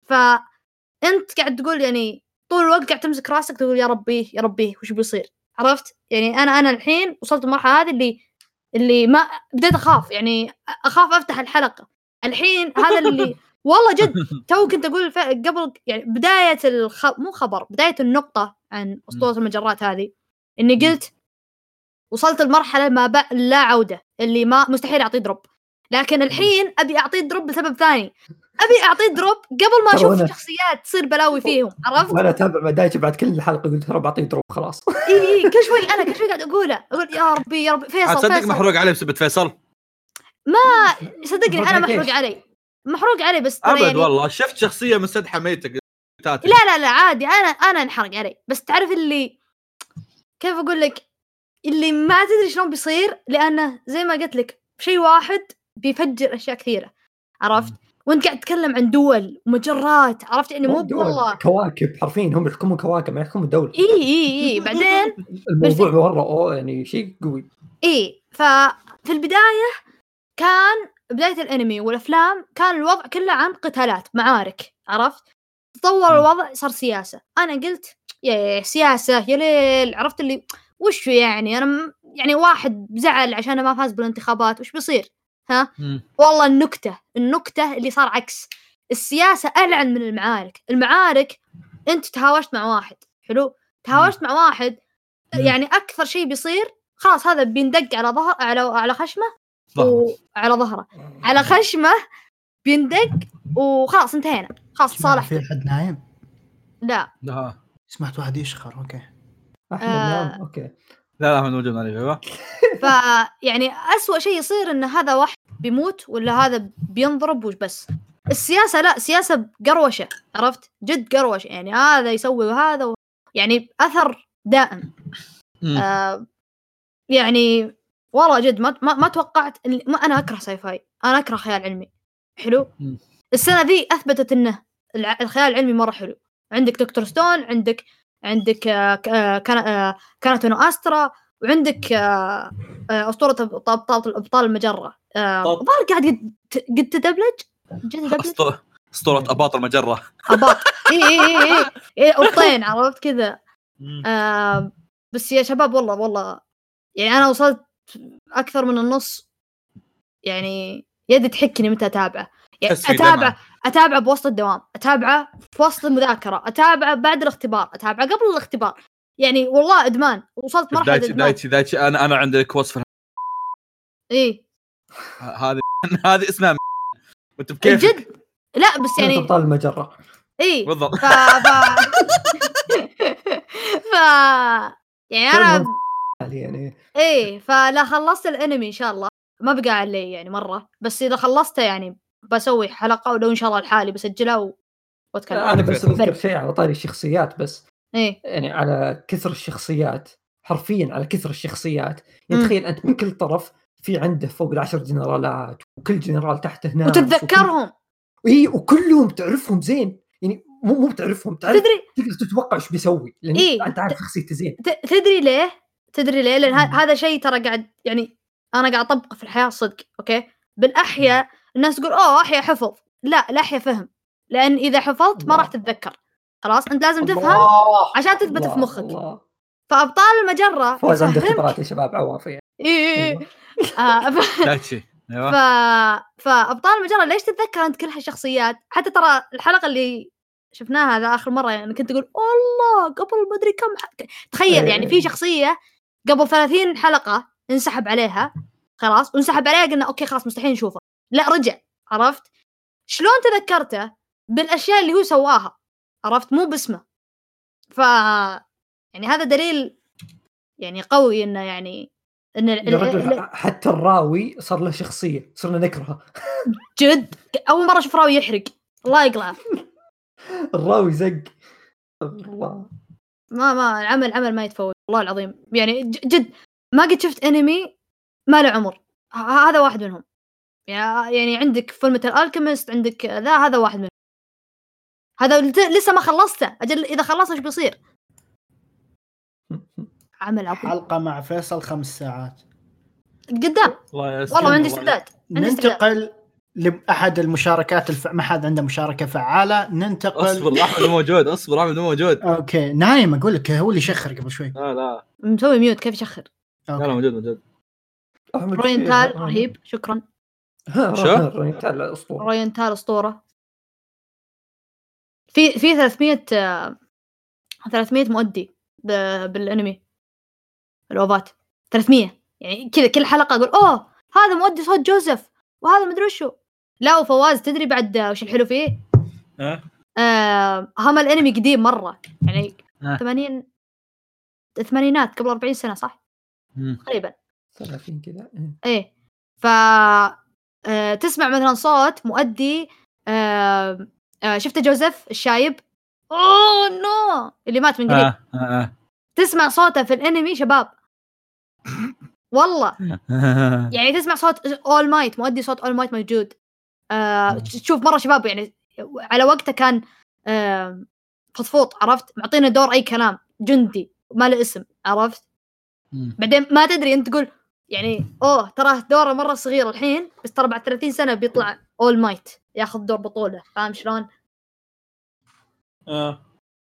فأنت قاعد تقول يعني طول الوقت قاعد تمسك راسك تقول يا ربي يا ربي وش بيصير عرفت يعني أنا أنا الحين وصلت المرحلة هذه اللي اللي ما بديت أخاف يعني أخاف أفتح الحلقة الحين هذا اللي والله جد تو كنت أقول قبل يعني بداية الخ... مو خبر بداية النقطة عن أسطورة المجرات هذه إني قلت وصلت المرحلة ما بقى لا عودة اللي ما مستحيل أعطيه دروب لكن الحين أبي أعطيه دروب بسبب ثاني أبي أعطيه دروب قبل ما أشوف شخصيات تصير بلاوي فيهم عرفت وأنا أتابع بدايتي بعد كل الحلقة قلت ترى بعطيه دروب خلاص إيه إيه كل شوي أنا كل شوي قاعد أقوله أقول يا ربي يا ربي فيصل صدق محروق عليه بسبب فيصل ما صدقني أنا محروق علي محروق علي بس أبد يعني والله شفت شخصية مستدحة ميتة لا لا لا عادي أنا أنا انحرق علي بس تعرف اللي كيف أقول لك اللي ما تدري شلون بيصير لأنه زي ما قلت لك شيء واحد بيفجر أشياء كثيرة عرفت وانت قاعد تتكلم عن دول ومجرات، عرفت اني مو والله كواكب حرفيا، هم يحكمون كواكب ما يحكمون دولة. اي اي اي بعدين الموضوع مره اوه يعني شيء قوي. اي ففي البدايه كان بدايه الانمي والافلام كان الوضع كله عن قتالات معارك، عرفت؟ تطور الوضع صار سياسه. انا قلت يا سياسه يا ليل، عرفت اللي وش يعني انا م... يعني واحد زعل عشان ما فاز بالانتخابات وش بيصير ها؟ مم. والله النكته النكته اللي صار عكس السياسه، ألعن من المعارك. المعارك انت تهاوشت مع واحد حلو، تهاوشت مع واحد يعني اكثر شيء بيصير خلاص هذا بيندق على ظهر على على خشمه وعلى ظهره على خشمه بيندق وخلاص انتهينا خلاص صالح. في حد نايم؟ لا لا سمعت واحد يشخر. اوكي احمد آه. نعم اوكي لا لا احمد موجود معي. ايوه ف يعني أسوأ شيء يصير ان هذا واحد بيموت ولا هذا بينضرب وش بس. السياسه لا سياسه قروشه، عرفت؟ جد قروشه يعني هذا يسوي وهذا و... يعني اثر دائم. آه يعني والله جد ما ما, ما توقعت إن... ما انا اكره ساي فاي، انا اكره خيال علمي حلو. مم. السنه ذي اثبتت انه الع... الخيال العلمي مره حلو. عندك دكتور ستون، عندك عندك آه كان آه كانت انه استرا، وعندك آه آه اسطوره ابطال ابطال المجره. الظاهر آه قاعد قد قد تدبلج جد اسطوره اسطوره اباط المجره اباط اي اي اي اي ابطين عرفت كذا. آه بس يا شباب والله والله يعني انا وصلت اكثر من النص، يعني يدي تحكني متى اتابعه. يعني اتابع اتابعه بوسط الدوام، اتابعه في وسط المذاكره، اتابعه بعد الاختبار، اتابعه قبل الاختبار. يعني والله ادمان، وصلت مرحله ادمان. دايتشي دايتشي انا انا عندي لك وصف ايه هذه هذه اسمها وانت بكيفك جد. لا بس يعني ابطال المجره ايه بالضبط. ف ف ف يعني انا يعني ايه فلا خلصت الانمي ان شاء الله، ما بقى علي يعني مره، بس اذا خلصته يعني بسوي حلقه ولو ان شاء الله الحالي بسجلها و... واتكلم. انا بس اذكر شيء على طاري الشخصيات بس ايه يعني على كثر الشخصيات حرفيا على كثر الشخصيات يعني تخيل انت من كل طرف في عنده فوق العشر جنرالات وكل جنرال تحته ناس وتتذكرهم وكل... اي وكلهم تعرفهم زين يعني مو مو بتعرفهم تعرف تدري تقدر تتوقع ايش بيسوي لان إيه؟ انت عارف شخصيته زين. تدري ليه تدري ليه لان هذا شيء ترى قاعد يعني انا قاعد اطبقه في الحياه صدق. اوكي بالاحياء الناس تقول اوه احياء حفظ، لا الاحياء فهم، لان اذا حفظت ما راح تتذكر خلاص. انت لازم تفهم عشان تثبت في مخك. الله. فابطال المجره فوز عند اختبارات يا شباب عوافي يعني. ايه آه ف... ف... فابطال المجره ليش تتذكر انت كل هالشخصيات؟ حتى ترى الحلقه اللي شفناها هذا اخر مره يعني كنت اقول الله قبل ما ادري كم ح... تخيل يعني في شخصيه قبل ثلاثين حلقه انسحب عليها خلاص وانسحب عليها قلنا اوكي خلاص مستحيل نشوفه، لا رجع. عرفت شلون تذكرته؟ بالاشياء اللي هو سواها، عرفت مو باسمه. ف يعني هذا دليل يعني قوي انه يعني ان ال... ال... حتى الراوي صار له شخصيه صرنا نكرهه جد. اول مره اشوف راوي يحرق الله يقلعه. الراوي زق الله. ما ما العمل عمل ما يتفوت والله العظيم يعني جد. ما قد شفت انمي ما له عمر، هذا واحد منهم. يعني عندك فيلم الالكيميست، عندك ذا هذا واحد منهم. هذا لسه ما خلصته، اجل اذا خلصت ايش بيصير؟ عمل عظيم. حلقه مع فيصل خمس ساعات قدام والله ما عندي استعداد. ننتقل لأحد المشاركات الف... ما حد عنده مشاركة فعالة. ننتقل اصبر احمد موجود اصبر احمد موجود اوكي نايم اقول لك هو اللي يشخر قبل شوي. لا لا مسوي ميوت كيف يشخر؟ لا لا موجود موجود. روينتال رهيب شكرا. شو روينتال اسطوره. روينتال اسطوره. في في ثلاثمية ثلاثمية مؤدي ب... بالانمي الاوفات ثلاثمية يعني كذا كل حلقه اقول اوه هذا مؤدي صوت جوزيف وهذا مدري وشو. لا وفواز تدري بعد وش الحلو فيه؟ ها آه هم الانمي قديم مره يعني ثمانين الثمانينات قبل أربعين سنه صح تقريبا ثلاثين كذا. ايه ف آه تسمع مثلا صوت مؤدي آه آه شفت جوزيف الشايب اوه نو اللي مات من قريب. آه. آه. آه. تسمع صوته في الانمي شباب والله يعني تسمع صوت اول مايت مؤدي صوت اول مايت موجود. آه تشوف مره شباب يعني على وقته كان آه فضفوط، عرفت؟ معطينا دور اي كلام، جندي ما له اسم، عرفت؟ مم. بعدين ما تدري انت تقول يعني اوه ترى دوره مره صغير الحين، بس ترى بعد ثلاثين سنه بيطلع اول مايت ياخذ دور بطوله، فاهم شلون؟ اه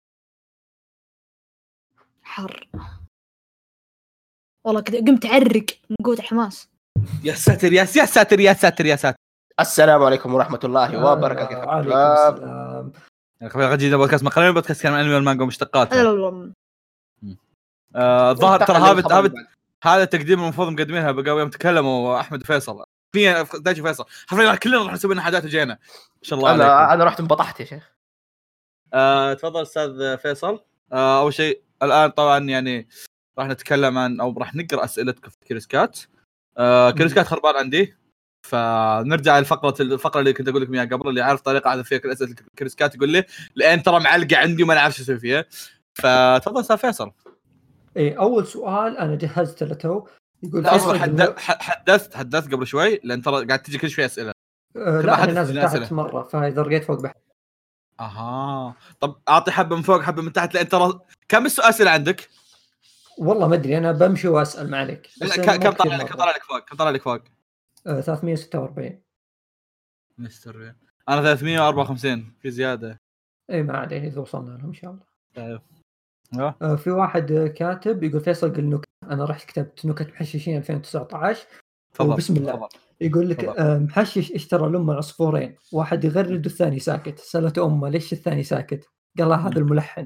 حر والله كذا قمت اعرق من قوه الحماس. يا ساتر يا يا ساتر يا ساتر يا ساتر. السلام عليكم ورحمه الله وبركاته. عليكم السلام. خلينا نجي بودكاست مقالين بودكاست كان انمي والمانجا ومشتقاتها. لا آه الظاهر ترى هذا هذا هذا التقديم المفروض مقدمينها بقى يوم تكلموا احمد وفيصل في دايش فيصل حرفيا كلنا راح نسوي لنا حاجات وجينا ان شاء الله. انا عليكم. انا رحت انبطحت يا شيخ. آه تفضل استاذ فيصل. آه اول شيء الان طبعا يعني راح نتكلم عن او راح نقرا اسئلتكم في كريسكات. آه كريسكات خربان عندي، فنرجع لفقره الفقره اللي كنت اقول لكم اياها قبل، اللي عارف طريقه اعرف فيها كل اسئله الكريسكات يقول لي لان ترى معلقه عندي وما اعرف شو اسوي فيها. فتفضل استاذ فيصل. ايه اول سؤال انا جهزت له تو، يقول اصلا حد... حدثت حدثت قبل شوي لان ترى قاعد تجي كل شوي اسئله. أه لا انا نازل تحت مره، فاذا رقيت فوق بحث. اها طب اعطي حبه من فوق حبه من تحت، لان ترى كم السؤال اللي عندك؟ والله ما ادري، انا بمشي واسال ما عليك. كم طلع لك كم طلع لك فوق كم طلع لك فوق؟ أه ثلاثمية وستة وأربعين. مستر انا ثلاثمية وأربعة وخمسين في زياده. اي ما عليه اذا وصلنا لهم ان شاء الله. طيب أه في واحد كاتب يقول فيصل قل نكت. انا رحت كتبت نكت محششين ألفين وتسعة عشر. بسم الله فضل. يقول لك أه محشش اشترى لأمه عصفورين، واحد يغرد والثاني ساكت. سألته أمه ليش الثاني ساكت؟ قال لها هذا الملحن.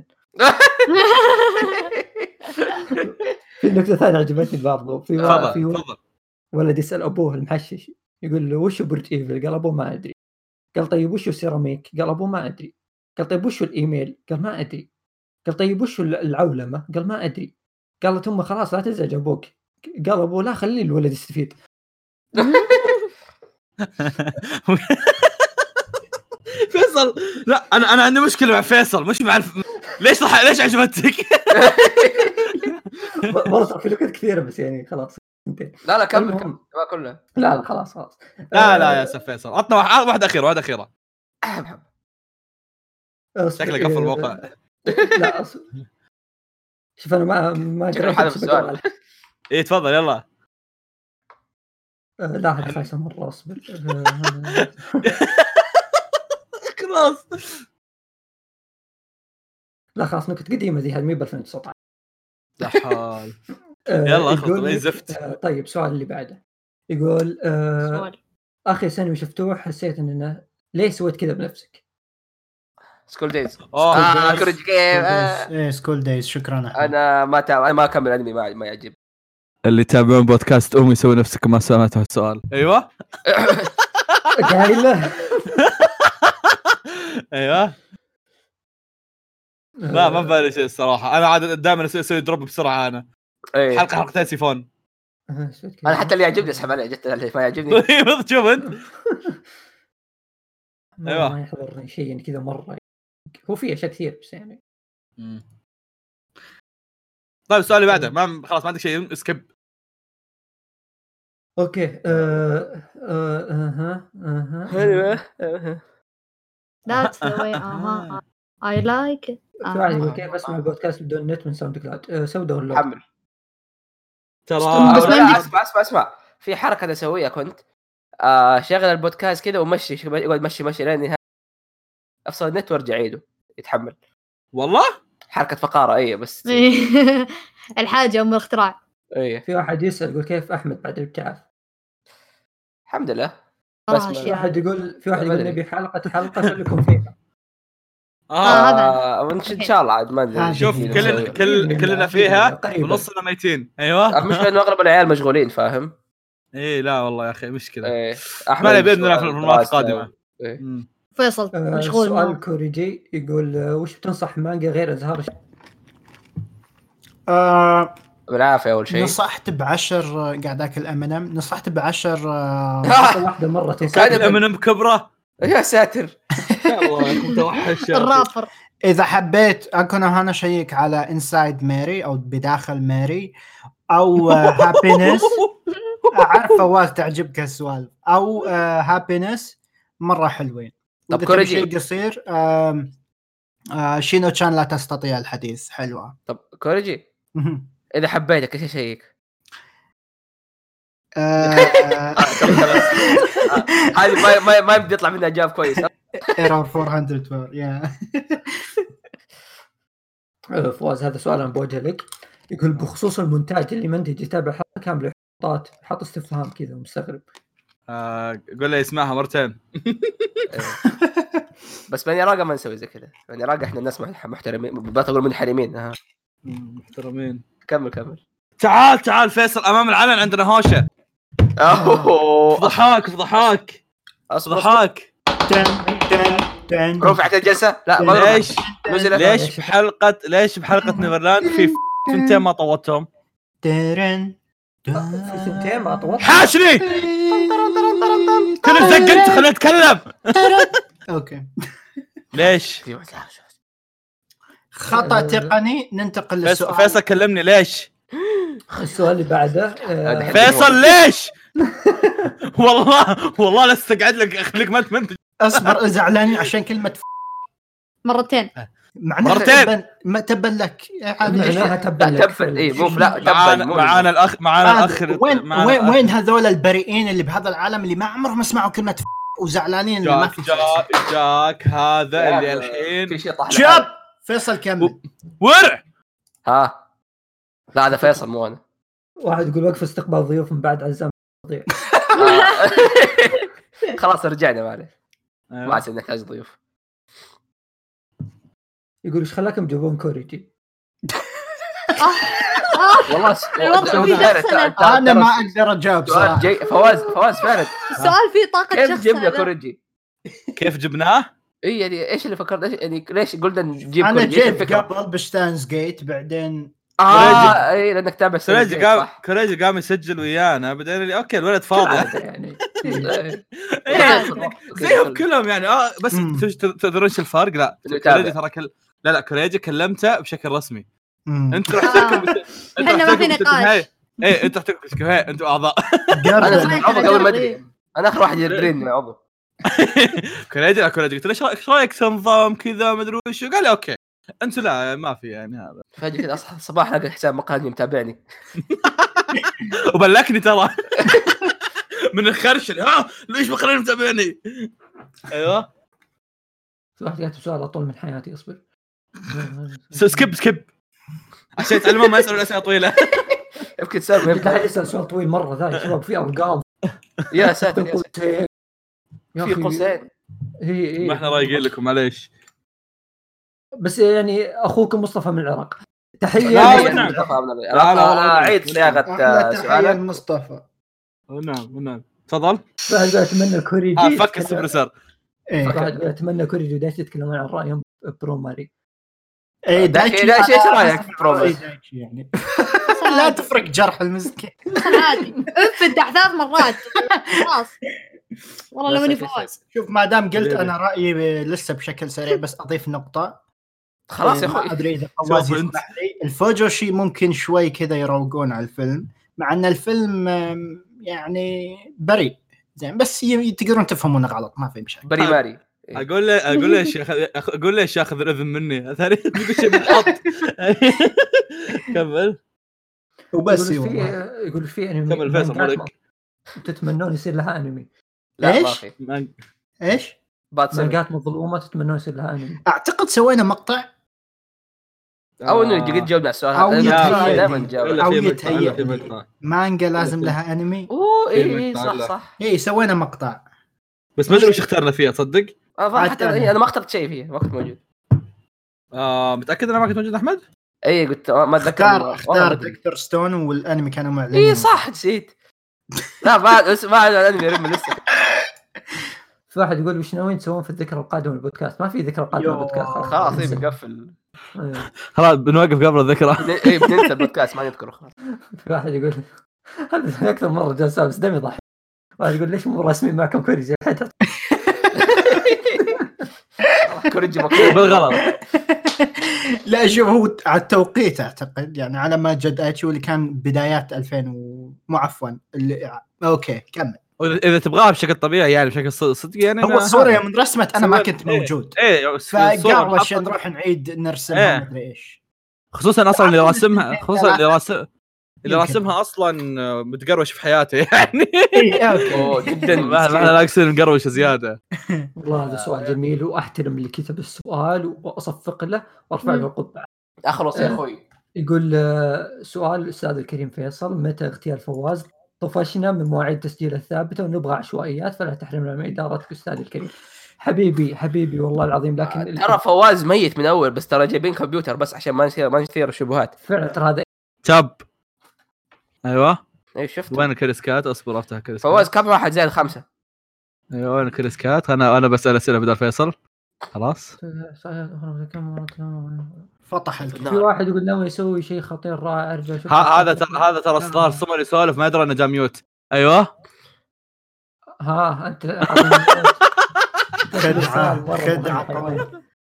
في نكتة ثانية عجبتني برضو. في فضل. في فضل. ولد يسأل أبوه المحشش يقول له وش برج إيفل؟ قال أبوه ما أدري. قال طيب وش السيراميك؟ قال أبوه ما أدري. قال طيب وش الإيميل؟ قال ما أدري. قال طيب وش العولمة؟ قال ما أدري. قالت أمه خلاص لا تزعج أبوك. قال أبوه لا خلي الولد يستفيد. فيصل لا انا انا عندي مشكله مع فيصل مش مع الف... ليش صح ليش عجبتك؟ والله في نكت كثيره بس يعني خلاص انتهي. لا لا كمل كمل كله. لا لا خلاص خلاص. لا لا يا سيف فيصل عطنا واحده اخيره واحده اخيره. شكلك قفل الموقع. لا شوف انا ما ما قرأت السؤال. ايه تفضل يلا. لا هذه خايسه مره اصبر. خلاص لا خلاص نكت قديمه ذي هذه مي ب ألفين وتسعة عشر. لا حول. يلا اخلص اي زفت. طيب السؤال اللي بعده يقول آه اخي سينما شفتوه حسيت انه ليه سويت كذا بنفسك؟ سكول دايز. اه كوريج جيم. ايه سكول دايز. شكرا أحمد. انا ما تابع انا ما اكمل انمي ما ما يعجب. اللي يتابعون بودكاست أمي يسوي نفسك ما سمعتوا السؤال. ايوه قايل له. ايوه لا ما بالي شيء الصراحه. انا عاد دائما اسوي دروب بسرعه. انا أيه. حلقه حلقتين سيفون. انا حتى اللي يعجبني اسحب عليه جت اللي ما يعجبني. شوف انت ايوه ما يحضرني شيء يعني كذا مره. هو في اشياء كثير بس يعني. مم. طيب السؤال اللي بعده ما خلاص ما عندك شيء سكيب. اوكي اها اها اها That's the way اها I like it. فعلا كيف اسمع البودكاست بدون نت من ساوند كلاود؟ سوي داونلود. حمل. ترى اسمع اسمع اسمع في حركه اسويها كنت آه شغل البودكاست كذا ومشي يقعد مشي مشي لين نهايه افصل النت وارجع عيده يتحمل. والله حركه فقاره اي بس الحاجه ام الاختراع. اي في واحد يسال يقول كيف احمد بعد الابتعاث؟ الحمد لله. بس في واحد يقول في واحد يقول نبي حلقه حلقه كلكم فيها. اه ان شاء الله عاد ما ادري. شوف كلنا كل كلنا فيها ونصنا ميتين. ايوه مش انه اغلب العيال مشغولين فاهم. ايه لا والله يا اخي مشكله. ايه احمد ما باذن الله في المرات القادمه. إيه. فيصل مشغول. سؤال كوريجي يقول وش بتنصح مانجا غير ازهار الش... آه بالعافيه اول شيء نصحت بعشر قاعد اكل ام ان ام. نصحت بعشر آه واحده مره تنصحت ام ان ام كبره. يا ساتر والله متوحش الرافر. اذا حبيت اكون هنا شيك على انسايد ماري او بداخل ماري او هابينس. اعرف فواز تعجبك السؤال. او هابينس مره حلوين. طب وإذا تبي كوريجي. شيء قصير آم، آه شينو تشان لا تستطيع الحديث حلوه. طب كوريجي مهم. اذا حبيتك ايش شيك؟ آه، هذه ما ما ما يبدي يطلع منها جواب كويس. ايرور أربعمية وأربعة يا آه، فواز هذا سؤال انا بوجه لك. يقول بخصوص المونتاج اللي منتج يتابع حلقه كامله حطات حط استفهام كذا مستغرب. آه، قول لي اسمعها مرتين. بس بني راقه ما نسوي زي كذا. بني راقه احنا الناس مح- محترمين بتقول منحرمين. ها محترمين. كمل كمل. تعال تعال فيصل امام العلن عندنا هوشه. اوه فضحاك فضحاك اصبر فضحاك. تن تن تن رفعت الجلسه. لا ما ليش نزلت. ليش بحلقه ليش بحلقه نيفرلاند في ثنتين ما طوتهم؟ ترن في ثنتين ما طولت. حاشني كل زق انت خليني اتكلم. اوكي ليش خطا تقني. ننتقل فيصل للسؤال. فيصل كلمني ليش؟ السؤال اللي بعده آه، فيصل ليش؟ والله والله لا استقعد لك اخليك ما تمنتج. اصبر زعلانين عشان كلمه ف... مرتين. معناها مرتين. تبا ما تبا لك عادي. معناها تبا لا لك. تبا اي مو لا معانا تبا معانا الاخ معانا الاخ عادي. وين معانا وين الأخ. وين هذول البريئين اللي بهذا العالم اللي ما عمرهم سمعوا كلمه ف... وزعلانين اللي ما جاك في جاك جاك هذا يا اللي عم، الحين في شيء طاح شاب فيصل كمل. ورع. ها لا هذا فيصل مو انا. واحد يقول وقف استقبال ضيوف من بعد عزام تضيع. آه. خلاص رجعنا معلش ما عاد نحتاج ضيوف. يقول ايش خلاكم تجيبون كوريجي؟ والله الوضع فيه شخصنة. انا ما اقدر اجاوب سؤال صراحه. جاي فواز فواز فعلا السؤال فيه طاقة كيف شخص جبنا هذا. كوريجي؟ كيف جبناه؟ اي يعني ايش اللي فكرت ايش يعني ليش قلنا نجيب انا كوريجي؟ إيش جيت الفكرة؟ قبل بشتانز جيت بعدين اه اي لانك تابع كوريجي سنة قام صح. كوريجي قام يسجل ويانا بعدين اللي اوكي الولد فاضي. عادة يعني إيه. زيهم كلهم يعني اه بس مم. تدرون ايش الفرق؟ لا إنه يتابع. كوريجي ترى كل لا لا كوريجي كلمته بشكل رسمي. مم. انت رحت آه. لكم إحنا ما في نقاش. ايه انت رحت لكم هي انتم اعضاء. انا قبل سمعت عضو قبل ما ادري انا اخر واحد يدريني من عضو. كوريجي لا كوريجي قلت له ايش رايك ايش رايك تنظام كذا ما ادري وش قال لي اوكي انتوا لا ما في يعني هذا فجاه كذا اصحى الصباح الاقي حساب مقالي متابعني وبلكني ترى من الخرش ها ليش مقالي متابعني. ايوه في واحد كاتب سؤال اطول من حياتي اصبر. سكيب سكيب عشان يتعلمون ما يسالوا اسئله طويله. يمكن تسوي يمكن هذا يسأل سؤال طويل مره ذا يا شباب في ارقام يا ساتر يا ساتر. قوسين يا في أخي. قوسين هي هي ما احنا رايقين لكم معليش. بس يعني اخوكم مصطفى من العراق تحيه لا، لك. نعم. لا لا، لا، لا عيد صياغه احلى تحيه سؤالك. لمصطفى. نعم نعم تفضل. واحد يقول اتمنى كوريجي اه فك السبرسر. ايه واحد يقول اتمنى كوريجي ودايتش يتكلمون عن رايهم برو ماري. ايه دايتشي دايتشي ايش رايك في بروميس؟ إيه، دايتشي يعني لا تفرق جرح المسكين. عادي انفتح ثلاث مرات خلاص والله لو اني فواز. شوف ما دام قلت انا رايي لسه بشكل سريع بس اضيف نقطه. خلاص يا ما اخوي ادري اذا فواز شوف أنت. يسمح لي. الفوجوشي ممكن شوي كذا يروقون على الفيلم مع ان الفيلم آم، يعني بريء زين بس ي- تقدرون تفهمونه غلط ما في مشاكل. بري ماري اقول له اقول له ايش اقول له ايش ياخذ الاذن مني ثاني يقول شيء بنحط. كمل وبس يقول والله. في يقول في انمي كمل فيصل مانجات مالك. تتمنون يصير لها انمي. لا إيش؟ ما في ما- ايش باتسون مانجات مظلومه تتمنون يصير لها انمي. اعتقد سوينا مقطع او انه قد جاوب على السؤال أو هذا يتهيأ دائما لي. نجاوب إلا أو في مقطع، يتهيأ إلا في لي. مقطع. مانجا لازم لها انمي. اوه في اي مقطع صح له. صح ايه سوينا مقطع. بس ما ادري وش اخترنا فيها تصدق. آه، حتى حتى إيه، انا ما اخترت شيء فيه ما كنت موجود. آه متاكد انا ما كنت موجود احمد. اي قلت ما اتذكر اختار والله اختار ما أدري. دكتور ستون والانمي كانوا معلنين. اي صح نسيت. لا بعد ما بعد الانمي رمي لسه. في واحد يقول وش ناويين تسوون في الذكرى القادمه البودكاست؟ ما في ذكرى قادمه يوه. البودكاست خلاص اي بنقفل. إيه. خلاص بنوقف قبل الذكرى. اي بننسى البودكاست ما نذكره خلاص. في واحد يقول هذا اكثر مره جالس بس دمي ضحك. واحد يقول ليش مو رسمين معكم كوريجي؟ كوريجي مكتوب بالغلط. لا شوف هو على التوقيت اعتقد يعني على ما جد اتشو اللي كان بدايات ألفين ومو عفوا اللي... اوكي كمل اذا تبغاها بشكل طبيعي يعني بشكل صدق يعني هو الصوره يوم رسمت انا ما كنت موجود ايه فقال وش نروح نعيد نرسمها إيه. ما ادري ايش خصوصا اصلا اللي راسمها خصوصا اللي راسم اللي يمكن. راسمها اصلا متقروش في حياته يعني اي اوكي اوه جدا ما لا اكسر مقروش زياده. والله هذا سؤال جميل واحترم اللي كتب السؤال واصفق له وارفع له القبعه. اخلص يا اخوي. يقول سؤال الاستاذ الكريم فيصل: متى اغتيال فواز؟ طفشنا من مواعيد تسجيل الثابته ونبغى عشوائيات فلا تحرمنا من ادارتك استاذ الكريم. حبيبي حبيبي والله العظيم. لكن ترى فواز ميت من اول بس ترى جايبين كمبيوتر بس عشان ما نصير ما نثير الشبهات. فعلا ترى هذا تاب ايوه اي شفت وين كريسكات؟ اصبر افتح كريسكات. فواز كم واحد زائد خمسة؟ ايوه وين كريسكات؟ انا انا بسال اسئله بدل فيصل خلاص. فطح في واحد يقول ناوي يسوي شيء خطير رائع ارجع اشوف. هذا ترى هذا ترى صار صمر يسولف ما ادري انه جا ميوت. ايوه ها انت خدعه خدعه.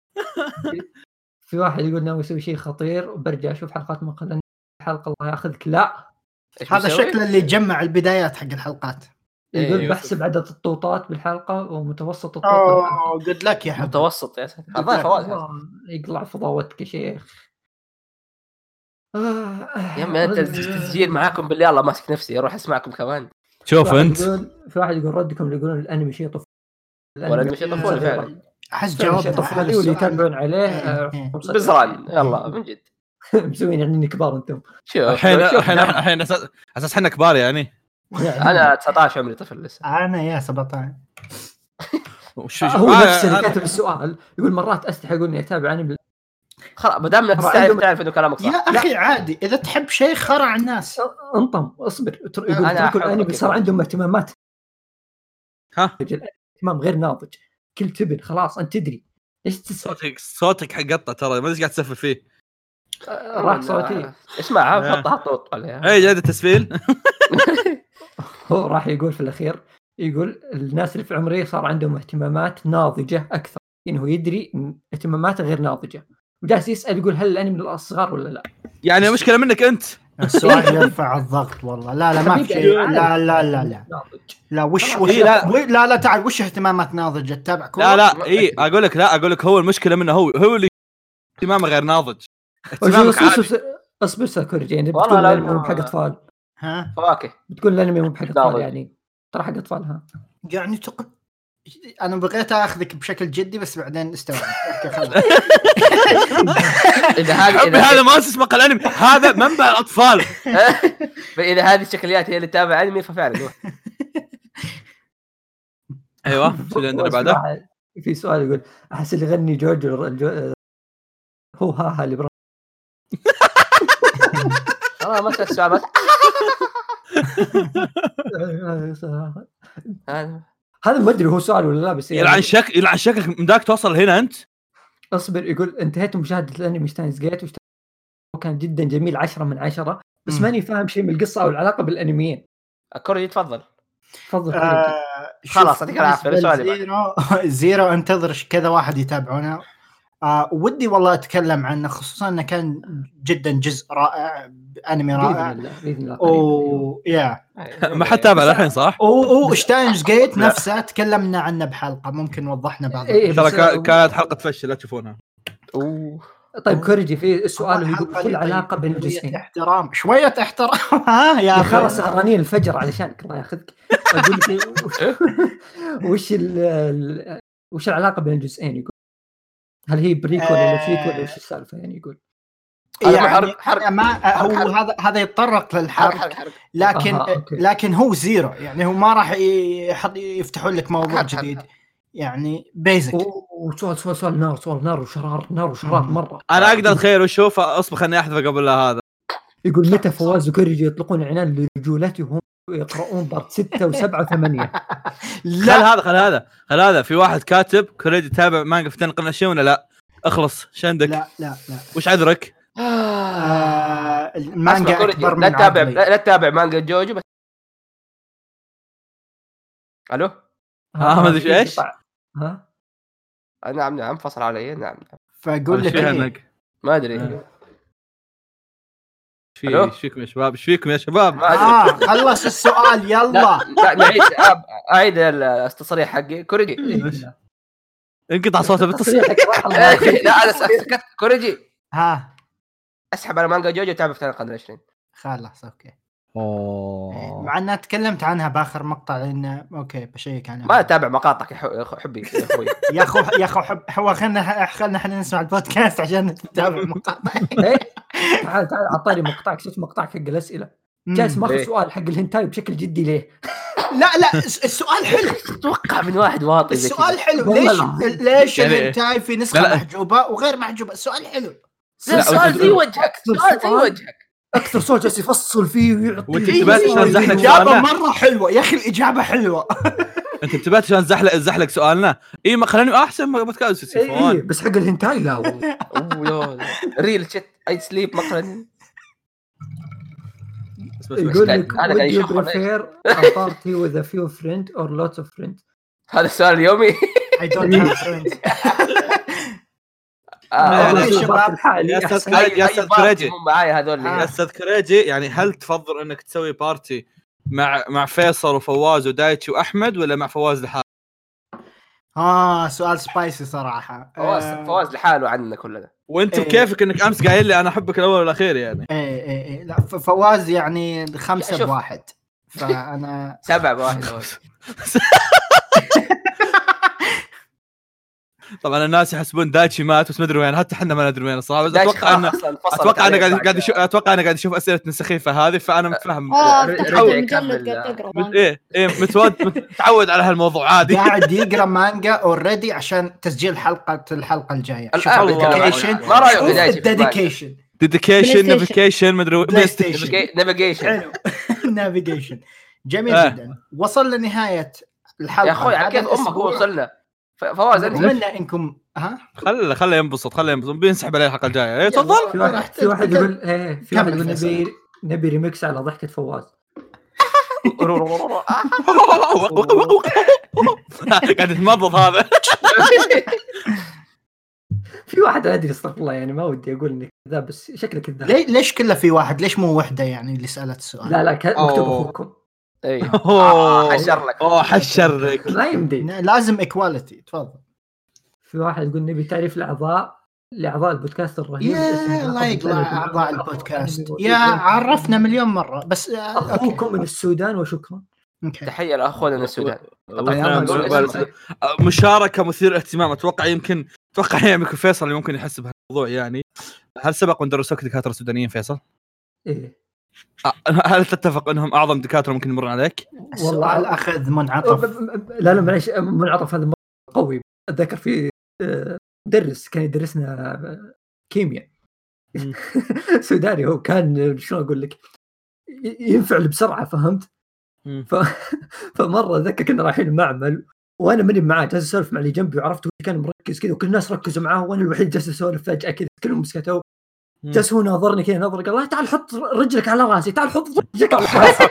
في واحد يقول ناوي يسوي شيء خطير وبرجع اشوف حلقات مقلة الحلقه الله ياخذك. لا هذا شكله اللي يجمع البدايات حق الحلقات. يقول إيه بحسب عدد الطوطات بالحلقه ومتوسط الطوط اوه قلت لك يا حبيبي متوسط يا ساتر. هذا فواز يقلع فضاوتك يا شيخ. يا عمي انت التسجيل معاكم بالله الله ماسك نفسي اروح اسمعكم كمان. شوف انت في واحد يقول ردكم اللي يقولون الانمي شيء طفولي. ولا شيء طفولي فعلا. احس جواب طفولي واللي يتابعون عليه بزران يلا من جد مسوين يعني كبار انتم. شوف الحين الحين الحين اساس احنا كبار يعني. انا تسعة عشر عمري طفل لسه. انا يا سبعة عشر. هو نفس اللي كاتب السؤال يقول مرات استحي اقول اني اتابع انمي. خلاص ما دام انك تستعرف تعرف انه كلامك صح. يا اخي عادي اذا تحب شيء خرع الناس انطم اصبر. يقول تركوا الانمي صار عندهم اهتمامات. ها اهتمام غير ناضج. كل تبن خلاص انت تدري ليش صوتك صوتك حقطه ترى ما ادري قاعد تسفل فيه. راح صوتي اسمعها حطها طوط عليها. اي جاده تسفيل. هو راح يقول في الاخير يقول الناس اللي في عمري صار عندهم اهتمامات ناضجه اكثر. يعني هو يدري اهتماماته غير ناضجه وجالس يسال يقول هل الانمي للصغار ولا لا. يعني مشكله منك انت. السؤال يرفع الضغط والله. لا لا ما في شيء. لا لا لا لا لا وش وش لا لا, لا تعال وش اهتمامات ناضجه تتابع كوره؟ لا لا اي اقول لك لا اقول لك هو المشكله منه هو هو اللي اهتمامه غير ناضج. اصبر ساكورجي يعني بتقول الانمي مو حق اطفال. ها فواكه بتقول الانمي مو حق اطفال يعني ترى حق اطفال. ها يعني تق... انا بغيت اخذك بشكل جدي بس بعدين استوعبت. اذا هذا هذا ما اسمه الانمي هذا منبع الاطفال. فاذا هذه الشكليات هي اللي تتابع انمي ففعلا ايوه اللي عندنا بعده في سؤال يقول احس اللي يغني جورج هو ها ها اللي برا. اه ما السؤال بس هذا ما ادري هو سؤال ولا لا بس يلعن شكل يلعن شكلك مداك توصل هنا انت. اصبر يقول انتهيت مشاهده الانمي ستاينز جيت وكان جدا جميل عشرة من عشرة بس م. ماني فاهم شيء من القصه او العلاقه بالانميين. كوري تفضل تفضل. آه خلاص يعطيك العافيه. زيرو زيرو انتظر كذا واحد يتابعونه. آه ودي والله اتكلم عنه خصوصا انه كان جدا جزء رائع انمي رائع باذن الله. او يا ما حد تابع الحين صح؟ او شتاينز جيت نفسه تكلمنا عنه بحلقه ممكن وضحنا بعض. إيه ترى كانت حلقه فشل لا تشوفونها. اوه طيب كوريجي في السؤال يقول كل علاقه بين الجزئين. احترام شويه احترام. ها يا اخي سهرانين الفجر علشانك الله ياخذك. اقول لك وش ال وش العلاقه بين الجزئين؟ يقول هل هي بريكول ولا سيكول ولا وش السالفه يعني؟ يقول يعني حرق حرق ما هو حرق هذا هذا يتطرق للحرق حرق حرق لكن آه لكن هو زيرو يعني هو ما راح يحط يفتحون لك موضوع جديد حرق. يعني بيزك. وسؤال سؤال سؤال نار سؤال نار وشرار نار وشرار مره. انا اقدر اتخيل وشوف اصبر خليني احذف قبل هذا. يقول متى فواز وكوريجي يطلقون عنان لرجولتهم ويقرؤون بارت ستة وسبعة وثمانية؟ لا خل هذا خل هذا خل هذا في واحد كاتب كوريجي تابع مانجا في تنقل الشيء ولا لا؟ اخلص شندك. لا لا لا وش عذرك؟ آه المانجا اكبر من لا تتابع لا تتابع مانجا جوجو بس. الو ها ما ادري ايش. ها نعم نعم فصل علي. نعم فاقول لك ما ادري في ايش فيكم يا شباب ايش فيكم يا شباب اه خلص السؤال يلا. لا نعيد اعيد التصريح حقي كوريجي. انقطع صوته بالتصريح. لا انا سكت كوريجي. ها اسحب على مانجا جوجو وتابع في القرن العشرين. خلاص اوكي. اوه مع انها تكلمت عنها باخر مقطع لانه اوكي بشيك عنها. ما اتابع مقاطعك يا حبي يا اخوي. يا اخو يا اخو حب هو خلنا خلنا احنا نسمع البودكاست عشان نتابع مقاطع. تعال تعال اعطاني مقطعك شو مقطعك حق الاسئله جالس ماخذ سؤال حق الهنتاي بشكل جدي ليه؟ لا لا السؤال حلو. اتوقع من واحد واطي. السؤال حلو ليش ليش يعني الهنتاي في نسخه محجوبه وغير محجوبه؟ السؤال حلو. السؤال في وجهك السؤال في وجهك اكثر سؤال جالس يفصل فيه ويعطي. وانت انتبهت عشان زحلق الاجابه مره حلوه يا اخي الاجابه حلوه. انت انتبهت عشان زحلق زحلق سؤالنا. اي ما خلاني احسن ما بودكاست اي بس حق الهنتاي لا والله. اوه ريل شت اي سليب مثلا. يقول لك would you prefer a party with a few friends or lots of friends؟ هذا السؤال اليومي. I don't have friends. يا أستاذ يا أستاذ كريجي مو معايا هذول. يا أستاذ كريجي يعني هل تفضل إنك تسوي بارتي مع مع فيصل وفواز ودايتشي وأحمد ولا مع فواز لحاله؟ آه سؤال سبايسي صراحة. فواز فواز لحاله عننا كلنا. وأنت بكيفك إنك أمس قايل لي أنا أحبك الأول والأخير يعني. إيه إيه إيه لا فواز يعني خمسة بواحد فأنا سبعة بواحد. طبعا الناس يحسبون دايتشي مات بس ما ادري وين حتى احنا ما ندري وين الصراحه بس اتوقع انه اتوقع انا قاعد قاعد اشوف اتوقع انا قاعد اشوف اسئله السخيفه هذه فانا متفهم. ايه ايه متود متعود على هالموضوع عادي. قاعد يقرا مانجا اوريدي عشان تسجيل حلقه الحلقه الجايه. ديديكيشن ما رايك ديديكيشن ديديكيشن نافيجيشن مدري نافيجيشن نافيجيشن جميل جدا. وصل لنهايه الحلقه يا اخوي كيف امك وصلنا فواز اتمنى انكم ها خله خله ينبسط خله ينبسط بينسحب عليه الحلقه الجايه. تفضل. في واحد يقول ايه في واحد يقول نبي نبي ريميكس على ضحكه فواز. قاعد يتمضض هذا. في واحد ادري استغفر الله يعني ما ودي اقول انك كذاب بس شكلك كذاب. ليش كله في واحد ليش مو وحده يعني اللي سالت السؤال؟ لا لا مكتوب اخوكم. اي اوه حشر لك اوه حشر لك لا يمدي لازم ايكواليتي. تفضل. في واحد يقول نبي تعريف الاعضاء لاعضاء البودكاست الرهيب. يا الله يقلع اعضاء البودكاست يا عرفنا مليون مره بس اخوكم من السودان وشكرا. تحيه لاخونا من السودان. مشاركه مثير اهتمام. اتوقع يمكن اتوقع يمكن فيصل اللي ممكن يحس بهالموضوع يعني. هل سبق وندرسوك دكاتره سودانيين فيصل؟ ايه هل تتفق انهم اعظم دكاتره ممكن يمرون عليك؟ والله الاخذ منعطف. لا لا معليش منعطف هذا قوي. اتذكر في مدرس كان يدرسنا كيمياء سوداني هو كان شلون اقول لك ينفعل بسرعه فهمت. ف... فمره ذكر كنا رايحين المعمل وانا ماني معاه جالس اسولف مع اللي جنبي وعرفت كان مركز كذا وكل الناس ركزوا معاه وانا الوحيد جالس اسولف فجاه كذا كلهم سكتوا. جالس هو ناظرني كذا نظره قال تعال حط رجلك على راسي تعال حط رجلك على راسي.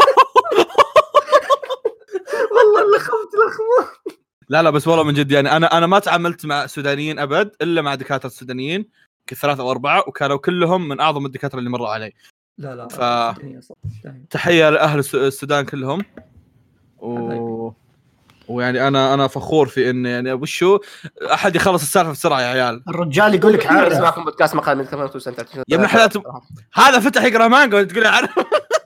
والله اللي خفت لخمه. لا لا بس والله من جد يعني انا انا ما تعاملت مع سودانيين ابد الا مع دكاتره السودانيين كثلاثه او اربعه وكانوا كلهم من اعظم الدكاتره اللي مروا علي. لا لا ف... تحيه لاهل السودان كلهم و... ويعني انا انا فخور في ان يعني وشو احد يخلص السالفه بسرعه يا عيال. الرجال يقول لك عارف اسمعكم بودكاست مقال من كمان تو سنتر يا ابن حلال هذا فتح يقرا مانجا وتقول لي عارف.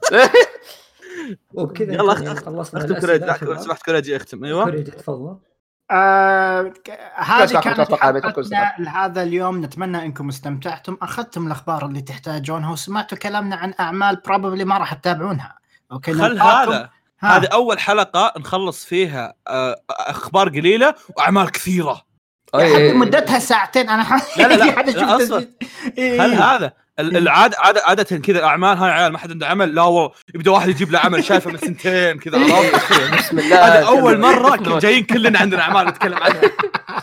وبكذا يلا خلصنا الاسئله. سمحت كريجي اختم. ايوه كريجي تفضل. آه هذه كانت حلقتنا لهذا اليوم. نتمنى انكم استمتعتم اخذتم الاخبار اللي تحتاجونها وسمعتوا كلامنا عن اعمال بروبابلي ما راح تتابعونها. اوكي خل هذا هذه اول حلقه نخلص فيها اخبار قليله واعمال كثيره يعني مدتها ساعتين. انا ح... لا لا لا اصلا هل هذا العاده عاده عاده كذا الاعمال هاي عيال ما حد عنده عمل لا والله يبدا واحد يجيب له عمل شايفه من سنتين كذا. بسم الله هذا اول مره جايين كلنا عندنا اعمال نتكلم عنها.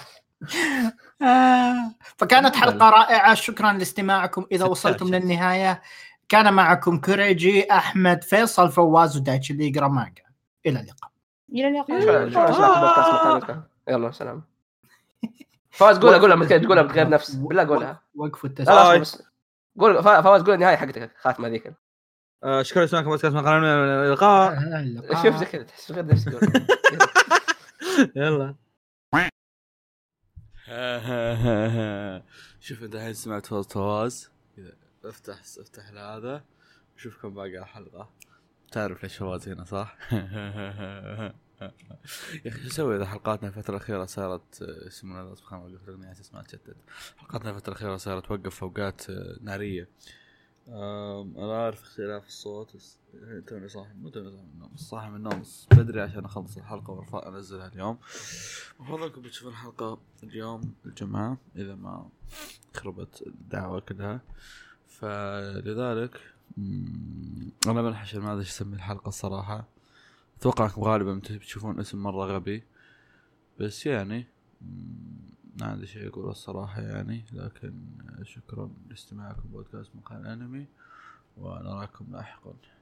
فكانت حلقه رائعه. شكرا لاستماعكم. اذا وصلتم للنهايه كان معكم كوريجي احمد فيصل فواز ودايتشي اللي يقرا مانجا. الى اللقاء. الى اللقاء. يلا سلام. فواز قولها قولها ما تقولها بغير نفس بالله قولها. وقفوا التسجيل. قول فواز قول النهايه حقتك خاتمه ذيك. آه شكرا لسماعكم بودكاست مقال اللقاء. شوف زي كذا تحس غير نفس تقول. يلا شوف انت الحين سمعت فواز فواز كذا افتح افتح هذا شوف كم باقي الحلقه تعرف ليش فواز هنا صح؟ يا اخي شو اسوي اذا حلقاتنا الفتره الاخيره صارت اسمنا لازم خلينا نوقف الاغنيات اسمها تشتت. حلقاتنا الفتره الاخيره صارت توقف في اوقات ناريه. انا عارف اختلاف الصوت بس توني صاحي مو توني صاحي من النوم صاحي من النوم بدري عشان اخلص الحلقه وارفع انزلها اليوم. وفضلكم بتشوفون الحلقه اليوم الجمعه اذا ما خربت الدعوه كلها. فلذلك انا بنحش ما ادري ايش اسمي الحلقه الصراحه. اتوقع انكم غالبا بتشوفون اسم مره غبي بس يعني ما عندي شيء اقوله الصراحه يعني. لكن شكرا لاستماعكم بودكاست مقال انمي ونراكم لاحقا.